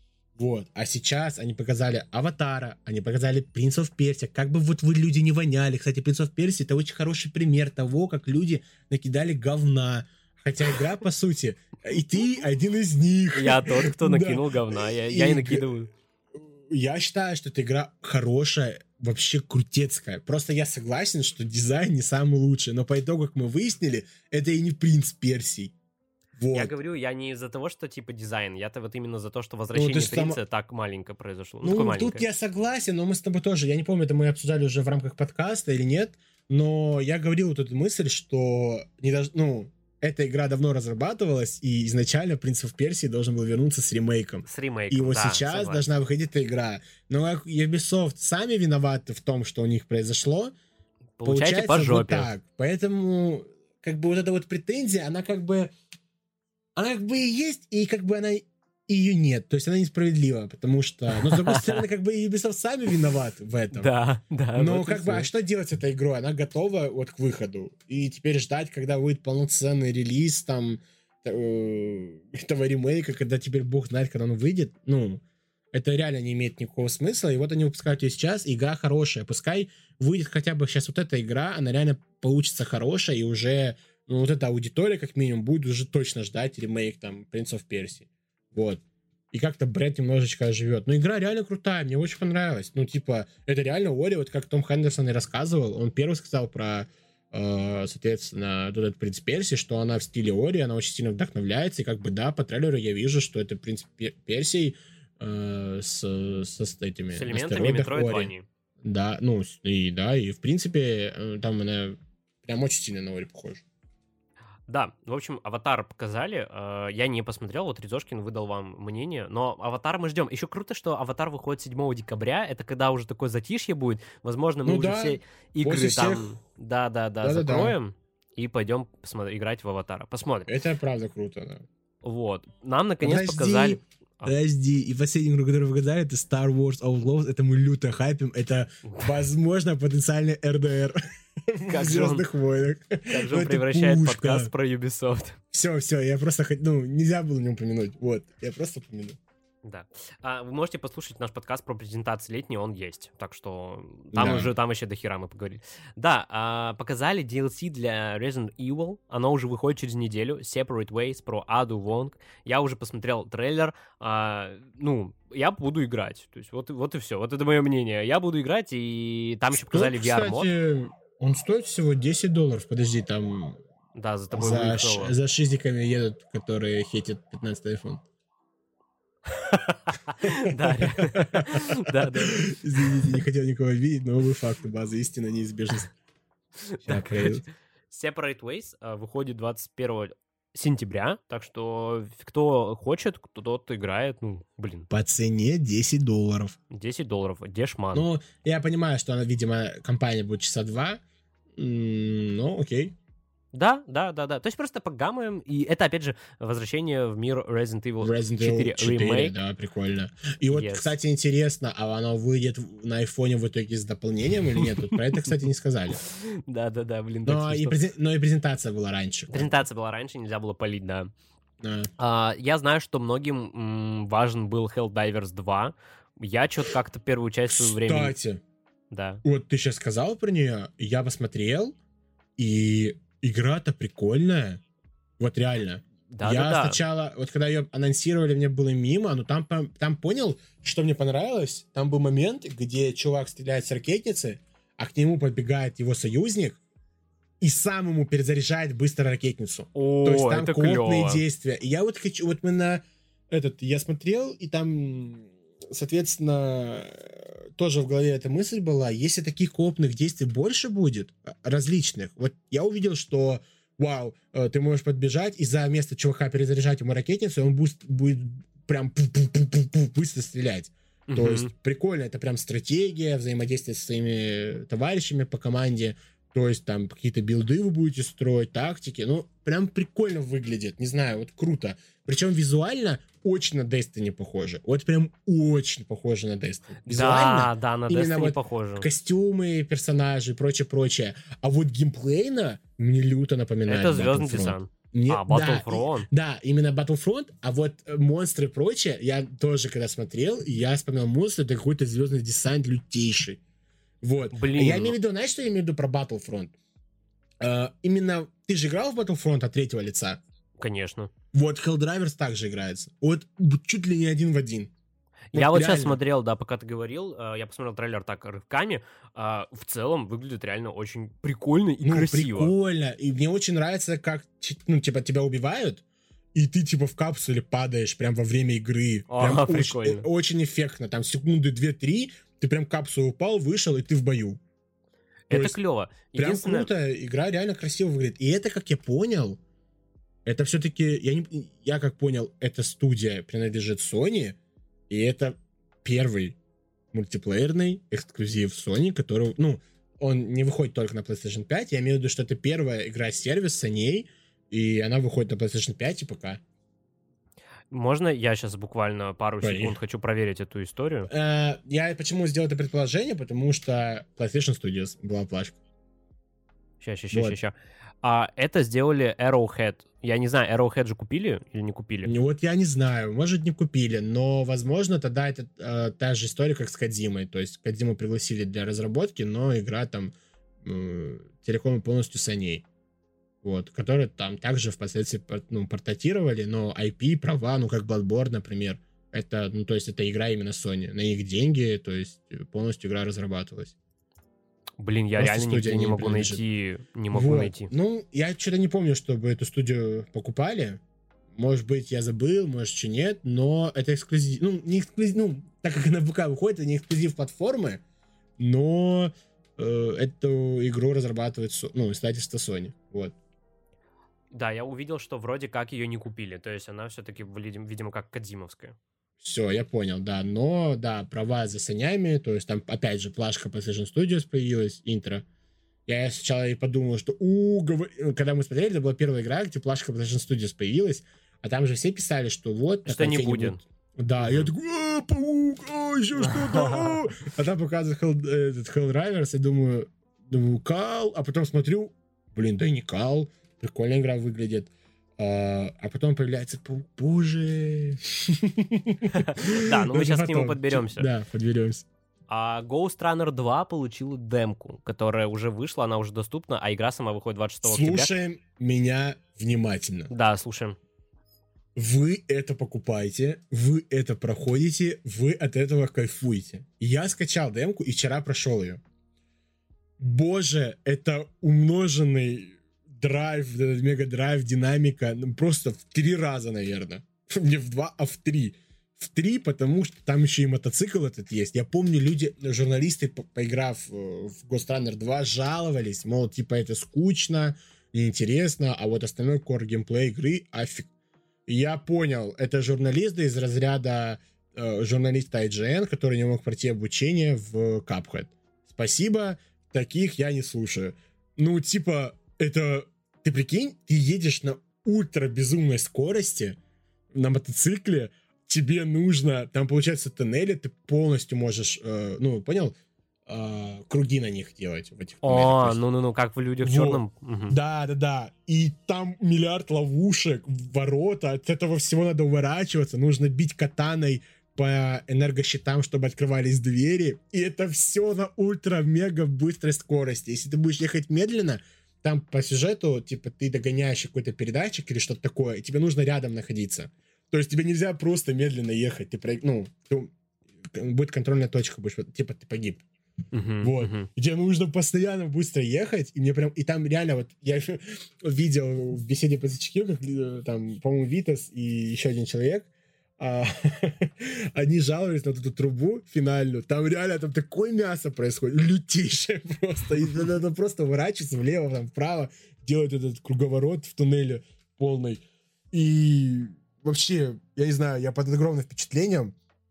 Вот, а сейчас они показали Аватара, они показали Принц оф Персия, как бы вот вы люди не воняли. Кстати, Принц оф Персия это очень хороший пример того, как люди накидали говна. Хотя игра, по сути, и ты один из них. Я тот, кто Да. накинул говна, я, я и И- накидываю. Я считаю, что эта игра хорошая, вообще крутецкая. Просто я согласен, что дизайн не самый лучший, но по итогу, как мы выяснили, это и не Принц Персий. Вот. Я говорю, я не из-за того, что типа дизайн, я-то вот именно за то, что возвращение Ну, ты сама- принца так маленько произошло. Ну, Ну, такое тут маленькое. я согласен, но мы с тобой тоже, я не помню, это мы обсуждали уже в рамках подкаста или нет, но я говорил вот эту мысль, что не дож... ну, эта игра давно разрабатывалась, и изначально Принц оф Персии должен был вернуться с ремейком. С ремейком, И вот да, сейчас согласен. должна выходить эта игра. Но как Ubisoft сами виноваты в том, что у них произошло, Получайте получается по вот жопе. так. Поэтому, как бы вот эта вот претензия, она как бы, она как бы и есть, и как бы она ее нет. То есть она несправедлива, потому что, но с другой стороны, как бы и Ubisoft сами виноват в этом. Да, да. Но вот и как бы, всё. а что делать с этой игрой? Она готова вот к выходу. И теперь ждать, когда будет полноценный релиз там э, этого ремейка, когда теперь бог знает, когда он выйдет, ну, это реально не имеет никакого смысла. И вот они выпускают ее сейчас, и игра хорошая. Пускай выйдет хотя бы сейчас вот эта игра, она реально получится хорошая, и уже, ну, вот эта аудитория, как минимум, будет уже точно ждать ремейк там Prince of Persia. Вот. И как-то бренд немножечко оживет. Но игра реально крутая, мне очень понравилась. Ну, типа, это реально Ори, вот как Том Хендерсон и рассказывал, он первый сказал про, э, соответственно, вот этот Принц Перси, что она в стиле Ори, она очень сильно вдохновляется, и как бы, да, по трейлеру я вижу, что это Принц Пер- Персий э, с, со, с этими... С на элементами стероидах Ори. Метроидвании. Да, ну, и да, и в принципе, э, там она прям очень сильно на Ори похожа. Да, в общем, «Аватар» показали, э, я не посмотрел, вот Резошкин выдал вам мнение, но «Аватар» мы ждем. Еще круто, что «Аватар» выходит седьмого декабря, это когда уже такое затишье будет, возможно, мы Ну уже да, все игры после там, всех- да-да-да, Да-да-да. закроем и пойдем посмотри- играть в «Аватара». Посмотрим. Это правда круто, да. Вот. Нам, наконец, Подожди, показали... А. Подожди, и последнюю игру, которую вы показали, это Star Wars Outlaws, это мы люто хайпим, это, возможно, потенциальный эр дэ эр Как в же он- «Звездных войнах». Как же Ну, он это превращает пушка. подкаст про Ubisoft. Все, все, я просто, хот- ну, нельзя было не упомянуть, вот, я просто упомянул. Да. А, вы можете послушать наш подкаст про презентации летние, он есть. Так что там Да. уже, там еще до хера мы поговорили. Да, а, показали ди эл си для Resident Evil. Оно уже выходит через неделю. Separate Ways про Аду Вонг. Я уже посмотрел трейлер. А, ну, я буду играть. То есть вот, вот и все. Вот это мое мнение. Я буду играть, и там еще показали ви ар-мод. Кстати, он стоит всего десять долларов, подожди, там Да, за тобой за, выехало. ш- за шизиками едут, которые хейтят пятнадцатый айфон. Да, ре- да, да. Извините, не хотел никого видеть, но, увы, факты, база истина, неизбежность. Да, Ща короче, пройдут. Separate Ways а, выходит двадцать первого сентября, так что кто хочет, кто тот играет, ну, блин, По цене десять долларов. десять долларов, дешман. Ну, я понимаю, что она, видимо, компания будет часа два. М, Ну, окей. Да, да, да, да. То есть просто погамаем, и это, опять же, возвращение в мир Resident Evil Resident четыре Evil четыре, ремейк. да, прикольно. И вот, Yes. кстати, интересно, а оно выйдет в- на айфоне в итоге с дополнением или нет? Тут про это, кстати, не сказали. Да, да, да, блин, так Но и, смешно. презен- но и презентация была раньше. Презентация была раньше, нельзя было палить, да. Да. А, я знаю, что многим м, важен был Helldivers два. Я что-то как-то первую часть своего времени... Кстати, Да. вот ты сейчас сказал про нее, я посмотрел, и игра-то прикольная. Вот реально. Да, я да, да. сначала, вот когда ее анонсировали, мне было мимо, но там, пом- там понял, что мне понравилось. Там был момент, где чувак стреляет с ракетницы, а к нему подбегает его союзник и сам ему перезаряжает быстро ракетницу. О, То есть там это коопные клево. действия. И я вот хочу, вот мы на этот, я смотрел, и там, соответственно, тоже в голове эта мысль была, если таких коопных действий больше будет, а, различных, вот я увидел, что вау, э, ты можешь подбежать и за место чувака перезаряжать ему ракетницу, и он будет, будет прям пу-пу-пу-пу-пу быстро стрелять. То Мгм. есть прикольно, это прям стратегия, взаимодействие со своими товарищами по команде, то есть там какие-то билды вы будете строить, тактики, ну, прям прикольно выглядит, не знаю, вот круто. Причем визуально очень на Destiny похоже, вот прям очень похоже на Destiny. Визуально Да, да, на именно Destiny вот похоже. костюмы, персонажи и прочее-прочее. А вот геймплейно мне люто напоминает Это Звездный Battlefront. десант. Мне- А, да, Battlefront. и- Да, именно Battlefront, а вот э, монстры и прочее, я тоже когда смотрел, я вспоминал монстры, это какой-то звездный десант лютейший. Вот. Блин. Я имею в виду, знаешь, что я имею в виду про Battlefront? Э, именно, ты же играл в Battlefront от третьего лица? Конечно. Вот Helldivers также играется. Вот чуть ли не один в один. Я вот сейчас реально. смотрел, да, пока ты говорил, э, я посмотрел трейлер так рывками. э, В целом выглядит реально очень прикольно и Ну, красиво. прикольно. И мне очень нравится, как, чи- ну, типа, тебя убивают, и ты, типа, в капсуле падаешь прям во время игры. А, Прям очень, прикольно. э, очень эффектно. Там секунды две-три, ты прям в капсулу упал, вышел, и ты в бою. То Это есть клево. Прям Единственное, круто. Игра реально красиво выглядит. И это, как я понял, это все-таки, я, не, я как понял, эта студия принадлежит Sony, и это первый мультиплеерный эксклюзив Sony, который, ну, он не выходит только на PlayStation пять, я имею в виду, что это первая игра-сервис Sony, и она выходит на PlayStation пять и ПК. можно я сейчас буквально пару Говори. секунд хочу проверить эту историю? Э, Я почему сделал это предположение, потому что PlayStation Studios была плашка. Сейчас, сейчас, сейчас, Вот. сейчас. А это сделали Arrowhead. Я не знаю, Arrowhead же купили или не купили? Ну вот я не знаю, может не купили, но возможно тогда это э, та же история, как с Кодзимой. То есть Кодзиму пригласили для разработки, но игра там э, целиком и полностью Sony. Вот, которую там также впоследствии пор- ну, портатировали, но ай пи, права, ну как Bloodborne, например, это, ну то есть это игра именно Sony. На их деньги, то есть полностью игра разрабатывалась. Блин, я Просто реально студия нигде не не могу принадлежит. найти. Не могу Вот. найти. Ну, я что-то не помню, чтобы эту студию покупали. Может быть, я забыл, может, что нет, но это эксклюзив. Ну, не эксклюзив, ну, так как она в ВК выходит, это не эксклюзив платформы. но э, эту игру разрабатывает, ну, издательство Sony, вот. Да, я увидел, что вроде как ее не купили, то есть она все-таки, видимо, как кодзимовская. Все, я понял, да, но, да, права за санями, то есть там, опять же, плашка PlayStation Studios появилась, интро. Я сначала и подумал, что, у, говор... когда мы смотрели, это была первая игра, где плашка PlayStation Studios появилась, а там же все писали, что вот... Что не будет. будет. Да, mm-hmm. я такой, а, паук, а, еще что-то, а. а там показывают Hell, этот Helldivers, и думаю, думаю, кал, а потом смотрю, блин, да и не кал, прикольная игра выглядит. А, а потом появляется паук, боже. Да, ну мы сейчас к нему подберемся. Да, подберемся. А Ghost Runner два получила демку, которая уже вышла, она уже доступна, а игра сама выходит двадцать шестого октября. Слушаем меня внимательно. Да, слушаем. Вы это покупаете, вы это проходите, вы от этого кайфуете. Я скачал демку и вчера прошел ее. Боже, это умноженный драйв, мега-драйв, динамика, ну, просто в три раза, наверное. Не в два, а в три. В три, потому что там еще и мотоцикл этот есть. Я помню, люди, журналисты, по поиграв в Ghost Runner два, жаловались, мол, типа, это скучно, неинтересно, а вот остальной core геймплей игры офиг. Я понял, это журналисты из разряда э, журналиста ай джи эн, который не мог пройти обучение в Cuphead. Спасибо, таких я не слушаю. Ну, типа, это... Ты прикинь, ты едешь на ультра-безумной скорости на мотоцикле, тебе нужно... Там, получается, тоннели, ты полностью можешь... Э, ну, понял? Э, круги на них делать. В этих О, ну-ну-ну, как в «Людях в черном». Угу. Да-да-да. И там миллиард ловушек, ворота. От этого всего надо уворачиваться. Нужно бить катаной по энергощитам, чтобы открывались двери. И это все на ультра-мега быстрой скорости. Если ты будешь ехать медленно, там по сюжету, типа, ты догоняешь какой-то передатчик или что-то такое, и тебе нужно рядом находиться. То есть тебе нельзя просто медленно ехать. Ты, ну, ты, будет контрольная точка, будешь, типа, ты погиб. Uh-huh, вот. Uh-huh. И тебе нужно постоянно быстро ехать, и мне прям, и там реально вот, я видел в беседе по зачеке, как там, по-моему, Витас и еще один человек, а, они жаловались на эту трубу финальную, там реально там такое мясо происходит, лютейшее просто, и надо просто уворачиваться влево, там, вправо, делать этот круговорот в туннеле полный, и вообще, я не знаю, я под огромным впечатлением.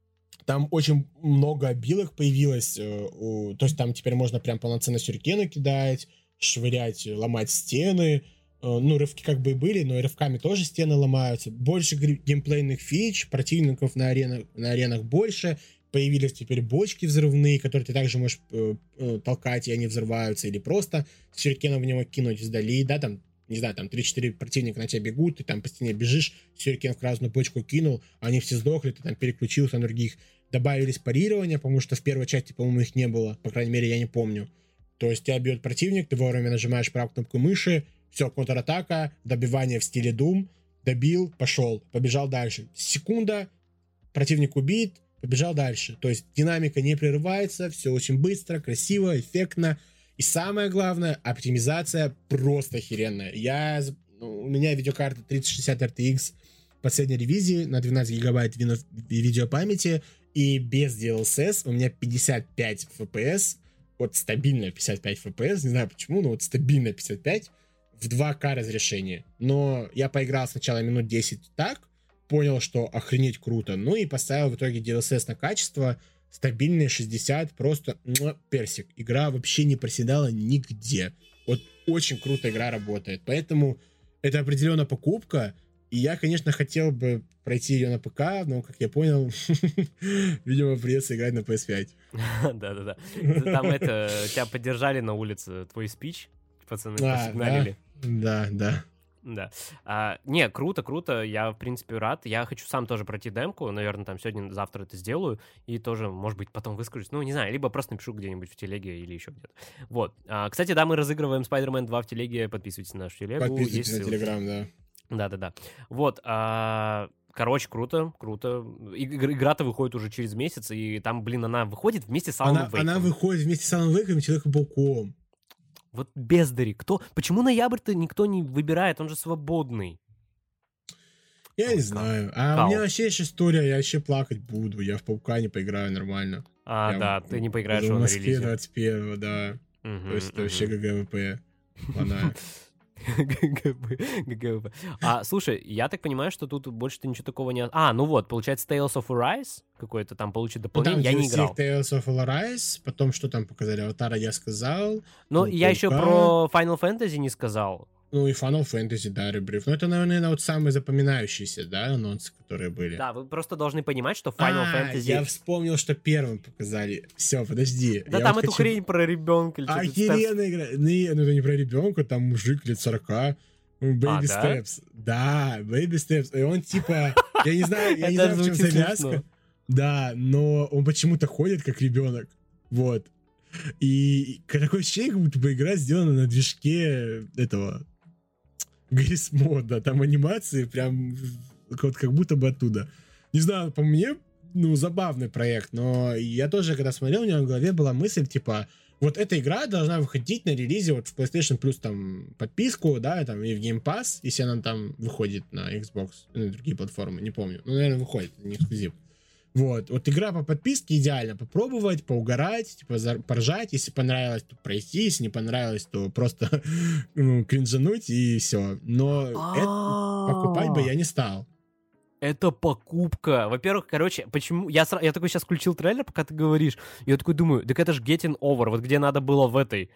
Там очень много обилок появилось, э, у, то есть там теперь можно прям полноценно сюрикены кидать, швырять, ломать стены. Э, ну, рывки как бы и были, но и рывками тоже стены ломаются. Больше геймплейных фич, противников на аренах, на аренах больше. Появились теперь бочки взрывные, которые ты также можешь э, э, толкать, и они взрываются. Или просто сюрикеном в него кинуть вдали, да, там, не знаю, там три-четыре противника на тебя бегут, ты там по стене бежишь, сюрикен в красную бочку кинул, они все сдохли, ты там переключился на других. Добавились парирования, потому что в первой части, по-моему, их не было. По крайней мере, я не помню. То есть тебя бьет противник, ты вовремя нажимаешь правую кнопку мыши, все, контратака, добивание в стиле Doom, добил, пошел, побежал дальше. Секунда, противник убит, побежал дальше. То есть динамика не прерывается, все очень быстро, красиво, эффектно. И самое главное, оптимизация просто охеренная. Я, ну, у меня видеокарта тридцать шестьдесят эр ти экс последней ревизии на двенадцать гигабайт видеопамяти, и без ди эл эс эс у меня пятьдесят пять эф пи эс, вот стабильная пятьдесят пять эф пи эс, не знаю почему, но вот стабильная пятьдесят пять в два ка разрешении. Но я поиграл сначала минут десять так, понял, что охренеть круто, ну и поставил в итоге ди эл эс эс на качество, стабильные шестьдесят, просто муа, персик. Игра вообще не проседала нигде. Вот очень круто игра работает, поэтому это определенно покупка. И я, конечно, хотел бы пройти ее на ПК, но, как я понял, видимо, придется играть на пи эс пять. Да-да-да. Там это, тебя поддержали на улице, твой спич, пацаны посигналили. Да, да. Да. А, не, круто, круто, я, в принципе, рад. Я хочу сам тоже пройти демку, наверное, там сегодня-завтра это сделаю, и тоже, может быть, потом выскажусь. Ну, не знаю, либо просто напишу где-нибудь в телеге или еще где-то. Вот. А, кстати, да, мы разыгрываем Spider-Man два в телеге, подписывайтесь на нашу телегу. Подписывайтесь на Телеграм, да. Да-да-да. Вот, а, короче, круто, круто. Игра-то выходит уже через месяц, и там, блин, она выходит вместе с Alan Wake. Она выходит вместе с Alan Wake и Человеком-пауком. Вот бездари. Кто? Почему ноябрь-то никто не выбирает? Он же свободный. Я Ой, не знаю. А Кал. У меня вообще есть история, я вообще плакать буду. Я в Паука не поиграю нормально. А, Прям да, ты не поиграешь в его на Москве релизе. двадцать первого, да. Мгм, То есть это мгм. вообще ГГВП. Она. ГГВП, ГГВП. А, слушай, я так понимаю, что тут больше-то ничего такого не... А, ну вот, получается, Tales of Arise какой-то там получит Ну, там дополнение, я не ди эл си играл. Tales of Arise, потом что там показали? Аватара я сказал. Но ну, я еще Паука. про Final Fantasy не сказал. Ну и Final Fantasy, да, ребриф. Ну это, наверное, вот самые запоминающиеся, да, анонсы, которые были. Да, вы просто должны понимать, что Final а, Fantasy... я вспомнил, что первым показали. Все, подожди. Да я там вот эту хочу... хрень про ребенка или что-то. Охеренная игра. Не, ну это не про ребенка, там мужик лет сорока. Baby А, да? Steps. Да, Baby Steps. И он типа, я не знаю, я не Это знаю, в чем звучит завязка. смешно. Да, но он почему-то ходит как ребенок. Вот. И такое ощущение, как будто бы игра сделана на движке этого Гаррис Мода. Там анимации прям вот как будто бы оттуда. Не знаю, по мне, ну, забавный проект, но я тоже, когда смотрел, у меня в голове была мысль, типа, вот эта игра должна выходить на релизе вот в PlayStation Plus там подписку, да, там и в Game Pass, если она там выходит на Xbox, ну, другие платформы, не помню. Ну, наверное, выходит, не эксклюзив. Вот, вот игра по подписке идеально попробовать, поугарать, типа за- поржать, если понравилось, то пройти, если не понравилось, то просто ну, кринжануть и все. Но это покупать бы я не стал. Это покупка. Во-первых, короче, почему... Я, сра- я такой сейчас включил трейлер, пока ты говоришь. И я такой думаю, так это же Getting Over. Вот где надо было в этой...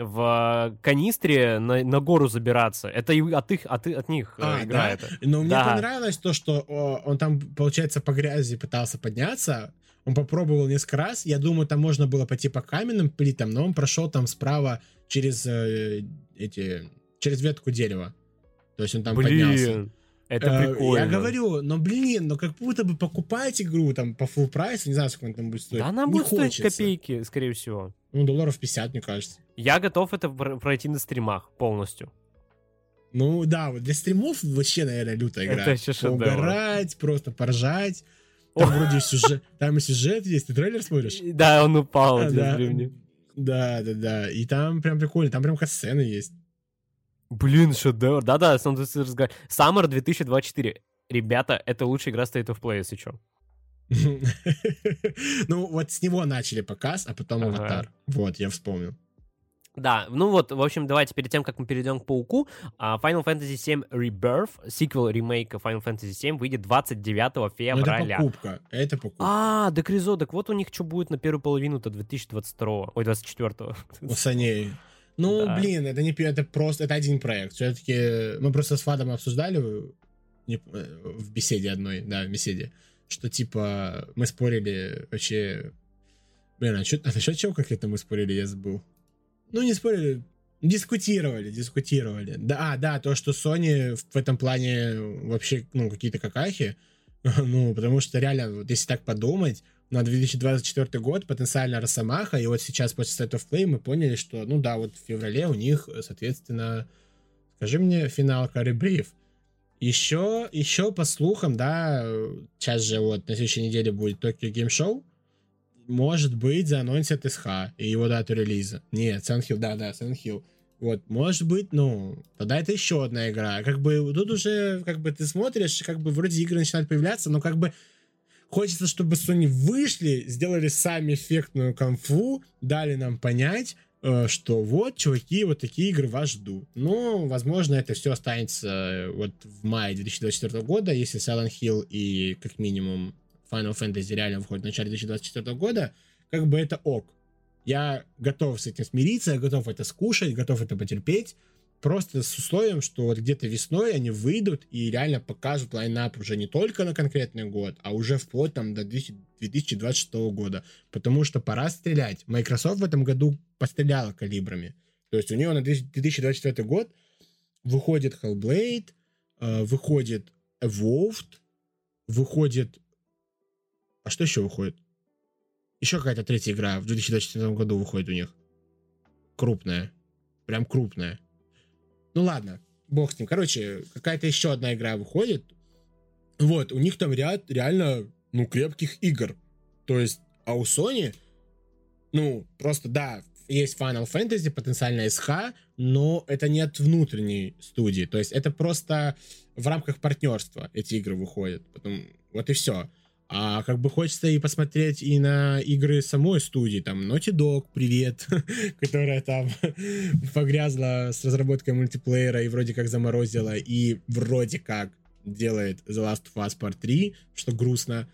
В канистре на, на гору забираться. Это и от, их, от, и- от них э, А, игра да? эта. Но мне Да. понравилось то, что о, он там, получается, по грязи пытался подняться. Он попробовал несколько раз. Я думаю, там можно было пойти по каменным плитам, но он прошел там справа через э, эти... через ветку дерева. То есть он там поднялся. Блин, это Э, прикольно. Я говорю, но блин, ну как будто бы покупать игру там по full прайсу, не знаю, сколько она там будет стоить. Да она Не будет стоить хочется. копейки, скорее всего. Ну, долларов пятьдесят, мне кажется. Я готов это пр- пройти на стримах полностью. Ну да, вот для стримов вообще, наверное, лютая игра. Это вообще шедевр. Поугарать, просто поржать. Там вроде сюжет, там и сюжет есть. Ты трейлер смотришь? Да, он упал, А, тебе да. древний. Да, да, да. И там прям прикольно, там прям катсцены есть. Блин, шедевр. Да-да, Summer Summer две тысячи двадцать четыре. Ребята, это лучшая игра State of Play, если что. Ну, вот с него начали показ, а потом Ага. Аватар. Вот, я вспомнил. Да, ну вот, в общем, давайте перед тем, как мы перейдем к Пауку, а, Final Fantasy семь Rebirth, сиквел ремейка Final Fantasy семь, выйдет двадцать девятого Ну, это февраля. покупка. Это покупка. А, да Кризо, так вот у них что будет на первую половину-то две тысячи двадцать второго, ой, двадцать четвёртого. У Саней. Ну, Да. блин, это не пи- это просто это один проект. Все-таки мы просто с Вадом обсуждали не- в беседе одной, да, в беседе, что типа мы спорили вообще. Блин, а, чё, а насчет чего конкретно мы спорили, я забыл. Ну, не спорили, дискутировали, дискутировали. Да, а, да, то, что Sony в этом плане вообще, ну, какие-то какахи. Ну, потому что реально, вот если так подумать, на две тысячи двадцать четвёртый год потенциально Росомаха, и вот сейчас после State of Play мы поняли, что, ну да, вот в феврале у них, соответственно, скажи мне, финалка Ребриф. Еще, еще по слухам, да, сейчас же вот на следующей неделе будет Tokyo Game Show, может быть, заанонсят СХ и его дату релиза. Нет, Silent Hill, да-да, Silent Hill. Вот, может быть, ну, тогда это еще одна игра. Как бы тут уже, как бы ты смотришь, как бы вроде игры начинают появляться, но как бы хочется, чтобы Sony вышли, сделали сами эффектную конфу, дали нам понять, э, что вот, чуваки, вот такие игры вас ждут. Но, возможно, это все останется э, вот в мае две тысячи двадцать четвёртого года, если Silent Hill и, как минимум, Final Fantasy реально выходит в начале две тысячи двадцать четвёртого года, как бы это ок. Я готов с этим смириться, я готов это скушать, готов это потерпеть, просто с условием, что вот где-то весной они выйдут и реально покажут лайнап уже не только на конкретный год, а уже вплоть там до две тысячи двадцать шестого года, потому что пора стрелять. Microsoft в этом году постреляла калибрами. То есть у нее на две тысячи двадцать четвёртый год выходит Hellblade, э, выходит Evolved, выходит... А что еще выходит? Еще какая-то третья игра в две тысячи двадцать четвёртом году выходит у них. Крупная. Прям крупная. Ну ладно, бог с ним. Короче, какая-то еще одна игра выходит. Вот, у них там ряд реально, ну, крепких игр. То есть, а у Sony, ну, просто, да, есть Final Fantasy, потенциально СХ, но это не от внутренней студии. То есть, это просто в рамках партнерства эти игры выходят. Потом, вот и все. А как бы хочется и посмотреть и на игры самой студии, там Naughty Dog, привет, которая там погрязла с разработкой мультиплеера и вроде как заморозила, и вроде как делает The Last of Us Part три, что грустно.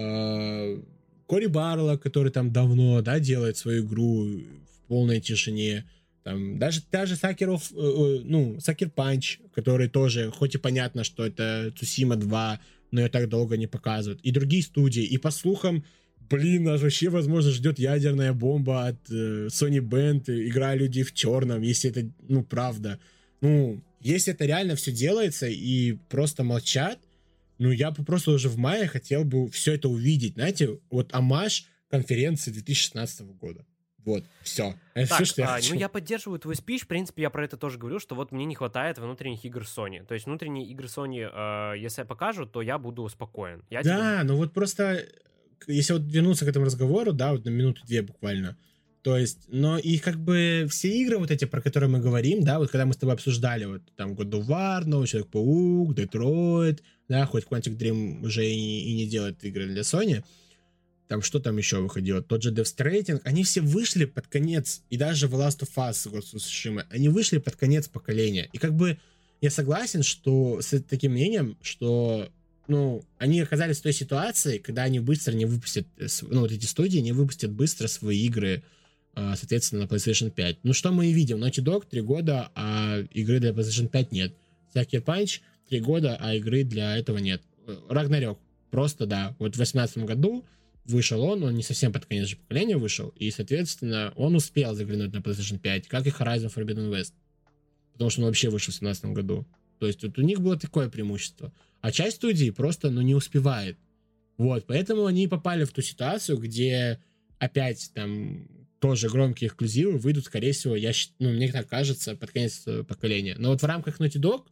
Кори Барло, который там давно, да, делает свою игру в полной тишине. Там даже даже Сакеров, ну, Сакер Панч, который тоже, хоть и понятно, что это Цусима два, но ее так долго не показывают. И другие студии. И по слухам, блин, нас вообще, возможно, ждет ядерная бомба от э, Sony Band, игра «Люди в черном», если это, ну, правда. Ну, если это реально все делается и просто молчат, ну, я бы просто уже в мае хотел бы все это увидеть. Знаете, вот омаж конференции две тысячи шестнадцатого года. Вот, все. Это так, все, что я а, хочу. Ну, я поддерживаю твой спич. В принципе, я про это тоже говорю, что вот мне не хватает внутренних игр Sony. То есть внутренние игры Sony, э, если покажут, то я буду спокоен. Я да, тебе... ну вот просто, если вот вернуться к этому разговору, да, вот на минуту-две буквально, то есть, но и как бы все игры вот эти, про которые мы говорим, да, вот когда мы с тобой обсуждали, вот там God of War, Новый Человек-паук, Детройт, да, хоть Quantic Dream уже и, и не делает игры для Sony, там что там еще выходило, тот же Death Stranding, они все вышли под конец, и даже The Last of Us, Ghost of Tsushima, они вышли под конец поколения, и как бы я согласен, что с таким мнением, что, ну, они оказались в той ситуации, когда они быстро не выпустят, ну, вот эти студии не выпустят быстро свои игры, соответственно, на PlayStation пять. Ну, что мы и видим. Naughty Dog три года, а игры для PlayStation пять нет. Sucker Punch три года, а игры для этого нет. Ragnarok. Просто, да. Вот в восемнадцатом году вышел он, он не совсем под конец же поколения вышел, и, соответственно, он успел заглянуть на PlayStation пять, как и Horizon Forbidden West. Потому что он вообще вышел в семнадцатом году. То есть вот у них было такое преимущество. А часть студий просто, ну, не успевает. Вот, поэтому они попали в ту ситуацию, где опять там тоже громкие эксклюзивы выйдут, скорее всего, я, ну, мне так кажется, под конец поколения. Но вот в рамках Naughty Dog,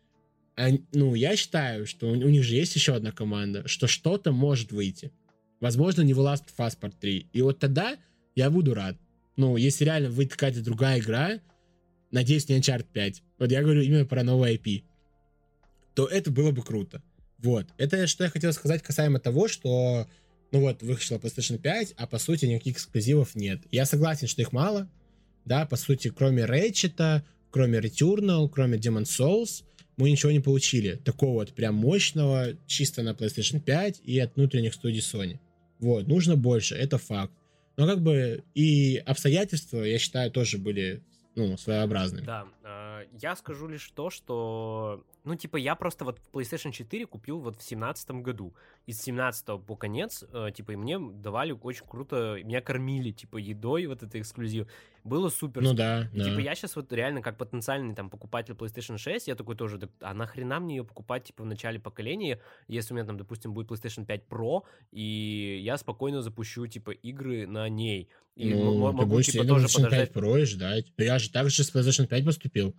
они, ну, я считаю, что у, у них же есть еще одна команда, что что-то может выйти. Возможно, не The Last of Us Part три. И вот тогда я буду рад. Ну, если реально выйдет какая-то другая игра, надеюсь, не Uncharted пять, вот я говорю именно про новый ай пи, то это было бы круто. Вот. Это что я хотел сказать касаемо того, что ну вот, вышла PlayStation пять, а по сути никаких эксклюзивов нет. Я согласен, что их мало, да, по сути, кроме Ratchet, кроме Returnal, кроме Demon's Souls, мы ничего не получили. Такого вот прям мощного, чисто на PlayStation пять и от внутренних студий Sony. Вот, нужно больше, это факт. Но как бы и обстоятельства, я считаю, тоже были, ну, своеобразными. Да, э, я скажу лишь то, что, ну, типа, я просто вот PlayStation четыре купил вот в семнадцатом году. Из семнадцатого по конец, э, типа, и мне давали очень круто, меня кормили, типа, едой, вот это эксклюзив. Было супер. Ну да, и, да. Типа, я сейчас вот реально как потенциальный там покупатель PlayStation шесть, я такой тоже, да, а нахрена мне ее покупать, типа, в начале поколения, если у меня там, допустим, будет PlayStation пять Pro, и я спокойно запущу, типа, игры на ней. И ну, м- ты могу, будешь типа, сидеть тоже на PlayStation подождать. пять Pro и ждать. Я же так же с PlayStation пять поступил.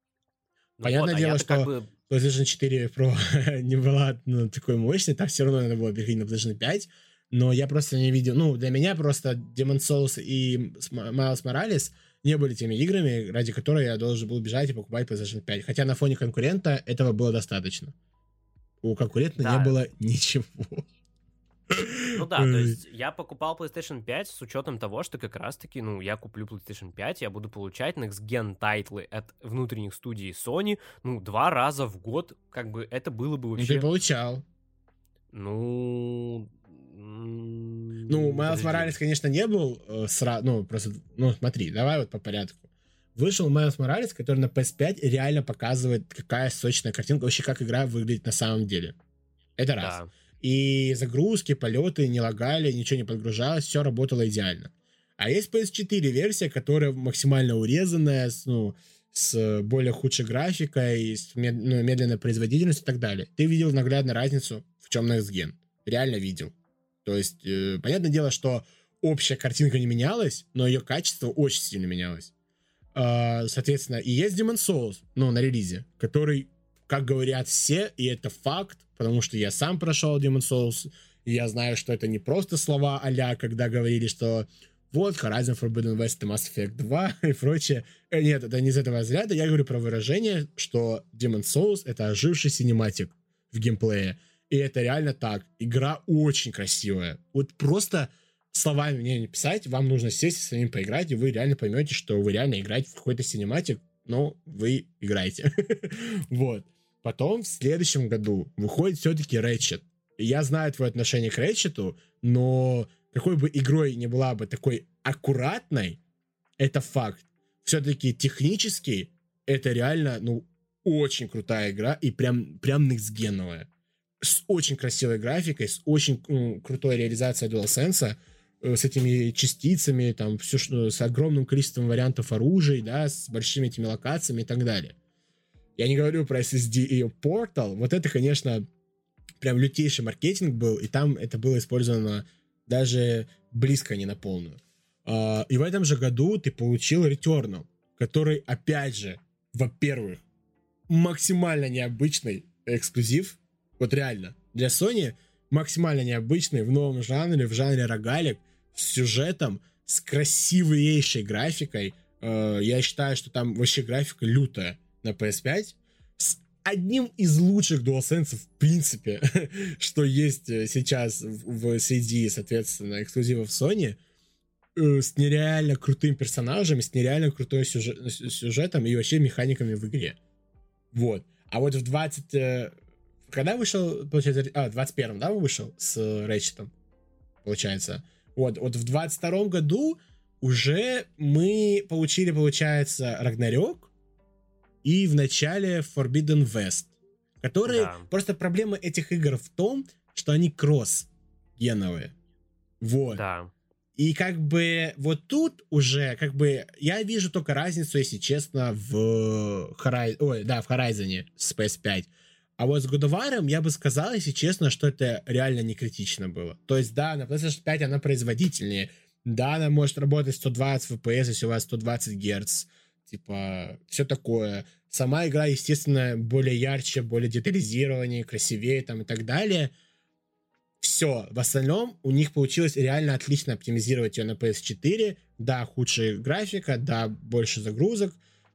Ну Понятное вот, а дело, я-то что как бы... PlayStation четыре Pro не была, ну, такой мощной, там все равно надо было переходить на PlayStation пять, но я просто не видел, ну, для меня просто Demon's Souls и Miles Morales не были теми играми, ради которых я должен был бежать и покупать PlayStation пять, хотя на фоне конкурента этого было достаточно. У конкурента Да. не было ничего. Ну да, то есть я покупал PlayStation пять с учетом того, что как раз-таки, ну, я куплю PlayStation пять, я буду получать next-gen тайтлы от внутренних студий Sony, ну, два раза в год, как бы это было бы вообще... Ну, ты получал. Ну... Ну, Miles Morales, конечно, не был э, сразу, ну, просто, ну, смотри, давай вот по порядку. Вышел Miles Morales, который на пи эс пять реально показывает, какая сочная картинка, вообще как игра выглядит на самом деле. Это раз. Да. И загрузки, полеты не лагали, ничего не подгружалось, все работало идеально. А есть пи эс четыре версия, которая максимально урезанная, с, ну, с более худшей графикой, с мед, ну, медленной производительностью и так далее. Ты видел наглядно разницу, в чем Next Gen. Реально видел. То есть, э, понятное дело, что общая картинка не менялась, но ее качество очень сильно менялось. Э, соответственно, и есть Demon's Souls, ну, на релизе, который, как говорят все, и это факт, потому что я сам прошел Demon's Souls, и я знаю, что это не просто слова а-ля, когда говорили, что вот, Horizon Forbidden West, Mass Effect два и прочее. Э, нет, это не из этого разряда. Я говорю про выражение, что Demon's Souls — это оживший синематик в геймплее. И это реально так. Игра очень красивая. Вот просто словами мне не писать, вам нужно сесть и с ним поиграть, и вы реально поймете, что вы реально играете в какой-то синематик, но вы играете. Вот. Потом в следующем году выходит все-таки Ratchet. И я знаю твое отношение к Ratchet, но какой бы игрой не была бы такой аккуратной, это факт. Все-таки технически это реально, ну, очень крутая игра и прям, прям некстгеновая. С очень красивой графикой, с очень м, крутой реализацией DualSense, э, с этими частицами, там, все, что, с огромным количеством вариантов оружия, да, с большими этими локациями и так далее. Я не говорю про эс эс ди и Portal. Вот это, конечно, прям лютейший маркетинг был, и там это было использовано даже близко не на полную. Uh, и в этом же году ты получил Returnal, который, опять же, во-первых, максимально необычный эксклюзив. Вот реально. Для Sony максимально необычный в новом жанре, в жанре рогалик, с сюжетом, с красивейшей графикой. Uh, я считаю, что там вообще графика лютая на пи эс пять. С одним из лучших DualSense, в принципе, что есть сейчас в, в среди, соответственно, эксклюзивов Sony, с нереально крутым персонажем, с нереально крутой сюжет, сюжетом и вообще механиками в игре. Вот. А вот в двадцать... Когда вышел, получается... А, в двадцать первом, да, вышел с Ratchet, получается. Вот. Вот в двадцать втором году уже мы получили, получается, Ragnarok и в начале Forbidden West, которые... Да. Просто проблема этих игр в том, что они кросс-геновые. Вот. Да. И как бы вот тут уже, как бы, я вижу только разницу, если честно, в Horizon, ой, да, в Horizon с пи эс пять. А вот с God of War я бы сказал, если честно, что это реально не критично было. То есть, да, на PlayStation пять она производительнее. Да, она может работать сто двадцать эф пи эс, если у вас сто двадцать герц. Типа, все такое. Сама игра, естественно, более ярче, более детализированнее, красивее там и так далее. Все, в остальном у них получилось реально отлично оптимизировать ее на пи эс четыре. Да, худшая графика, да, больше загрузок,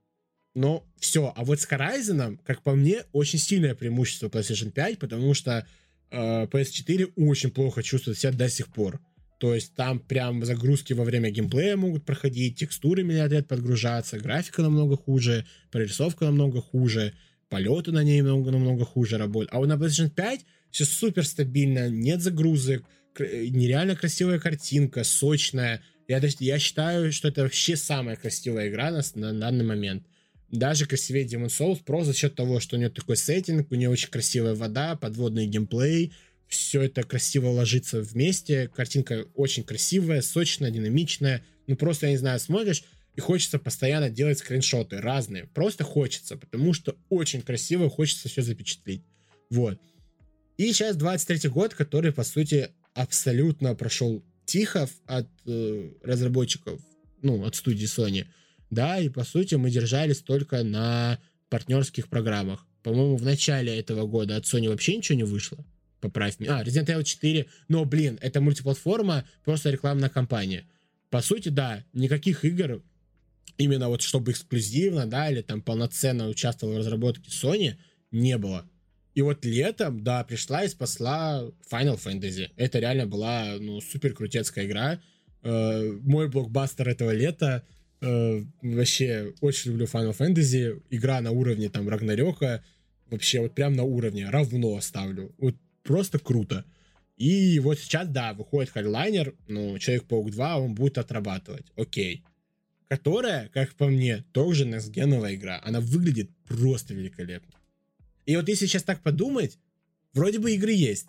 но все. А вот с Horizon, как по мне, очень сильное преимущество PlayStation пять, потому что э, пи эс четыре очень плохо чувствует себя до сих пор. То есть там прям загрузки во время геймплея могут проходить, текстуры миллиард лет подгружаться, графика намного хуже, прорисовка намного хуже, полеты на ней намного-намного хуже работают. А вот на PlayStation пять все супер стабильно, нет загрузок, нереально красивая картинка, сочная. Я, я считаю, что это вообще самая красивая игра на, на данный момент. Даже красивее Demon's Souls, просто за счет того, что у нее такой сеттинг, у нее очень красивая вода, подводный геймплей, все это красиво ложится вместе, картинка очень красивая, сочная, динамичная. Ну просто, я не знаю, смотришь, и хочется постоянно делать скриншоты разные. Просто хочется, потому что очень красиво, хочется все запечатлеть. Вот. И сейчас двадцать третий год, который, по сути, абсолютно прошел тихо от э, разработчиков, ну, от студии Sony. Да, и, по сути, мы держались только на партнерских программах. По-моему, в начале этого года от Sony вообще ничего не вышло. Поправь меня. А, Resident Evil четыре. Но, блин, это мультиплатформа, просто рекламная кампания. По сути, да, никаких игр, именно вот чтобы эксклюзивно, да, или там полноценно участвовал в разработке Sony, не было. И вот летом, да, пришла и спасла Final Fantasy. Это реально была, ну, супер крутецкая игра. Э, мой блокбастер этого лета. Э, вообще, очень люблю Final Fantasy. Игра на уровне, там, Рагнарёка. Вообще, вот прям на уровне. Равно ставлю. Вот просто круто. И вот сейчас, да, выходит Hardliner, ну, Человек-паук два, он будет отрабатывать. Окей. Которая, как по мне, тоже некстгеновая игра. Она выглядит просто великолепно. И вот если сейчас так подумать, вроде бы игры есть.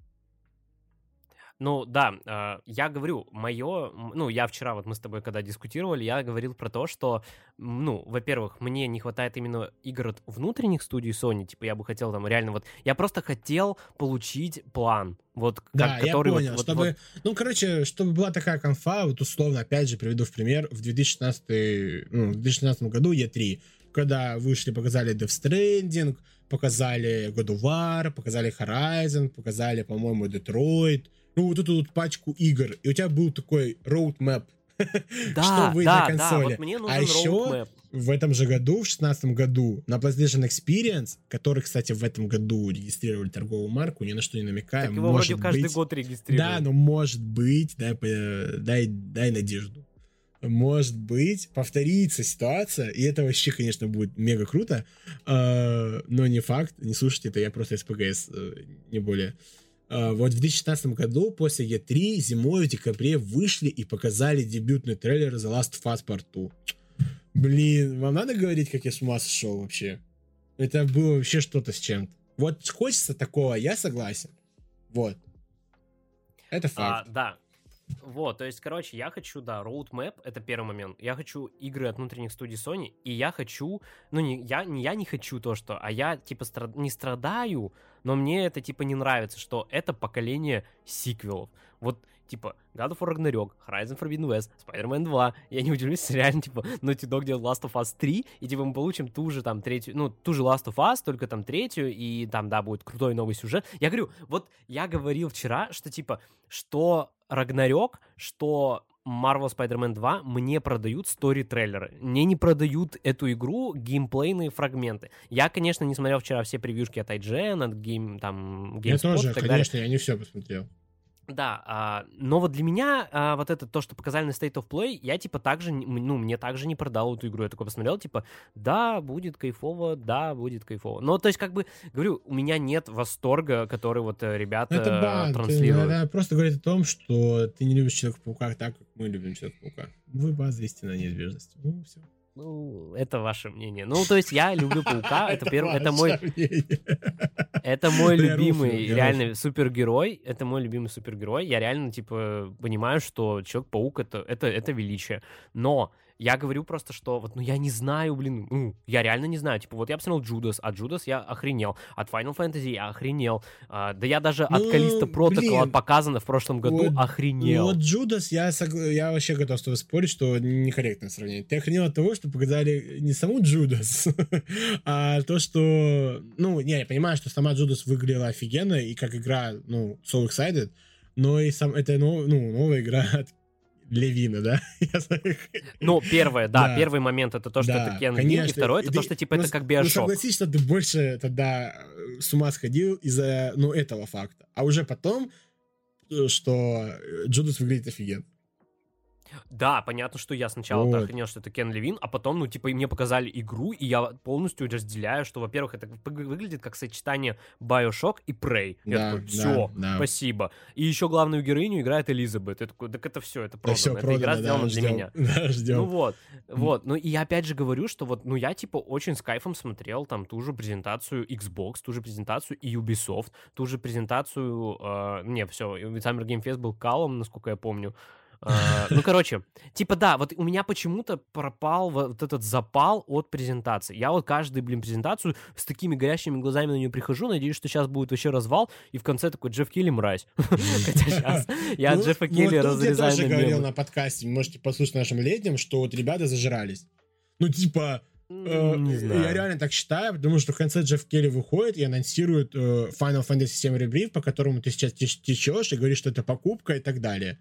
Ну, да, э, я говорю, мое, ну, я вчера, вот мы с тобой когда дискутировали, я говорил про то, что, ну, во-первых, мне не хватает именно игр от внутренних студий Sony, типа, я бы хотел там реально вот, я просто хотел получить план, вот, да, как, который... я понял, вот, чтобы, вот... ну, короче, чтобы была такая конфа, вот условно, опять же, приведу в пример, в две тысячи шестнадцатом, ну, в две тысячи шестнадцатом году и три, когда вышли, показали Death Stranding, показали God of War, показали Horizon, показали, по-моему, Detroit, ну, вот эту вот пачку игр, и у тебя был такой roadmap что Да, выйдет да, на да, консоли. вот мне нужен А еще roadmap. в этом же году, в шестнадцатом году, на PlayStation Experience, который, кстати, в этом году регистрировали торговую марку, ни на что не намекая, Так его может вроде каждый быть... год регистрируют. Да, но может быть, дай, по- дай, дай надежду. Может быть, повторится ситуация, и это вообще, конечно, будет мега круто, э, но не факт, не слушайте, это я просто СПГС, э, не более. Э, вот в две тысячи шестнадцатом году, после и три, зимой в декабре вышли и показали дебютный трейлер The Last of Us Part два. Блин, вам надо говорить, как я с ума сошел вообще? Это было вообще что-то с чем-то. Вот хочется такого, я согласен. Вот. Это факт. А, да. Вот, то есть, короче, я хочу, да, roadmap, это первый момент. Я хочу игры от внутренних студий Sony, и я хочу, ну, не я не, я не хочу то, что, а я, типа, страд, не страдаю, но мне это, типа, не нравится, что это поколение сиквелов. Вот, типа, God of War Ragnarok, Horizon Forbidden West, Spider-Man два, я не удивлюсь, реально, типа, Naughty Dog делает Last of Us три, и, типа, мы получим ту же, там, третью, ну, ту же Last of Us, только там третью, и там, да, будет крутой новый сюжет. Я говорю, вот я говорил вчера, что, типа, что Рагнарёк, что Marvel Spider-Man два мне продают стори-трейлеры. Мне не продают эту игру геймплейные фрагменты. Я, конечно, не смотрел вчера все превьюшки от ай джи эн, от Game, там, GameSpot. Я тоже, и так конечно, далее. я не все посмотрел. Да, а, но вот для меня а, вот это то, что показали на State of Play, я типа также, ну, мне также не продал эту игру. Я такой посмотрел, типа, да, будет кайфово, да, будет кайфово. Но, то есть, как бы, говорю, у меня нет восторга, который вот ребята это бан, транслируют. Это просто говорит о том, что ты не любишь Человека-паука так, как мы любим Человека-паука. Вы база истинной неизбежности. Ну, все. Ну, это ваше мнение. Ну, то есть, я люблю Паука, это первый, это мой... Это мой любимый реально супергерой, это мой любимый супергерой. Я реально, типа, понимаю, что Человек-паук это, это, это величие. Но я говорю просто, что вот, ну, я не знаю, блин, ну, я реально не знаю. Типа, вот я посмотрел Джудас, от Джудас я охренел, от Final Fantasy я охренел. А, да я даже ну, от Callisto Protocol, от показанного в прошлом году, вот, охренел. Вот Джудас, я, согла... я вообще готов с тобой спорить, что некорректное сравнение. Ты охренел от того, что показали не саму Джудас, а то, что... Ну, не, я понимаю, что сама Джудас выглядела офигенно, и как игра, ну, so excited, но и сам... это ну, новая игра от Левина, да? Ну, первое, да, да, первый момент это то, что да, это Кен Левин, и второй это ты, то, что типа ну, это как Биошок. Ну, согласись, что ты больше тогда с ума сходил из-за, ну, этого факта. А уже потом, что Джудас выглядит офигенно. Да, понятно, что я сначала вот. охренел, что это Кен Левин, а потом, ну, типа, мне показали игру, и я полностью разделяю, что, во-первых, это выглядит как сочетание Bioshock и Prey. Да, я такой, все, да, да. спасибо. И еще главную героиню играет Элизабет. Я такой, так это все, это продано. Да, все это продано, игра да, сделана ждем, для меня. Да, ждем. Ну вот, вот. Ну и я опять же говорю, что вот, ну я, типа, очень с кайфом смотрел там ту же презентацию Xbox, ту же презентацию и Ubisoft, ту же презентацию... Э, не, все, Summer Game Fest был калом, насколько я помню. Uh, ну, короче, типа, да, вот у меня почему-то пропал вот этот запал от презентации. Я вот каждую, блин, презентацию с такими горящими глазами на нее прихожу, надеюсь, что сейчас будет вообще развал, и в конце такой Джефф Келли мразь. Хотя сейчас я от Джеффа Келли разрезаю на мемы. Я тоже говорил на подкасте, можете послушать нашим летним, что вот ребята зажирались. Ну, типа... Не знаю. Я реально так считаю, потому что в конце Джефф Келли выходит и анонсирует Final Fantasy семь Rebirth, по которому ты сейчас течешь и говоришь, что это покупка и так далее.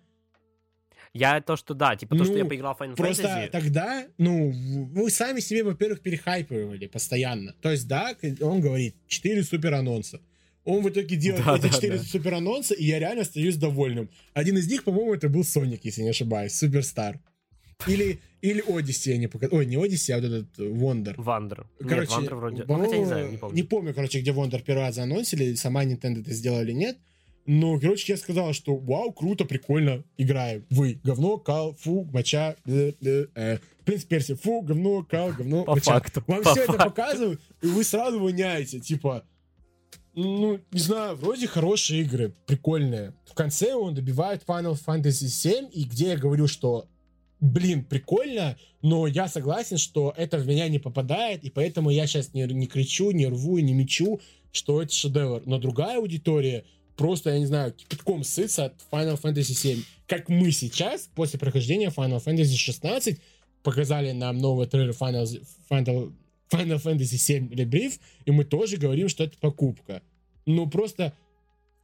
Я то, что да, типа ну, то, что я поиграл в Final просто Fantasy. Просто тогда, ну, вы сами себе, во-первых, перехайпывали постоянно. То есть, да, он говорит, четыре супер анонса. Он в итоге делает да, эти четыре да, да. супер анонса, и я реально остаюсь довольным. Один из них, по-моему, это был Sonic, если не ошибаюсь, Суперстар. Или, или Odyssey они показали. Ой, не Odyssey, а вот этот Wonder. Wonder. Короче, нет, Wonder вроде. Ну, хотя не знаю, не помню. Не помню, короче, где Wonder первый раз заанонсили, сама Nintendo это сделала или нет. Но, короче, я сказал, что вау, круто, прикольно, играем. Вы, говно, кал, фу, моча, э, э, э. Принц Перси, фу, говно, кал, говно, по моча. Факту, Вам по все факту. это показывают, и вы сразу воняете, типа, ну, не знаю, вроде хорошие игры, прикольные. В конце он добивает Final Fantasy семь, и где я говорю, что, блин, прикольно, но я согласен, что это в меня не попадает, и поэтому я сейчас не, не кричу, не рву и не мечу, что это шедевр. Но другая аудитория просто, я не знаю, кипятком сытся от Final Fantasy семь. Как мы сейчас, после прохождения Final Fantasy шестнадцать, показали нам новый трейлер Final, Final, Final Fantasy семь Rebirth, и мы тоже говорим, что это покупка. Ну, просто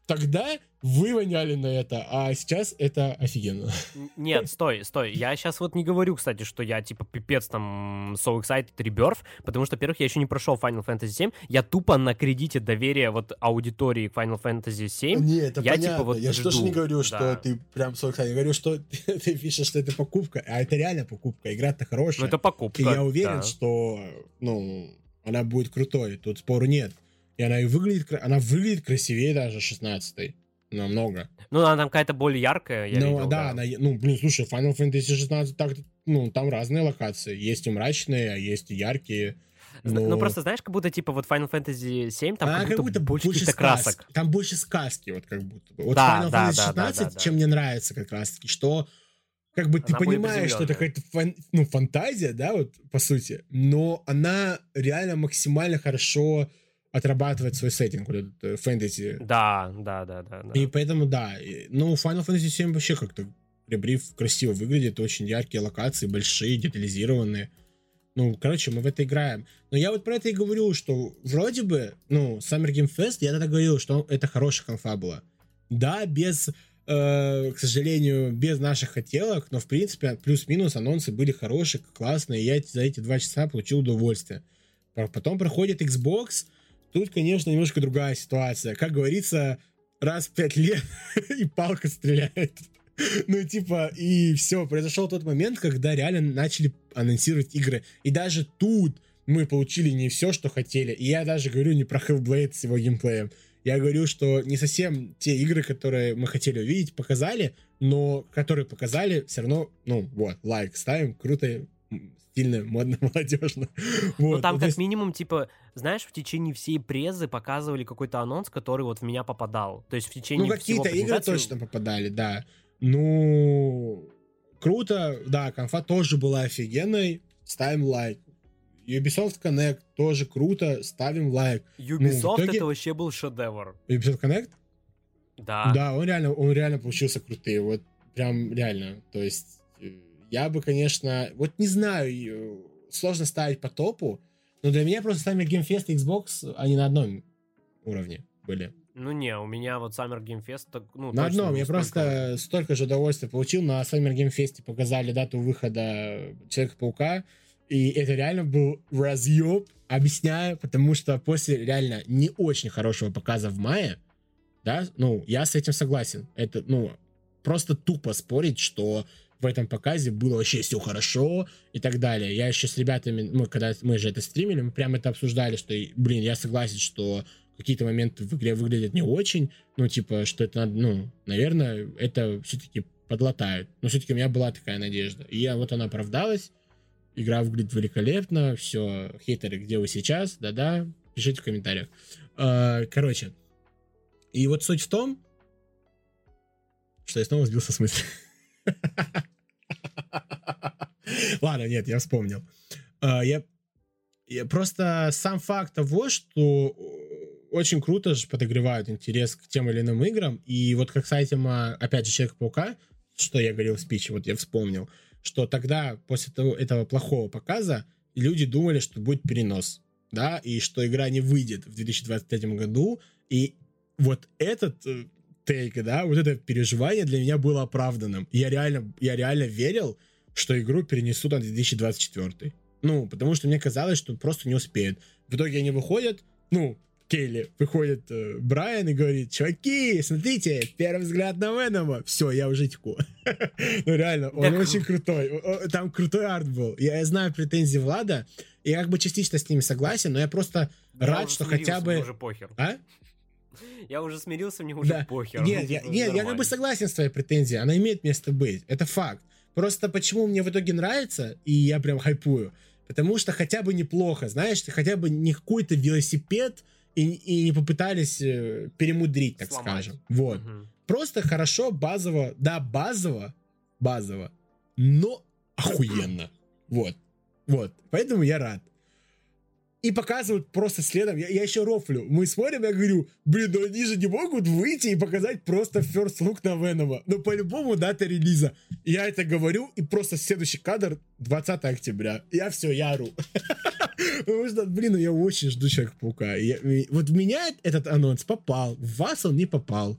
тогда вы воняли на это, а сейчас это офигенно. Нет, стой, стой. Я сейчас вот не говорю, кстати, что я, типа, пипец там so excited rebirth, потому что, во-первых, я еще не прошел Final Fantasy семь. Я тупо на кредите доверия вот аудитории к Final Fantasy семь. Не, это я, понятно. Типа, вот я же жду. тоже не говорю, да. что ты прям so excited. Я говорю, что ты, ты пишешь, что это покупка, а это реально покупка. Игра-то хорошая. Ну, это покупка. И я уверен, да. что, ну, она будет крутой. Тут спору нет. И она и выглядит, она выглядит красивее даже шестнадцатой. Намного. Ну, она там какая-то более яркая, я ну, видел. Да, да, она, ну, блин, слушай, Final Fantasy шестнадцать, так, ну, там разные локации. Есть и мрачные, а есть и яркие. Но... Ну, просто знаешь, как будто, типа, вот Final Fantasy семь, там а, как, как будто, будто больше каких-то сказ... красок. Там больше сказки, вот как будто бы. Вот да, Final да, Fantasy шестнадцать, да, да, да, чем да. мне нравится как раз-таки, что как бы ты она понимаешь, что это какая-то фан... ну, фантазия, да, вот, по сути, но она реально максимально хорошо отрабатывает свой сеттинг, вот этот фэнтези. Да, да, да, да, да. И поэтому, да, ну, Final Fantasy семь вообще как-то ребриф красиво выглядит, очень яркие локации, большие, детализированные. Ну, короче, мы в это играем. Но я вот про это и говорю, что вроде бы, ну, Summer Game Fest, я тогда говорил, что это хорошая конфа была. Да, без, э, к сожалению, без наших хотелок, но, в принципе, плюс-минус анонсы были хорошие, классные, и я за эти два часа получил удовольствие. Потом проходит Xbox, тут, конечно, немножко другая ситуация. Как говорится, раз в пять лет и палка стреляет. Ну, типа, и все, произошел тот момент, когда реально начали анонсировать игры. И даже тут мы получили не все, что хотели. И я даже говорю не про Hellblade с его геймплеем. Я говорю, что не совсем те игры, которые мы хотели увидеть, показали, но которые показали, все равно, ну, вот, лайк ставим, круто, стильно, модно, молодежно. Вот. Ну, там ну, как есть... минимум, типа, знаешь, в течение всей презы показывали какой-то анонс, который вот в меня попадал. То есть в течение Ну, всего какие-то игры презентации... точно попадали, да. Ну, круто, да, конфа тоже была офигенной, ставим лайк. Ubisoft Connect тоже круто, ставим лайк. Ubisoft ну, итоге... это вообще был шедевр. Ubisoft Connect? Да. Да, он реально, он реально получился крутый, вот прям реально. То есть я бы, конечно, вот не знаю, сложно ставить по топу, но для меня просто Summer Game Fest и Xbox, они на одном уровне были. Ну не, у меня вот Summer Game Fest... Так, ну, на одном, я столько... просто столько же удовольствия получил. На Summer Game Fest показали дату выхода Человека-паука, и это реально был разъеб, объясняю, потому что после реально не очень хорошего показа в мае, да, ну, я с этим согласен. Это, ну, просто тупо спорить, что в этом показе было вообще все хорошо и так далее. Я еще с ребятами, мы когда мы же это стримили, мы прямо это обсуждали, что, блин, я согласен, что какие-то моменты в игре выглядят не очень, ну, типа, что это надо, ну, наверное, это все-таки подлатают. Но все-таки у меня была такая надежда. И я, вот она оправдалась, игра выглядит великолепно, все, хейтеры, где вы сейчас, да-да, пишите в комментариях. Короче, и вот суть в том, что я снова сбился с мысли. Ладно, нет, я вспомнил. Я просто сам факт того, что очень круто же подогревают интерес к тем или иным играм. И вот как с этим, опять же, Человека-паука, что я говорил в спиче, вот я вспомнил, что тогда, после того, этого плохого показа, люди думали, что будет перенос, да, и что игра не выйдет в две тысячи двадцать третьем году. И вот этот тейк, да, вот это переживание для меня было оправданным. Я реально, я реально верил, что игру перенесут на две тысячи двадцать четвёртый. Ну, потому что мне казалось, что просто не успеют. В итоге они выходят, ну, Кейли, выходит э, Брайан и говорит: чуваки, смотрите, первый взгляд на Венома. Все, я уже теку. Ну, реально, он очень крутой. Там крутой арт был. Я знаю претензии Влада, и я как бы частично с ними согласен, но я просто рад, что хотя бы... Мне уже похер. А? Я уже смирился, мне уже похер. Нет, я, нет, я как бы согласен с твоей претензией, она имеет место быть, это факт. Просто почему мне в итоге нравится, и я прям хайпую, потому что хотя бы неплохо, знаешь, хотя бы не какой-то велосипед, и, и не попытались э, перемудрить, так Сломать. скажем. Вот. Угу. Просто хорошо, базово, да, базово, базово, но охуенно. Вот. Вот. Поэтому я рад. И показывают просто следом. Я, я еще рофлю. Мы смотрим, я говорю, блин, ну они же не могут выйти и показать просто first look на Венома. Ну, по-любому дата релиза. Я это говорю, и просто следующий кадр двадцатого октября. Я все, я ору. Потому что, блин, ну я очень жду Человека-паука. Вот в меня этот анонс попал, в вас он не попал.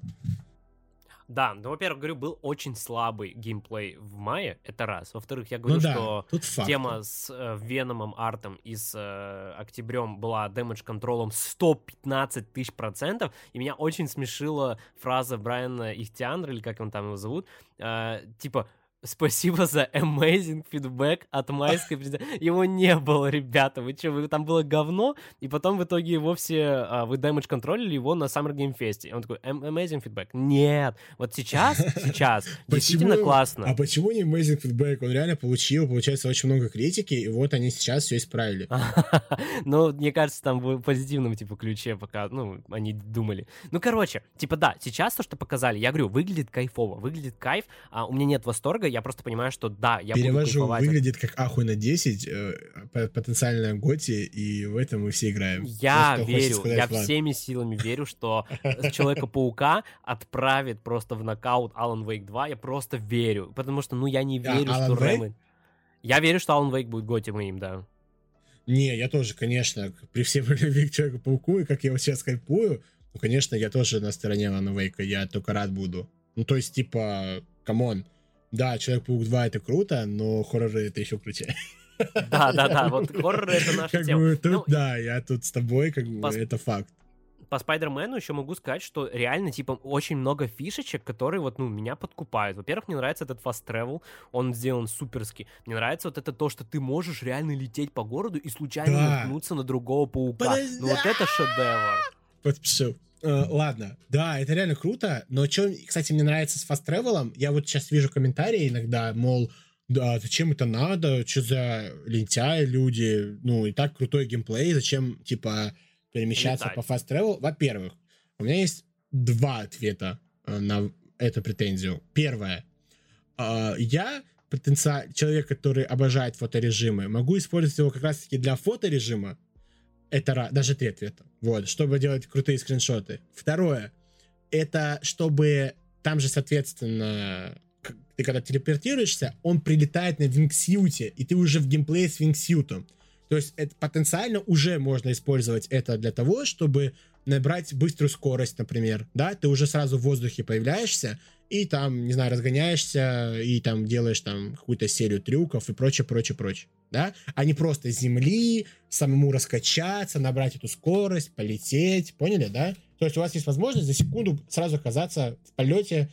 Да, ну, во-первых, говорю, был очень слабый геймплей в мае, это раз. Во-вторых, я говорю, ну, да, что тут тема с э, Веномом артом и с э, Октябрем была дэмэдж-контролом сто пятнадцать тысяч процентов, и меня очень смешила фраза Брайана Ихтиандра, или как он там его зовут, э, типа... Спасибо за amazing фидбэк от майской презентации. Его не было, ребята. Вы что, вы, там было говно, и потом в итоге его все... А, вы damage контролили его на Summer Game Fest. И он такой, amazing feedback. Нет. Вот сейчас, сейчас, действительно классно. А почему не amazing feedback? Он реально получил, получается, очень много критики, и вот они сейчас все исправили. Ну, мне кажется, там в позитивном, типа, ключе пока, ну, они думали. Ну, короче, типа, да, сейчас то, что показали, я говорю, выглядит кайфово, выглядит кайф, а у меня нет восторга, я просто понимаю, что да, я Перевожу, буду кайфовать. Выглядит как ахуй на десять, э, потенциальная готи, и в этом мы все играем. Я вот, верю, я Влад. всеми силами верю, что Человека-паука отправит просто в нокаут Alan Wake два, я просто верю, потому что, ну, я не верю, а, что Ремон... Я верю, что Alan Wake будет готи моим, да. Не, я тоже, конечно, при всем любви к Человеку-пауку, и как я его сейчас хайпую, ну, конечно, я тоже на стороне Alan Wake, я только рад буду. Ну, то есть, типа, камон. Да, Человек-паук два это круто, но хорроры это еще круче. Да-да-да, вот хорроры это наша как тема. Бы, тут, ну, да, я тут с тобой, как бы, по... это факт. По Спайдермену еще могу сказать, что реально, типа, очень много фишечек, которые вот, ну, меня подкупают. Во-первых, мне нравится этот fast travel, он сделан суперски. Мне нравится вот это то, что ты можешь реально лететь по городу и случайно да. наткнуться на другого паука. Подожди. Ну вот это шедевр. Подпишу. Uh, ладно, да, это реально круто, но что, кстати, мне нравится с Fast Travel, я вот сейчас вижу комментарии иногда, мол, да, зачем это надо, что за лентяи люди, ну, и так крутой геймплей, зачем, типа, перемещаться Летай. по Fast Travel? Во-первых, у меня есть два ответа uh, на эту претензию. Первое, uh, я потенциально человек, который обожает фоторежимы, могу использовать его как раз-таки для фоторежима. Это даже три ответа. Вот, чтобы делать крутые скриншоты. Второе, это чтобы там же, соответственно, ты когда телепортируешься, он прилетает на вингсьюте, и ты уже в геймплее с вингсьютом. То есть это потенциально уже можно использовать это для того, чтобы набрать быструю скорость, например, да, ты уже сразу в воздухе появляешься, и там, не знаю, разгоняешься, и там делаешь там какую-то серию трюков и прочее, прочее, прочее, да, а не просто с земли, самому раскачаться, набрать эту скорость, полететь, поняли, да? То есть у вас есть возможность за секунду сразу оказаться в полете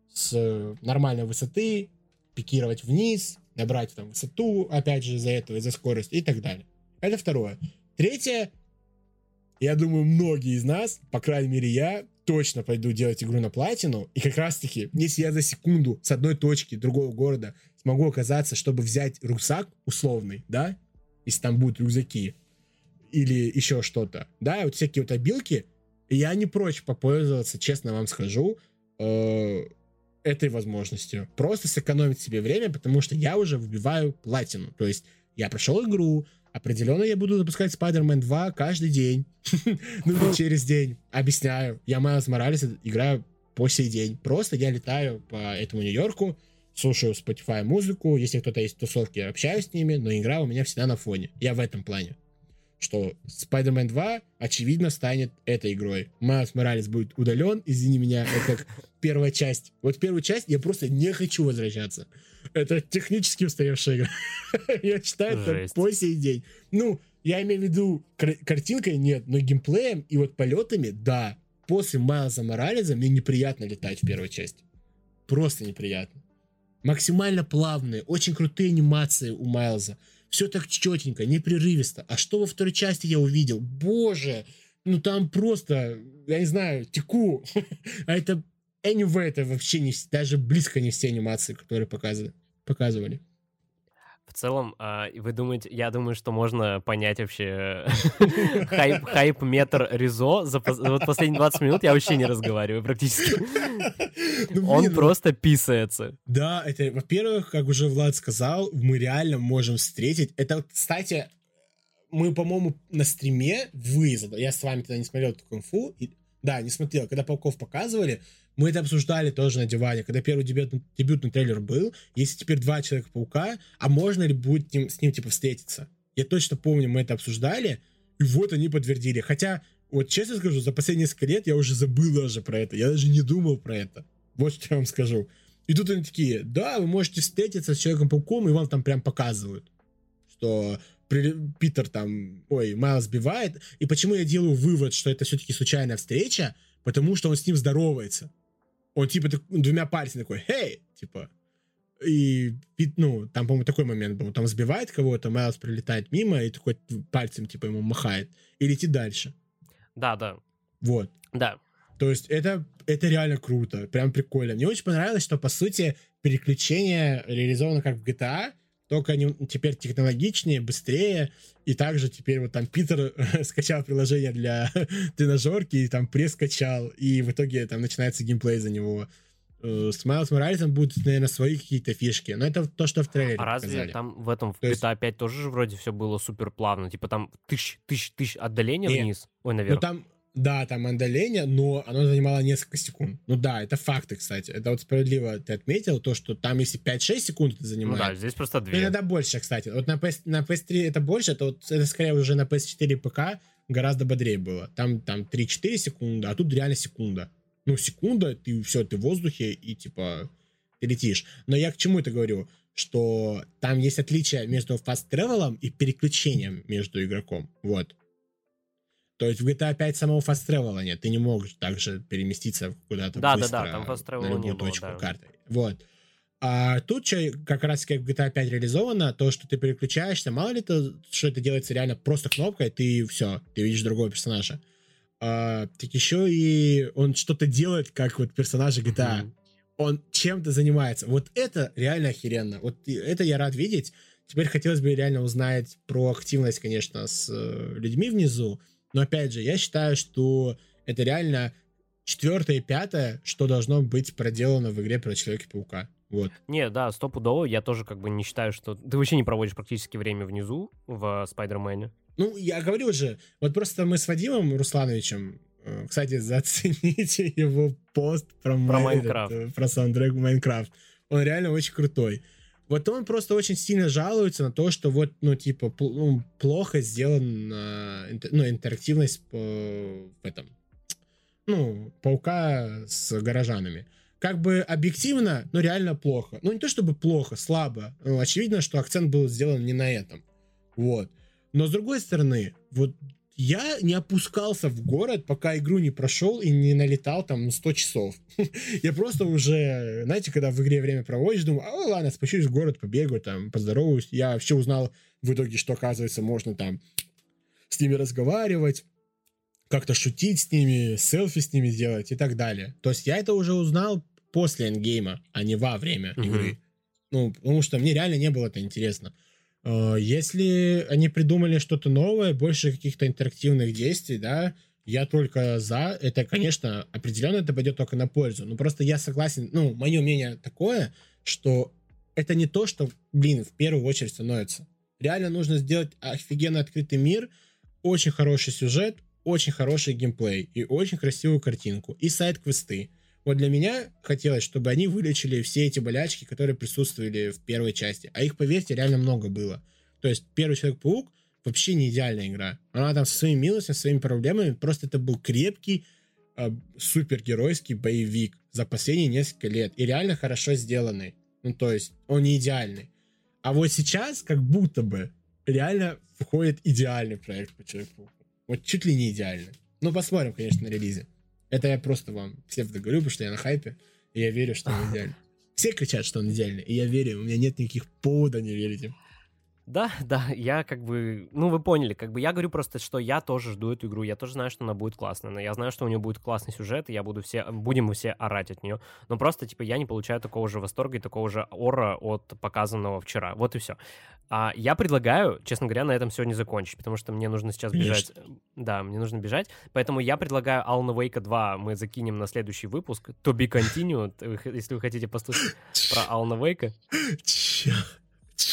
с нормальной высоты, пикировать вниз, набрать там высоту, опять же, из-за этого, из-за скорости и так далее. Это второе. Третье, я думаю, многие из нас, по крайней мере я, точно пойду делать игру на платину, и как раз-таки, если я за секунду с одной точки другого города смогу оказаться, чтобы взять рюкзак условный, да, если там будут рюкзаки, или еще что-то, да, вот всякие вот обилки, я не прочь попользоваться, честно вам скажу, э- этой возможностью. Просто сэкономить себе время, потому что я уже выбиваю платину. То есть я прошел игру, определенно я буду запускать Spider-Man два каждый день. Ну, не через день. Объясняю. Я Майлз Моралес играю по сей день. Просто я летаю по этому Нью-Йорку, слушаю Spotify музыку, если кто-то есть в тусовке, общаюсь с ними, но игра у меня всегда на фоне. Я в этом плане. Что Spider-Man два, очевидно, станет этой игрой. Майлз Моралес будет удален, извини меня, это как первая часть. Вот первую часть я просто не хочу возвращаться. Это технически устаревшая игра. Я читаю это по сей день. Ну, я имею в виду, кар- картинкой нет, но геймплеем и вот полетами, да. После Майлза Моралеса мне неприятно летать в первой части. Просто неприятно. Максимально плавные, очень крутые анимации у Майлза. Все так четенько, непрерывисто. А что во второй части я увидел? Боже, ну там просто, я не знаю, теку. А это anyway, это вообще не, даже близко не все анимации, которые показывали. показывали. В целом, вы думаете, я думаю, что можно понять вообще хайп, хайп-метр Ризо. За вот последние двадцать минут я вообще не разговариваю практически. Ну, Он блин, просто писается. Да, это, во-первых, как уже Влад сказал, мы реально можем встретить. Это, кстати, мы, по-моему, на стриме, вы, я с вами тогда не смотрел эту инфу, и, да, не смотрел, когда Пауков показывали, мы это обсуждали тоже на диване, когда первый дебютный, дебютный трейлер был, если теперь два Человека-паука, а можно ли будет ним, с ним, типа, встретиться? Я точно помню, мы это обсуждали, и вот они подтвердили. Хотя, вот честно скажу, за последние несколько лет я уже забыл даже про это, я даже не думал про это. Вот что я вам скажу. И тут они такие, да, вы можете встретиться с Человеком-пауком, и вам там прям показывают, что Питер там, ой, Майлз сбивает. И почему я делаю вывод, что это все-таки случайная встреча? Потому что он с ним здоровается. Он типа так, двумя пальцами такой, хей, типа. И, ну, там, по-моему, такой момент был. Там сбивает кого-то, Майлз прилетает мимо и такой пальцем, типа, ему махает. И летит дальше. Да, да. Вот. Да. То есть это, это реально круто, прям прикольно. Мне очень понравилось, что, по сути, переключение реализовано как в джи ти эй, только они теперь технологичнее, быстрее, и также теперь вот там Питер скачал приложение для тренажерки, и там пресс скачал, и в итоге там начинается геймплей за него. С Майлз Моралесом будут, наверное, свои какие-то фишки, но это то, что в трейлере А разве показали. там в этом, в То джи есть... ти эй пять тоже же вроде все было супер плавно, типа там тысяч, тысяч, тысяч отдаления Нет. вниз, ой, наверх. Ну там, да, там отдаление, но оно занимало несколько секунд. Ну да, это факты, кстати. Это вот справедливо ты отметил, то, что там если пять-шесть секунд это занимает. Ну да, здесь просто две. Ну, иногда больше, кстати. Вот на, пи эс, на пи эс три это больше, это, вот, это скорее уже на пи эс четыре ПК гораздо бодрее было. Там, там три-четыре секунды, а тут реально секунда. Ну, секунда, ты все, ты в воздухе и типа ты летишь. Но я к чему это говорю? Что там есть отличие между фаст-тревелом и переключением между игроком. Вот. То есть в джи ти эй пять самого фаст-тревела нет. Ты не можешь также переместиться куда-то да, быстро да, да, там фаст-тревела на любую не было, точку да. карты. Вот. А тут что, как раз как в джи ти эй пять реализовано, то, что ты переключаешься, мало ли то, что это делается реально просто кнопкой, ты все, ты видишь другого персонажа. А, так еще и он что-то делает, как вот персонажи джи ти эй. Mm-hmm. Он чем-то занимается. Вот это реально охеренно. Вот это я рад видеть. Теперь хотелось бы реально узнать про активность, конечно, с э, людьми внизу. Но опять же, я считаю, что это реально четвертое и пятое, что должно быть проделано в игре про Человека-паука. Вот. Не, да, стопудово. Я тоже как бы не считаю, что... Ты вообще не проводишь практически время внизу в Спайдермене. Ну, я говорю же, вот просто мы с Вадимом Руслановичем, э, кстати, зацените его пост про, про май... Майнкрафт. Этот, про саундтрек Майнкрафт. Он реально очень крутой. Вот он просто очень сильно жалуется на то, что вот, ну, типа, пл- ну, плохо сделана ну, интерактивность по, в этом, ну, Паука с горожанами. Как бы объективно, но реально плохо. Ну, не то чтобы плохо, слабо. Ну, очевидно, что акцент был сделан не на этом. Вот. Но, с другой стороны, вот я не опускался в город, пока игру не прошел и не налетал там сто часов. Я просто уже, знаете, когда в игре время проводишь, думаю, а ладно, спущусь в город, побегаю, там, поздороваюсь. Я вообще узнал в итоге, что, оказывается, можно там с ними разговаривать, как-то шутить с ними, селфи с ними делать и так далее. То есть я это уже узнал после эндгейма, а не во время mm-hmm. игры. Ну, потому что мне реально не было это интересно. Если они придумали что-то новое, больше каких-то интерактивных действий, да, я только за. Это, конечно, определенно это пойдет только на пользу. Но просто я согласен, ну, мое мнение такое, что это не то, что, блин, в первую очередь становится. Реально нужно сделать офигенно открытый мир, очень хороший сюжет, очень хороший геймплей и очень красивую картинку. И сайд-квесты. Вот для меня хотелось, чтобы они вылечили все эти болячки, которые присутствовали в первой части. А их, поверьте, реально много было. То есть первый Человек-паук вообще не идеальная игра. Она там со своими минусами, со своими проблемами. Просто это был крепкий, э, супергеройский боевик за последние несколько лет. И реально хорошо сделанный. Ну, то есть он не идеальный. А вот сейчас как будто бы реально входит идеальный проект по Человеку-пауку. Вот чуть ли не идеальный. Ну, посмотрим, конечно, на релизе. Это я просто вам псевдо говорю, потому что я на хайпе, и я верю, что он идеальный. Все кричат, что он идеальный, и я верю, у меня нет никаких поводов не верить им. Да, да, я как бы, ну вы поняли, как бы я говорю просто, что я тоже жду эту игру, я тоже знаю, что она будет классная, но я знаю, что у нее будет классный сюжет, и я буду все, будем мы все орать от нее, но просто, типа, я не получаю такого же восторга и такого же ора от показанного вчера, вот и все. А я предлагаю, честно говоря, на этом сегодня закончить, потому что мне нужно сейчас бежать, Конечно. да, мне нужно бежать, поэтому я предлагаю Alan Wake два мы закинем на следующий выпуск, to be continued, если вы хотите послушать про Alan Wake. Чё? Чё?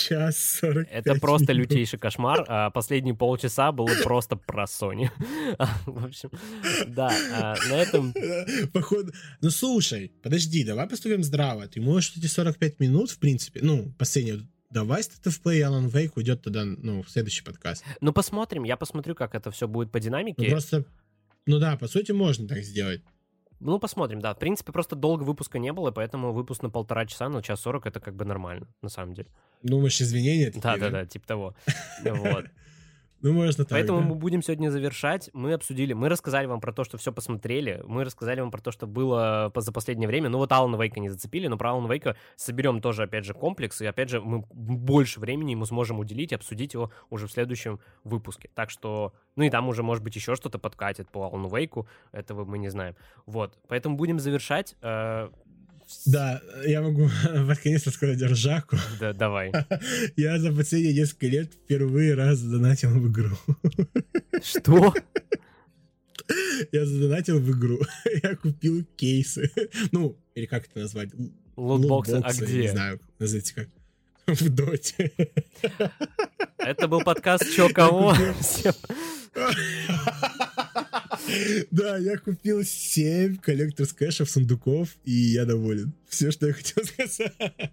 час сорок пять Это просто минут. лютейший кошмар. А последние полчаса было просто про Sony. В общем, да, а, на этом... Походу... Ну, слушай, подожди, давай поступим здраво. Ты можешь эти сорок пять минут, в принципе, ну, последние... Давай State of Play Alan Wake уйдет туда, ну, в следующий подкаст. Ну, посмотрим. Я посмотрю, как это все будет по динамике. Ну, просто... Ну да, по сути, можно так сделать. Ну, посмотрим, да. В принципе, просто долго выпуска не было, поэтому выпуск на полтора часа, на час сорок — это как бы нормально, на самом деле. Думаешь, извинения? Да-да-да, типа того. Вот. Ну, можно так, Поэтому да? мы будем сегодня завершать. Мы обсудили, мы рассказали вам про то, что все посмотрели, мы рассказали вам про то, что было за последнее время. Ну вот Алана Вейка не зацепили, но про Алана Вейка соберем тоже, опять же, комплекс, и опять же мы больше времени ему сможем уделить и обсудить его уже в следующем выпуске. Так что, ну и там уже, может быть, еще что-то подкатит по Алану Вейку, этого мы не знаем. Вот, поэтому будем завершать. Да, я могу под конец рассказать ржаку. Да, давай. Я за последние несколько лет впервые раз задонатил в игру. Что? Я задонатил в игру. Я купил кейсы. Ну, или как это назвать? Лутбоксы. А где? Не знаю, назовите как. В доте. Это был подкаст «Чё, кого?» Да, я купил семь коллекторс кэшев, сундуков, и я доволен. Все, что я хотел сказать.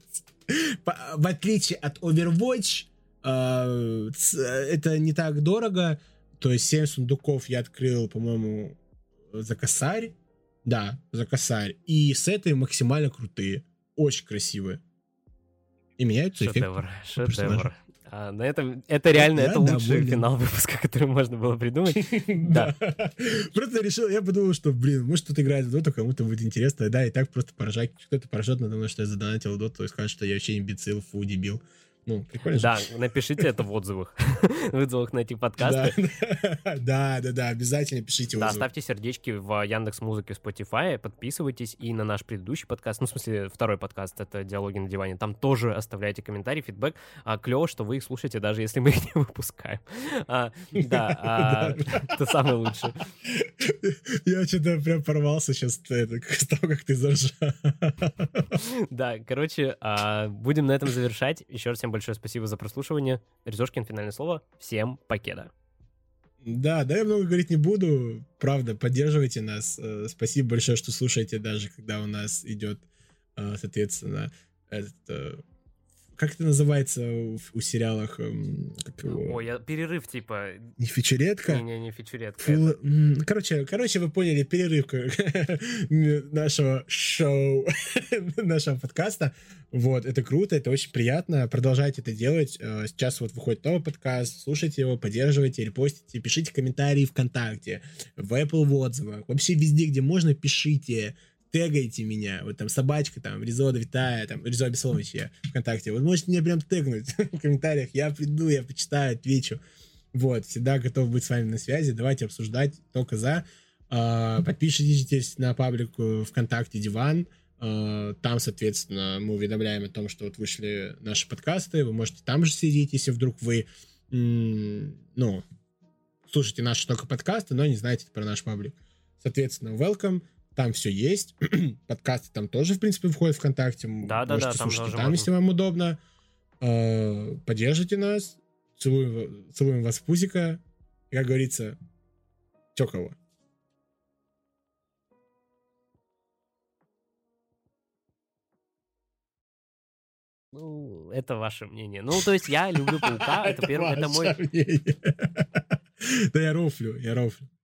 В отличие от Overwatch, это не так дорого. То есть семь сундуков я открыл, по-моему, за косарь. Да, за косарь. И сеты максимально крутые. Очень красивые. И меняются эффекты. Шедевр, шедевр. А, на этом это реально Я это лучший доволен. финал выпуска, который можно было придумать. Да. Просто решил, я подумал, что, блин, может кто-то играет в доту, кому-то будет интересно, да, и так просто поражать, кто-то поражет надо мной, что я задонатил доту и скажет, что я вообще имбецил, фу, дебил. Ну, прикольно же. Да, напишите это в отзывах. В отзывах на эти подкасты. Да, да, да, обязательно пишите Да, отзывы. ставьте сердечки в Яндекс.Музыке, Spotify, подписывайтесь и на наш предыдущий подкаст, ну, в смысле, второй подкаст, это «Диалоги на диване», там тоже оставляйте комментарии, фидбэк. А, клево, что вы их слушаете, даже если мы их не выпускаем. А, да, а, это самое лучшее. Я что-то прям порвался сейчас с того, как ты заржал. Да, короче, а, будем на этом завершать. Еще раз всем большое спасибо за прослушивание. Резошкин, финальное слово. Всем покеда. Да, да, я много говорить не буду. Правда, поддерживайте нас. Э, Спасибо большое, что слушаете, даже когда у нас идет, э, соответственно, этот, э, как это называется у, у сериалах? эм, как его? Ой, я перерыв, типа... Не фичеретка? Не-не-не, фичуретка. Фул- это. м, Короче, короче, вы поняли, перерыв нашего шоу, нашего подкаста. Вот, это круто, это очень приятно. Продолжайте это делать. Э, Сейчас вот выходит новый подкаст. Слушайте его, поддерживайте, репостите, пишите комментарии ВКонтакте, в Apple в отзывах. Вообще везде, где можно, пишите. Тегайте меня, вот там собачка, там, Ризода Витая, там, Ризо Беслович я ВКонтакте. Вот можете меня прям тегнуть в комментариях, я приду, я почитаю, отвечу. Вот, всегда готов быть с вами на связи, давайте обсуждать, только за. А, подпишитесь на паблик ВКонтакте Диван, а, там, соответственно, мы уведомляем о том, что вот вышли наши подкасты, вы можете там же сидеть, если вдруг вы, м, ну, слушаете наши только подкасты, но не знаете про наш паблик. Соответственно, welcome. Там все есть. Подкасты там тоже, в принципе, входят ВКонтакте. Да-да-да, Можете там слушать тоже там, можно. если вам удобно. Э, Поддержите нас. Целуем, целуем вас в пузико. И, как говорится, чё кого. Ну, это ваше мнение. Ну, то есть я люблю Паука, это первый, это мой... Да я рофлю, я рофлю.